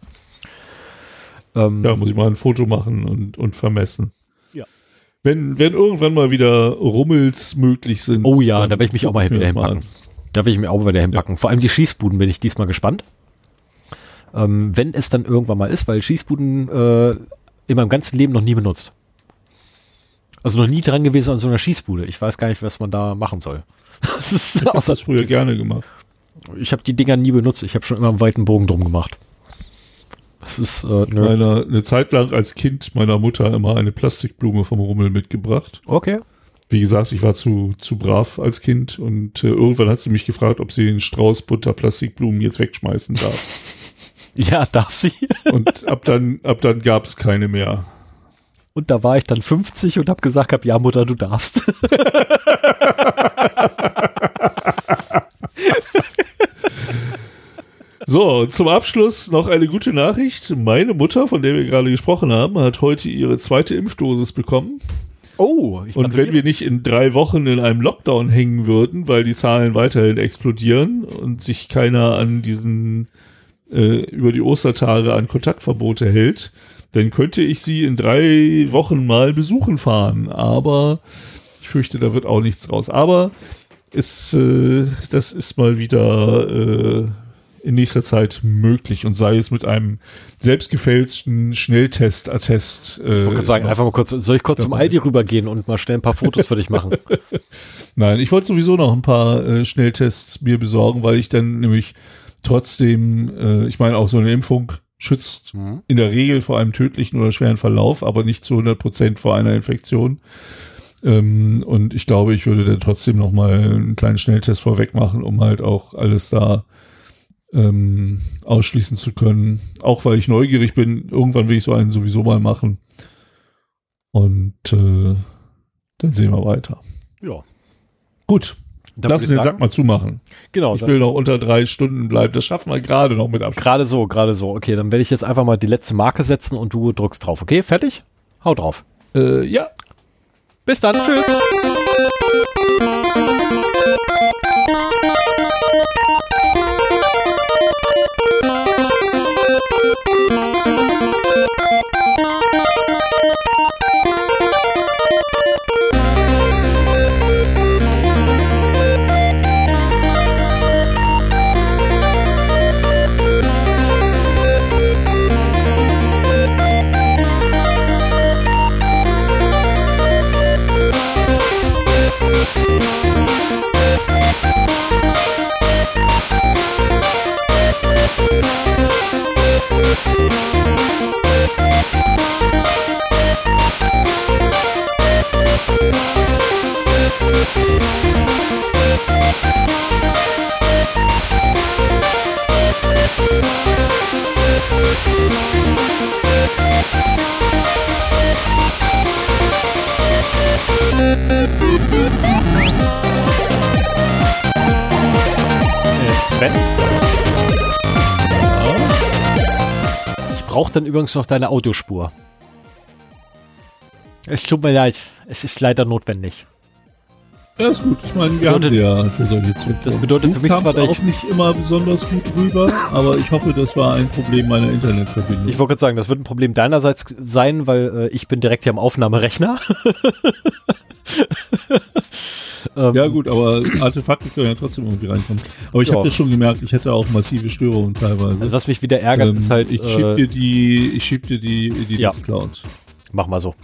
S1: Ähm,
S2: Da muss ich mal ein Foto machen und, und vermessen.
S1: Ja.
S2: Wenn, wenn irgendwann mal wieder Rummels möglich sind.
S1: Oh ja,
S2: dann
S1: da werde ich mich auch mal
S2: guck ich mir
S1: wieder
S2: das
S1: hinpacken. Da will ich mir auch wieder hinpacken. Vor allem die Schießbuden bin ich diesmal gespannt. Ähm, wenn es dann irgendwann mal ist, weil Schießbuden äh, in meinem ganzen Leben noch nie benutzt. Also noch nie dran gewesen an so einer Schießbude. Ich weiß gar nicht, was man da machen soll. Das ist
S2: Ich habe
S1: außer,
S2: das früher gerne gemacht.
S1: ich habe die Dinger nie benutzt. Ich habe schon immer einen weiten Bogen drum gemacht. Das ist äh, nö.
S2: Meiner, eine Zeit lang als Kind meiner Mutter immer eine Plastikblume vom Rummel mitgebracht.
S1: Okay.
S2: Wie gesagt, ich war zu, zu brav als Kind und äh, irgendwann hat sie mich gefragt, ob sie den Strauß bunter Plastikblumen jetzt wegschmeißen darf.
S1: Ja, darf sie.
S2: Und ab dann, ab dann gab es keine mehr.
S1: Und da war ich dann fünfzig und habe gesagt, hab, ja Mutter, du darfst.
S2: So, zum Abschluss noch eine gute Nachricht. Meine Mutter, von der wir gerade gesprochen haben, hat heute ihre zweite Impfdosis bekommen.
S1: Oh, ich
S2: Und wenn wir nicht in drei Wochen in einem Lockdown hängen würden, weil die Zahlen weiterhin explodieren und sich keiner an diesen äh, über die Ostertage an Kontaktverbote hält, dann könnte ich sie in drei Wochen mal besuchen fahren. Aber ich fürchte, da wird auch nichts raus. Aber es, äh, das ist mal wieder äh, in nächster Zeit möglich und sei es mit einem selbstgefälschten Schnelltest-Attest. Äh,
S1: Ich wollte sagen, einfach mal kurz, soll ich kurz zum Aldi rübergehen und mal schnell ein paar Fotos für dich machen?
S2: Nein, ich wollte sowieso noch ein paar äh, Schnelltests mir besorgen, weil ich dann nämlich trotzdem, äh, ich meine auch so eine Impfung schützt
S1: Mhm.
S2: in der Regel vor einem tödlichen oder schweren Verlauf, aber nicht zu hundert Prozent vor einer Infektion. Ähm, und ich glaube, ich würde dann trotzdem noch mal einen kleinen Schnelltest vorweg machen, um halt auch alles da ähm, ausschließen zu können. Auch weil ich neugierig bin, irgendwann will ich so einen sowieso mal machen. Und äh, dann sehen wir weiter.
S1: Ja.
S2: Gut,
S1: Dann
S2: lass
S1: würde
S2: uns
S1: ich
S2: den
S1: sagen,
S2: Sack mal zumachen.
S1: Genau.
S2: Ich will noch unter drei Stunden bleiben. Das schaffen wir gerade noch mit Abstand.
S1: Gerade so, gerade so. Okay, dann werde ich jetzt einfach mal die letzte Marke setzen und du drückst drauf. Okay, fertig? Hau drauf.
S2: Äh, ja.
S1: Bis dann. Tschüss. Sven? Ich brauche dann übrigens noch deine Audiospur. Es tut mir leid, es ist leider notwendig.
S2: Ja, ist gut. Ich meine, wir
S1: Bedeutet-
S2: haben sie ja für solche Zwecke.
S1: Das bedeutet
S2: Du
S1: für mich
S2: kamst
S1: zwar, dass
S2: auch
S1: ich,
S2: nicht immer besonders gut rüber, aber ich hoffe, das war ein Problem meiner Internetverbindung.
S1: ich wollte gerade sagen, das wird ein Problem deinerseits sein, weil äh, ich bin direkt hier am Aufnahmerechner. ähm,
S2: Ja gut, aber Artefakte können ja trotzdem irgendwie reinkommen. Aber ich
S1: Ja.
S2: habe ja schon gemerkt, ich hätte auch massive Störungen teilweise.
S1: Also was mich wieder ärgert,
S2: Ähm,
S1: ist halt,
S2: ich schieb
S1: äh,
S2: dir die, ich schieb dir die, die
S1: Ja.
S2: Nextcloud.
S1: mach mal so.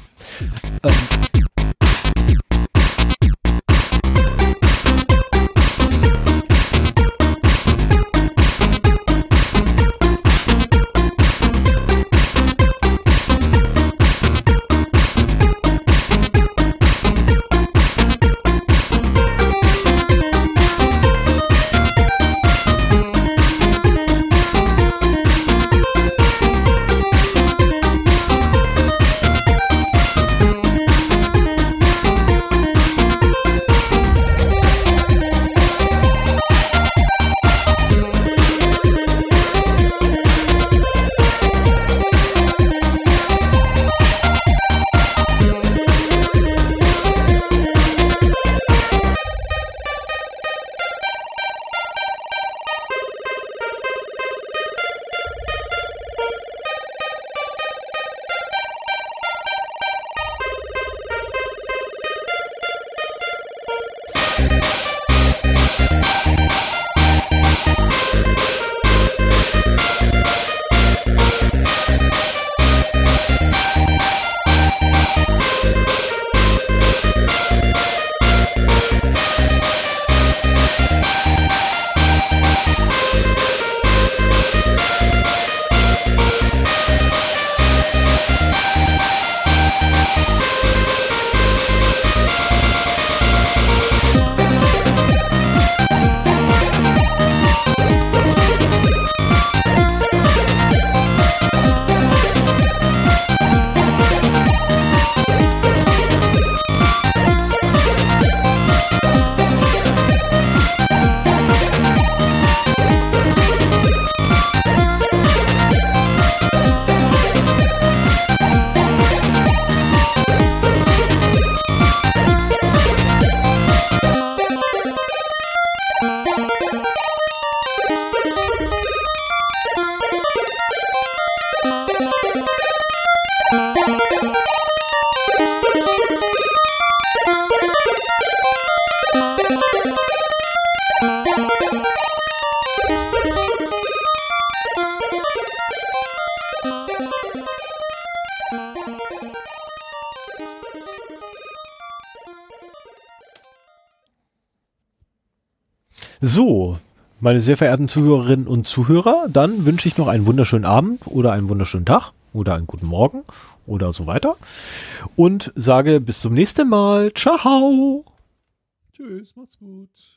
S1: So, meine sehr verehrten Zuhörerinnen und Zuhörer, dann wünsche ich noch einen wunderschönen Abend oder einen wunderschönen Tag oder einen guten Morgen oder so weiter und sage bis zum nächsten Mal. Ciao.
S2: Tschüss, macht's gut.